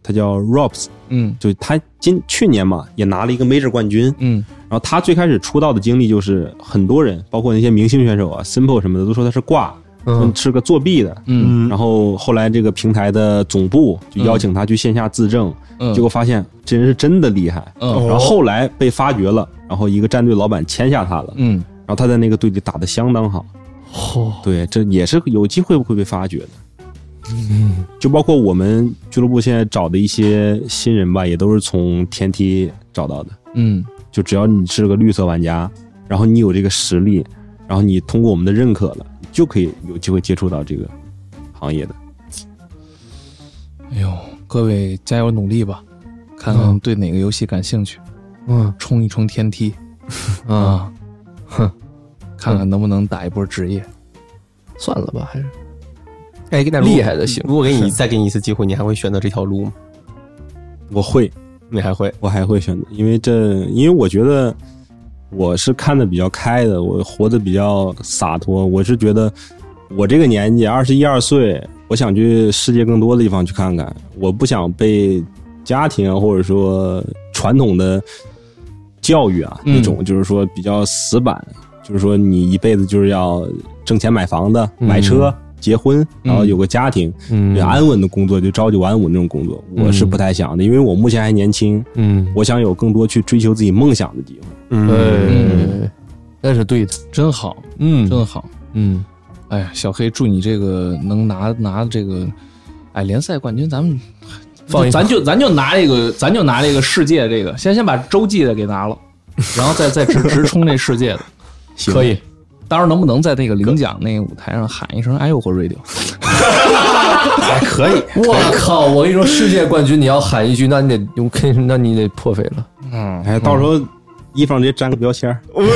他叫 Robs， 嗯， 就他今去年嘛也拿了一个 Major 冠军， 嗯， 然后他最开始出道的经历就是很多人，包括那些明星选手啊 ，Simple 什么的都说他是挂，嗯，是个作弊的， 嗯， 然后后来这个平台的总部就邀请他去线下自证， 嗯， 结果发现这人是真的厉害， 嗯， 然后后来被发掘了，然后一个战队老板签下他了， 嗯， 然后他在那个队里打得相当好， 哦， 对，这也是有机会会被发掘的。嗯，就包括我们俱乐部现在找的一些新人吧，也都是从天梯找到的。 嗯， 就只要你是个绿色玩家，然后你有这个实力，然后你通过我们的认可了，就可以有机会接触到这个行业的。 哎呦，各位加油努力吧，看看对哪个游戏感兴趣， 嗯， 冲一冲天梯， 啊，哼， 看看能不能打一波职业。 算了吧，还是。 哎，那厉害的行。 如果给你再给你一次机会，你还会选择这条路吗？ 我会， 你还会， 我还会选择，因为这，因为我觉得我是看得比较开的，我活得比较洒脱。我是觉得我这个年纪，二十一二岁，我想去世界更多的地方去看看。我不想被家庭或者说传统的教育啊，那种就是说比较死板，就是说你一辈子就是要挣钱买房子、买车。结婚，然后有个家庭，嗯，安稳的工作，就朝九晚五那种工作，我是不太想的，因为我目前还年轻，嗯，我想有更多去追求自己梦想的机会， 嗯，嗯，那是对的， 真好，嗯，真好，嗯，哎呀，小黑，祝你这个能拿拿这个，哎，联赛冠军，咱们放，咱就咱就拿这个，咱就拿这个世界这个，先先把洲际的给拿了，然后再再直直冲那世界的， 可以。 到时候能不能在那个领奖那个舞台上喊一声“哎呦或 radio”？ 还可以。 我靠！我跟你说，世界冠军你要喊一句，那你得用，那你得破费了。 嗯，哎，到时候衣服上直接粘个标签。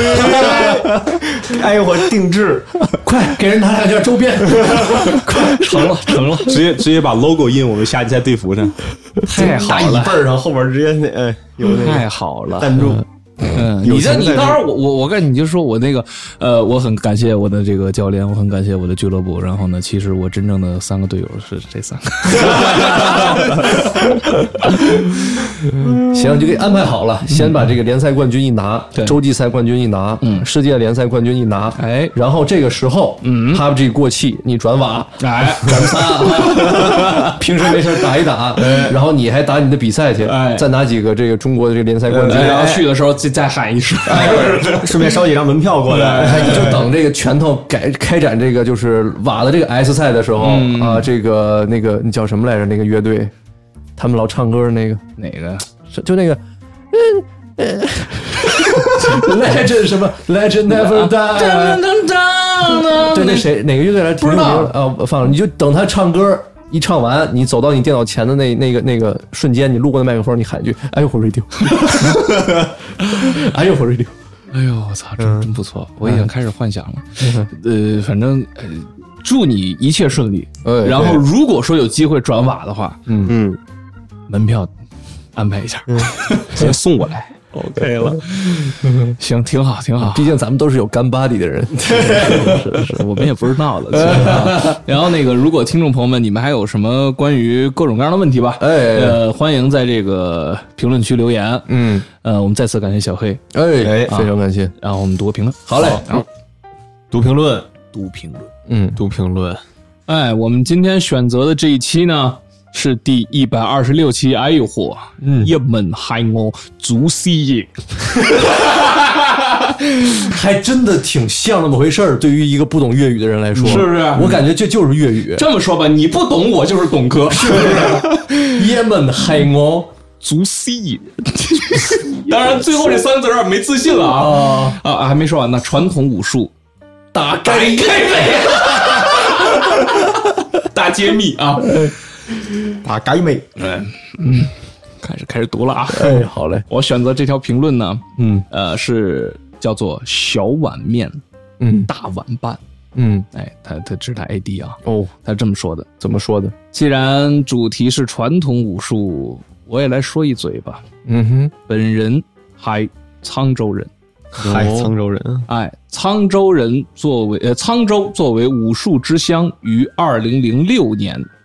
哎呦我定制， 快给人拿两件周边，快成了成了， 直接直接把 logo 印我们夏季赛队服上， 太好了， 背上后边直接那哎有那个太好了， 赞助。 嗯，你这你到时候我我我跟你就说我那个呃，我很感谢我的这个教练，我很感谢我的俱乐部。然后呢，其实我真正的三个队友是这三个。 行，就给安排好了，先把这个联赛冠军一拿，洲际赛冠军一拿，嗯，世界联赛冠军一拿， 哎， 然后这个时候，嗯 ，P U B G 过气，你转瓦， 哎， 转仨，平时没事打一打，然后你还打你的比赛去，哎，再拿几个这个中国的这个联赛冠军， 然后去的时候再再喊一声， 顺便捎几张门票过来， 你就等这个拳头改开展这个就是瓦的这个 S 赛的时候啊，这个那个你叫什么来着？那个乐队，他们老唱歌的那个哪个？ 就那个，嗯嗯 ，Legend 什么 Legend Never Die， 对，那谁哪个乐队来？ 不知道啊，放了，你就等他唱歌。一唱完，你走到你电脑前的那那个那个瞬间，你路过那麦克风，你喊一句“哎呦火 radio”， 哎呦火 radio， 哎呦我操，真真不错，我已经开始幻想了。呃，反正呃，祝你一切顺利。然后如果说有机会转瓦的话， 嗯嗯， 门票安排一下， 先送过来。 OK 了，行，挺好，挺好。 毕竟咱们都是有干body的人， 是是是，我们也不是闹的。然后那个，如果听众朋友们，你们还有什么关于各种各样的问题吧？ 哎， 呃，欢迎在这个评论区留言。 嗯， 呃，我们再次感谢小黑， 哎，非常感谢。 然后我们读个评论， 好嘞， 好，读评论， 读评论， 嗯， 读评论。 哎，我们今天选择的这一期呢。是第一百二十六期，哎呦嚯！嗯，一门害我足西耶， 还真的挺像那么回事儿。对于一个不懂粤语的人来说， 是不是？ 我感觉这就是粤语。 这么说吧，你不懂我就是懂哥， 是不是？一门害我足西耶。当然，最后这三个字有点没自信了啊啊啊！还没说完呢，传统武术打开开大揭秘啊！ 打改美， 嗯嗯，开始开始读了啊！ 哎，好嘞， 我选择这条评论呢， 嗯呃，是叫做小碗面， 嗯， 大碗拌， 嗯， 哎，他他这是他 I D 啊， 哦， 他这么说的， 怎么说的？ 既然主题是传统武术，我也来说一嘴吧。 嗯哼， 本人还沧州人， 嗨，沧州人， 哎，沧州人作为呃沧州作为武术之乡，于二零零六年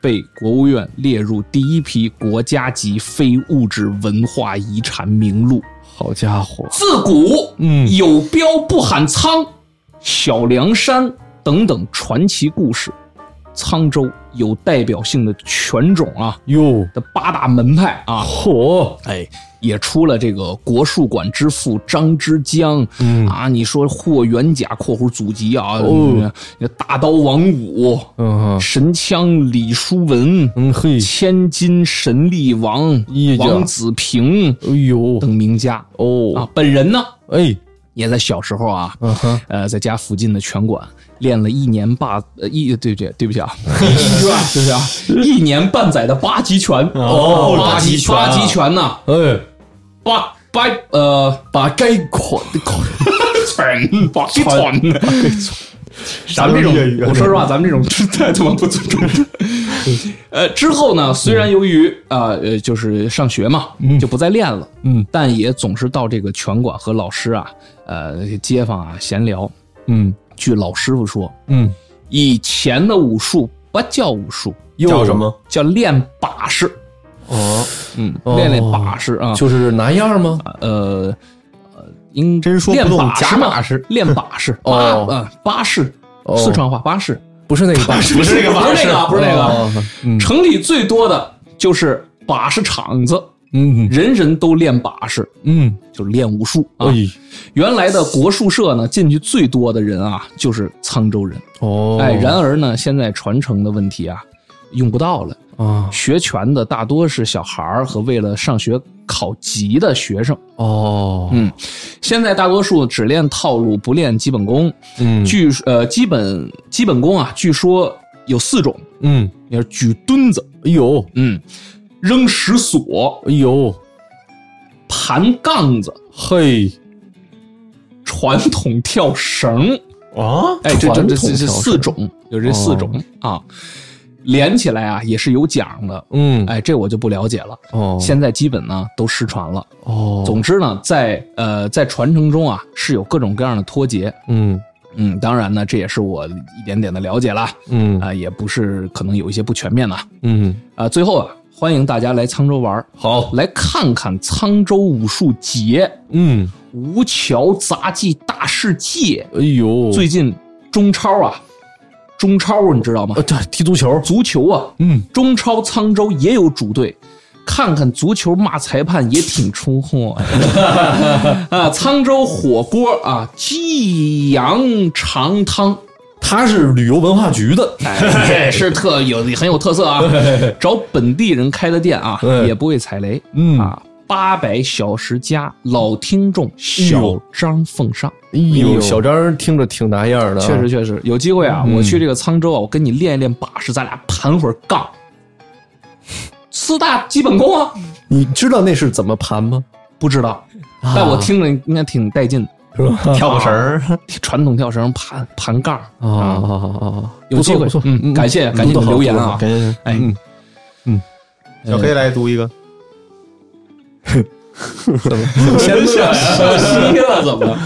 被国务院列入第一批国家级非物质文化遗产名录。 好家伙， 自古嗯有标不喊苍，小凉山等等传奇故事。沧州有代表性的犬种啊哟的八大门派啊， 嚯， 哎，也出了这个国术馆之父张之江， 嗯啊，你说霍元甲（括弧祖籍啊）， 哦嗯大刀王五， 嗯神枪李书文， 嗯嘿， 千金神力王哎呀王子平哎呦等名家哦啊。本人呢， 哎， 也在小时候啊， 嗯哼， 呃，在家附近的拳馆练了一年半，呃，一对不起，对不起啊，对不起啊，一年半载的八极拳哦八八极拳啊八极拳呐， 哎， 八八呃把该款的款， 拳八极拳。咱们这种，我说实话，咱们这种太他妈不尊重了。呃，之后呢，虽然由于啊呃就是上学嘛，就不再练了， 嗯， 但也总是到这个拳馆和老师啊，呃街坊啊闲聊。 嗯据老师傅说， 嗯， 以前的武术不叫武术， 叫什么？ 叫练把式。 哦， 嗯， 哦练练把式啊， 就是拿样吗？ 呃呃，应真说不练动假把式嘛把式练把式， 哦把啊巴式， 哦四川话巴式。 不是那个把式， 不是那个，不是那个，不是那个。 哦嗯城里最多的就是把式场子， 嗯人人都练把式， 嗯， 就练武术啊。 哎， 原来的国术社呢，进去最多的人啊，就是沧州人。 哦， 哎，然而呢，现在传承的问题啊，用不到了。 啊， 学拳的大多是小孩儿和为了上学考级的学生。 哦， 嗯，现在大多数只练套路，不练基本功。 嗯据呃基本基本功啊，据说有四种， 嗯， 你是举墩子， 哎呦嗯，扔石锁， 哎呦， 盘杠子， 嘿， 传统跳绳。 啊， 哎，这这传这这是统跳绳四种，有这四种啊，连起来啊也是有奖的。 嗯， 哎，这我就不了解了。 哦， 现在基本呢都失传了。 哦， 总之呢，在呃在传承中啊是有各种各样的脱节。 嗯嗯，当然呢，这也是我一点点的了解了。 嗯啊、也不是可能有一些不全面的。 嗯， 啊、最后啊，欢迎大家来沧州玩， 好， 来看看沧州武术节嗯， 吴桥杂技大世界。 哎呦， 最近中超啊，中超你知道吗呃，？对，踢足球， 足球啊， 嗯， 中超沧州也有主队。看看足球骂裁判也挺出货呀！啊，沧州火锅啊，鸡羊肠汤， 他是旅游文化局的， 哎，是特有很有特色啊。找本地人开的店啊， 对也不会踩雷。 嗯啊，八百小时加老听众小张奉上。 哎呦，小张听着挺拿样的， 确实确实有机会啊，我去这个沧州啊，我跟你练一练把式，咱俩盘会儿杠。四大基本功啊， 你知道那是怎么盘吗？ 不知道，但我听着应该挺带劲的。 是吧？ 跳个绳儿， 传统跳绳盘盘杠啊啊， 有机会不错，不错嗯，感谢感谢你的留言啊， 跟哎， 嗯小黑来读一个， 怎么？ 先笑笑嘻了，怎么？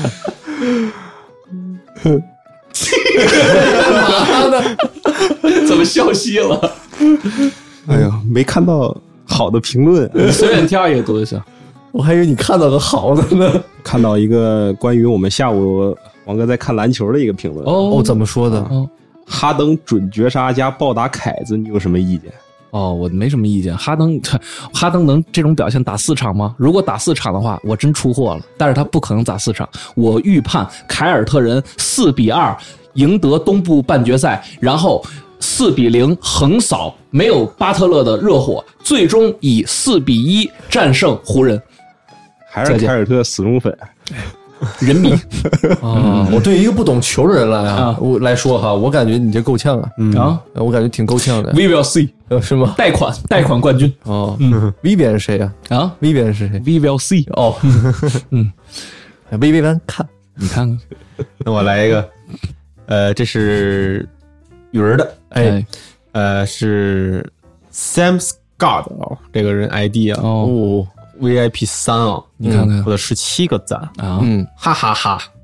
妈的，怎么笑嘻了？ 哎呀，没看到好的评论， 你随便挑一个读就行。 我还以为你看到个好的呢。 看到一个关于我们下午王哥在看篮球的一个评论。 哦哦，怎么说的？ 哦哈登准绝杀加暴打凯子，你有什么意见？ 哦，我没什么意见。哈登，哈登能这种表现打四场吗？如果打四场的话，我真出货了。但是他不可能打四场。我预判凯尔特人四比二赢得东部半决赛，然后四比零横扫没有巴特勒的热火，最终以四比一战胜湖人。 还是凯尔特死忠粉？ 人迷啊，我对于一个不懂球的人来啊， 啊我来说哈，我感觉你这够呛啊， 啊我感觉挺够呛的， ，We will see， 呃是吗？ 贷款贷款冠军哦，嗯，V 边是谁呀啊 ？V 边是谁？ ，We will see， 哦， 嗯， 微微弯看， 你看看， 那我来一个，呃，这是鱼儿的， 哎， 呃，是 Sam Scott 哦，这个人 I D 啊， 哦， 哦， V I P 三啊， 你看看获得十七个赞， 啊， 嗯， 哈哈哈，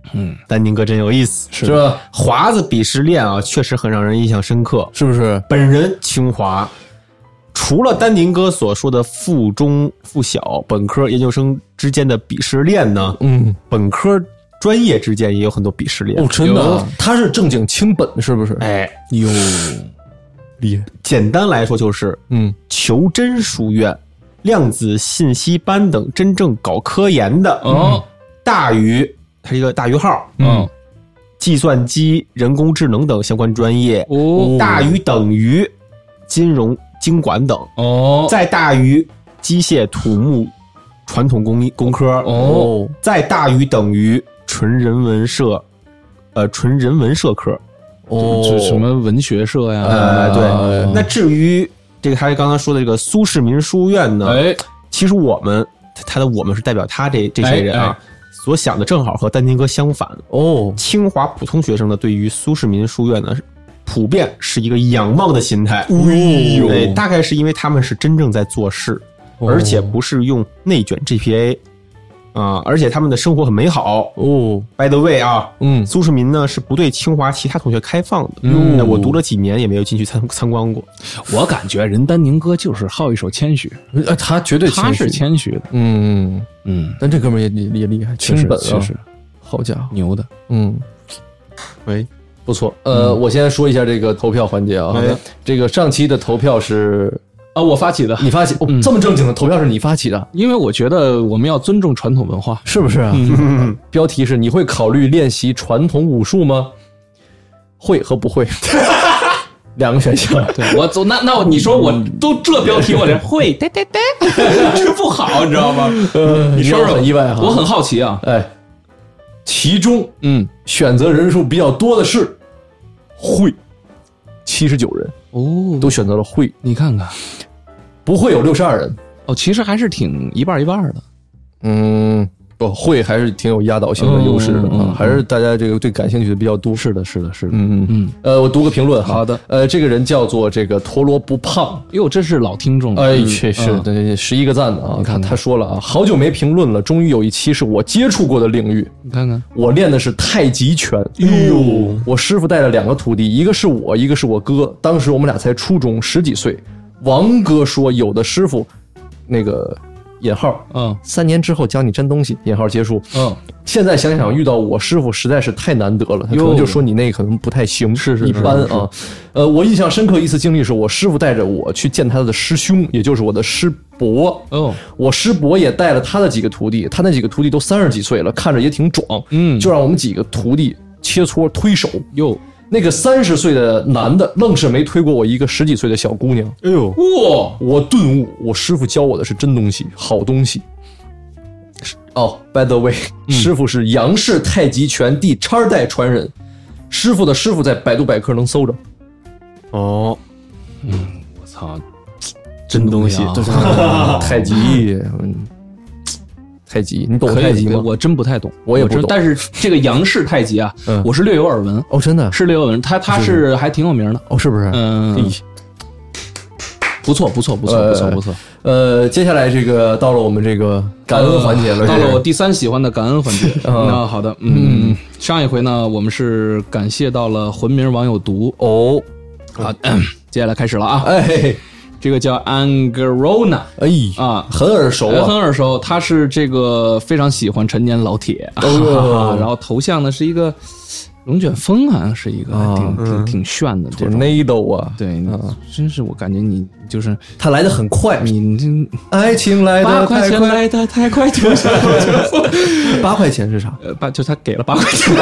嗯， 丹宁哥真有意思， 是吧？ 华子鄙视链啊，确实很让人印象深刻， 是不是？ 本人清华，除了丹宁哥所说的附中、附小、本科、研究生之间的鄙视链呢， 嗯， 本科专业之间也有很多鄙视链。 哦，真的，他是正经清本，是不是？ 哎， 哟， 厉害。 简单来说就是， 嗯， 求真书院、量子信息班等真正搞科研的， 哦， 大于它是一个大于号， 嗯， 计算机、人工智能等相关专业， 哦， 大于等于金融、经管等， 哦， 再大于机械、土木、传统工艺工科， 哦， 再大于等于纯人文社，呃，纯人文社科， 哦， 这什么文学社呀？ 呃，对。 啊那至于这个他刚刚说的这个苏世民书院呢， 哎， 其实我们他的我们是代表他这这些人啊。 哎哎所想的正好和丹宁哥相反哦， 清华普通学生呢，对于苏世民书院呢，普遍是一个仰望的心态。 哎呦对，大概是因为他们是真正在做事， 哦而且不是用内卷 G P A 啊、而且他们的生活很美好。 哦， By the way 啊， 嗯， 苏世民呢是不对清华其他同学开放的， 嗯那我读了几年也没有进去参参观过。 我感觉人丹宁哥就是好一手谦虚， 呃，他绝对他是谦虚， 谦虚的， 嗯， 嗯， 但这哥们儿也也也厉害， 确实清本啊， 确实好家伙， 牛的， 嗯， 喂， 不错。呃，我先说一下这个投票环节啊， 哎这个上期的投票是啊，我发起的， 你发起，哦这么正经的投票是你发起的， 因为我觉得我们要尊重传统文化。 是不是啊？标题是你会考虑练习传统武术吗？会和不会，两个选项。 对我走，那那我你说我都这标题，我连会对对对，这不好，你知道吗？ 你说说很意外哈， 我很好奇啊。 哎，其中嗯， 选择人数比较多的是会，七十九人哦， 都选择了会， 你看看， 不会有六十二人。 哦，其实还是挺一半一半的。 嗯，不会还是挺有压倒性的优势的啊， 嗯嗯嗯还是大家这个对感兴趣的比较多。 是的，是的，是的。 嗯嗯嗯， 呃，我读个评论哈。 好的。 呃，这个人叫做这个陀螺不胖。 哟，这是老听众了。 哎， 嗯确实， 嗯对，十一个赞的啊！ 你看看他他说了啊，好久没评论了，终于有一期是我接触过的领域。 你看看， 我练的是太极拳。 哎哟，我师傅带了两个徒弟，一个是我，一个是我哥。当时我们俩才初中，十几岁。王哥说，有的师傅，那个引号， 嗯三年之后教你真东西，引号结束。 嗯， 现在想想，遇到我师傅实在是太难得了，他可能就说你那可能不太行， 是是一般是是啊。呃，我印象深刻一次经历是我师傅带着我去见他的师兄，也就是我的师伯。 哦， 我师伯也带了他的几个徒弟，他那几个徒弟都三十几岁了，看着也挺壮。 嗯就让我们几个徒弟切磋推手。 哟， 那个三十岁的男的愣是没推过我一个十几岁的小姑娘。 哎呦， 哇， 我顿悟，我师傅教我的是真东西，好东西。哦、oh, ，by the way，、嗯、师傅是杨氏太极拳第叉代传人，师傅的师傅在百度百科能搜着。 哦， 嗯，我操， 真东西， 啊、 太极，嗯，太极，你懂太极吗？ 我真不太懂， 我也不懂。 但是这个杨氏太极啊，嗯、我是略有耳闻。 哦，真的是略有耳闻，他他是还挺有名的。 哦，是不是？ 嗯。不错，不错，不错，不错，不错。 呃，接下来这个到了我们这个感恩环节了， 呃、到了我第三喜欢的感恩环节。那好的，嗯，上一回呢，我们是感谢到了魂名网友读哦， 好，接下来开始了啊， 哎， 这个叫 Angerona， 哎啊， 很耳熟啊， 很耳熟，他是这个非常喜欢陈年老铁， 哦、 然后头像呢是一个。龙卷风好像是一个啊挺、嗯、挺挺炫的这种 tornado 啊， 对，啊，真是我感觉你就是他来的很快， 你这爱情来的太快， 八块钱来的太快， 八块钱是啥？ 呃，八就他给了八块钱，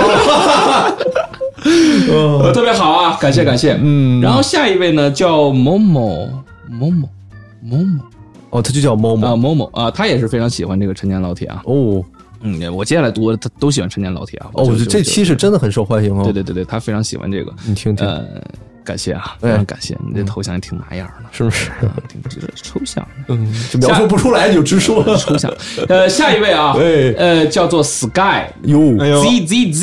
呃，特别好啊，感谢感谢， 嗯。 然后下一位呢叫某某某某某某， 哦，他就叫某某啊某某啊，他也是非常喜欢这个陈年老铁啊， 哦。 嗯，我接下来读他都喜欢陈年老铁啊。 哦，这期是真的很受欢迎哦。 对对对对，他非常喜欢这个。 你听听， 呃，感谢啊，非常感谢，你这头像也挺哪样的， 是不是？ 挺这个抽象， 嗯，就描述不出来，你就直说抽象。呃，下一位啊，呃，叫做 Sky， 哟 ，Z Z Z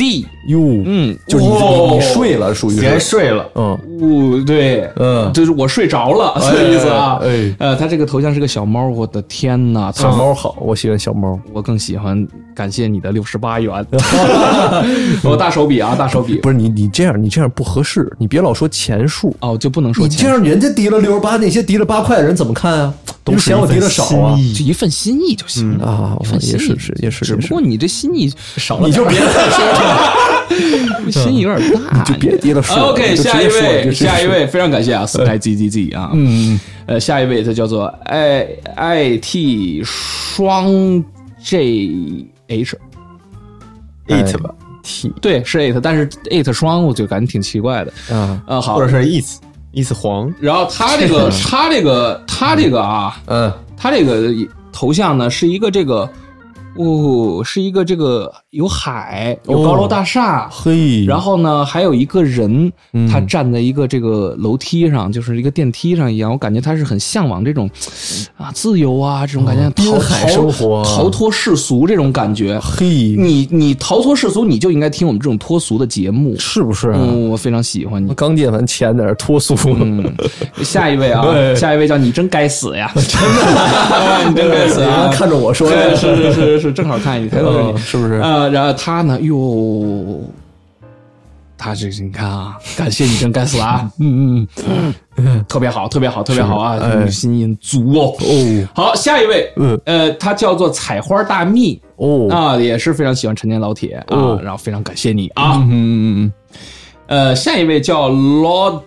哟， 嗯， 就是你、 哦、 你睡了，属于你还睡了， 嗯， 哦，对， 嗯， 就是我睡着了，这个意思啊。 哎，哎呃，他这个头像是个小猫，我的天哪， 小猫好，我喜欢小猫， 我更喜欢感谢你的六十八元，我大手笔啊，大手笔， 不是你你这样你这样不合适，你别老说钱数哦，就不能说你这样人家提了六十八，那些提了八块的人怎么看啊？都嫌我提的少啊， 就一份心意就行了、 嗯、啊，也是是也是， 只不过你这心意少了， 你就别再说了， 心意有点大， 你就别提了。 OK， 下一位，下一位，非常感谢啊 ，Sky G G G 啊，嗯，呃，下一位他叫做 I I T 双 J H eight 吧 ，T 对是 eight， 但是 eight 双我就感觉挺奇怪的啊， 呃，好， 或者是 is is 黄， 然后他这个他这个他这个啊， 嗯， 他这个头像呢是一个这个。哦，是一个这个有海，有高楼大厦， 嘿、 哦，然后呢还有一个人，他站在一个这个楼梯上，就是一个电梯上一样，我感觉他是很向往这种啊自由啊这种感觉， 哦、滨海生活， 逃脱世俗这种感觉。 嘿， 你你逃脱世俗，你就应该听我们这种脱俗的节目， 是不是、啊？ 嗯，我非常喜欢你。 刚垫完钱在那脱俗。 嗯，下一位啊，下一位叫你真该死呀，真的，你真该死啊！ 看着我说的， 是是是是，正好看你，抬头是你， 是不是？ 呃，然后他呢，哟，他这你看啊，感谢你真该死啊，嗯嗯嗯，特别好，特别好，特别好啊， 哎、 心音足哦。哦，好，下一位，嗯，呃，他叫做采花大蜜哦啊，也是非常喜欢陈年老铁啊， 哦、 然后非常感谢你啊， 嗯嗯嗯， 呃，下一位叫 Lot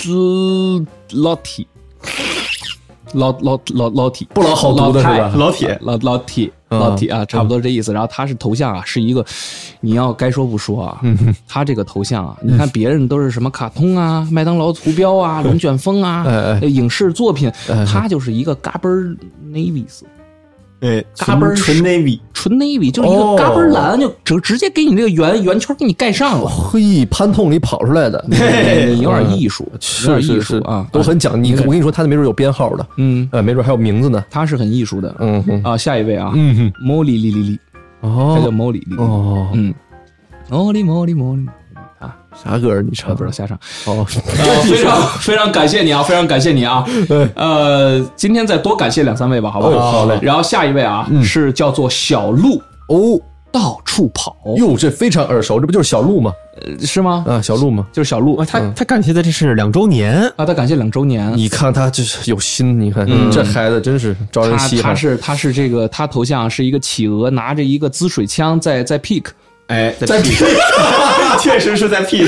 Lottie。老老老老铁不老好读的是吧？ 老铁老老铁老铁啊，差不多这意思。然后他是头像啊，是一个，你要该说不说啊，他这个头像啊，你看别人都是什么卡通啊、麦当劳图标啊、龙卷风啊、影视作品，他就是一个嘎嘣 Navies。 对， 嘎嘣纯 navy， 纯 navy 就是一个嘎嘣蓝，就直直接给你这个圆圆圈给你盖上了。 嘿，潘通里跑出来的， 你有点艺术，有点艺术啊， 都很讲。你我跟你说，他没准有编号的， 嗯， 呃，没准还有名字呢。 他是很艺术的， 嗯啊，下一位啊， 嗯莫莉莉莉莉， 哦， 他叫莫莉莉， 哦， 嗯，莫莉莫莉莫莉。啊， 啥歌你唱？ 不知道瞎唱。 哦， 呃，非常非常感谢你啊，非常感谢你啊。呃，今天再多感谢两三位吧，好不好？ 好嘞。 然后下一位啊，是叫做小鹿哦， 到处跑。 哟，这非常耳熟，这不就是小鹿吗？ 呃，是吗？ 啊，小鹿吗？ 就是小鹿。 他他感谢的这是两周年啊，他感谢两周年。 你看他就是有心，你看这孩子真是招人稀罕。 他是他是这个他头像是一个企鹅，拿着一个滋水枪在在 pick。 哎，在 P， 确实是在 P，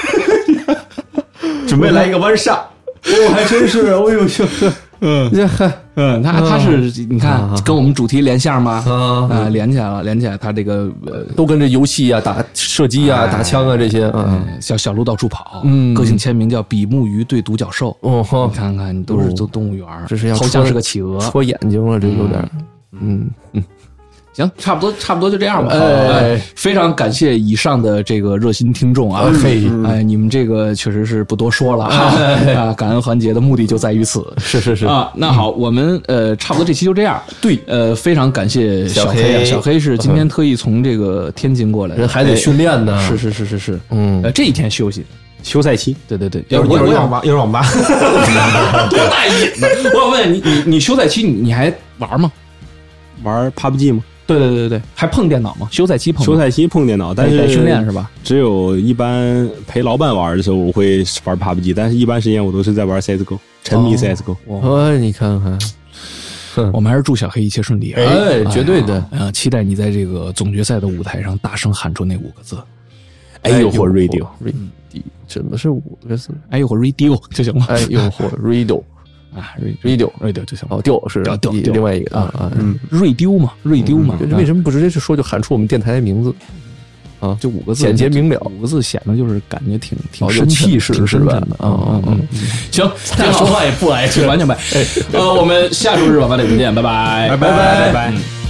准备来一个弯上， 哦，还真是，哦呦，嗯，这还， 嗯，他他是你看跟我们主题连线吗？ 啊， 连起来了，连起来，他这个都跟这游戏啊、打射击啊、打枪啊这些，嗯， 小小鹿到处跑， 嗯， 个性签名叫比目鱼对独角兽， 哦， 你看看，你都是都动物园， 这是要头像是个企鹅， 戳眼睛了，这有点，嗯嗯。 行，差不多，差不多就这样吧。 哎， 非常感谢以上的这个热心听众啊！ 嘿， 哎，你们这个确实是不多说了哈。啊，感恩环节的目的就在于此。 是是是啊，那好，我们呃，差不多这期就这样。 对， 呃，非常感谢小黑啊，小黑是今天特意从这个天津过来的， 人还得训练呢。 是是是是是， 嗯， 呃，这一天休息， 休赛期。 对对对， 一会儿网吧，一会儿网吧， 多带瘾呢！我问你，你你休赛期你你还玩吗？ 玩 P U B G 吗？ 对对对对，还碰电脑吗？休赛期碰休赛期碰电脑，但是得训练是吧？ 只有一般陪老板玩的时候，我会玩 P U B G， 但是一般时间我都是在玩 C S G O， 沉迷 C S G O。 哎，你看看， 我们还是祝小黑一切顺利。 哎，绝对的。 呃，期待你在这个总决赛的舞台上大声喊出那五个字。 哎呦嚯 ，Radio， 怎么是五个字？ 哎呦嚯 ，Radio 就行了。 哎呦嚯 ，Radio。 啊 ，radio radio 就行了。 哦，丢是丢另外一个啊啊， 嗯，瑞丢嘛，瑞丢嘛。 为什么不直接就说就喊出我们电台的名字？啊， 就五个字， 简洁明了， 五个字显得就是感觉挺挺有气势， 挺深沉的。嗯嗯嗯，行，大家说话也不来，完全白。呃，我们下周日晚八点钟见，拜拜， 拜拜拜拜。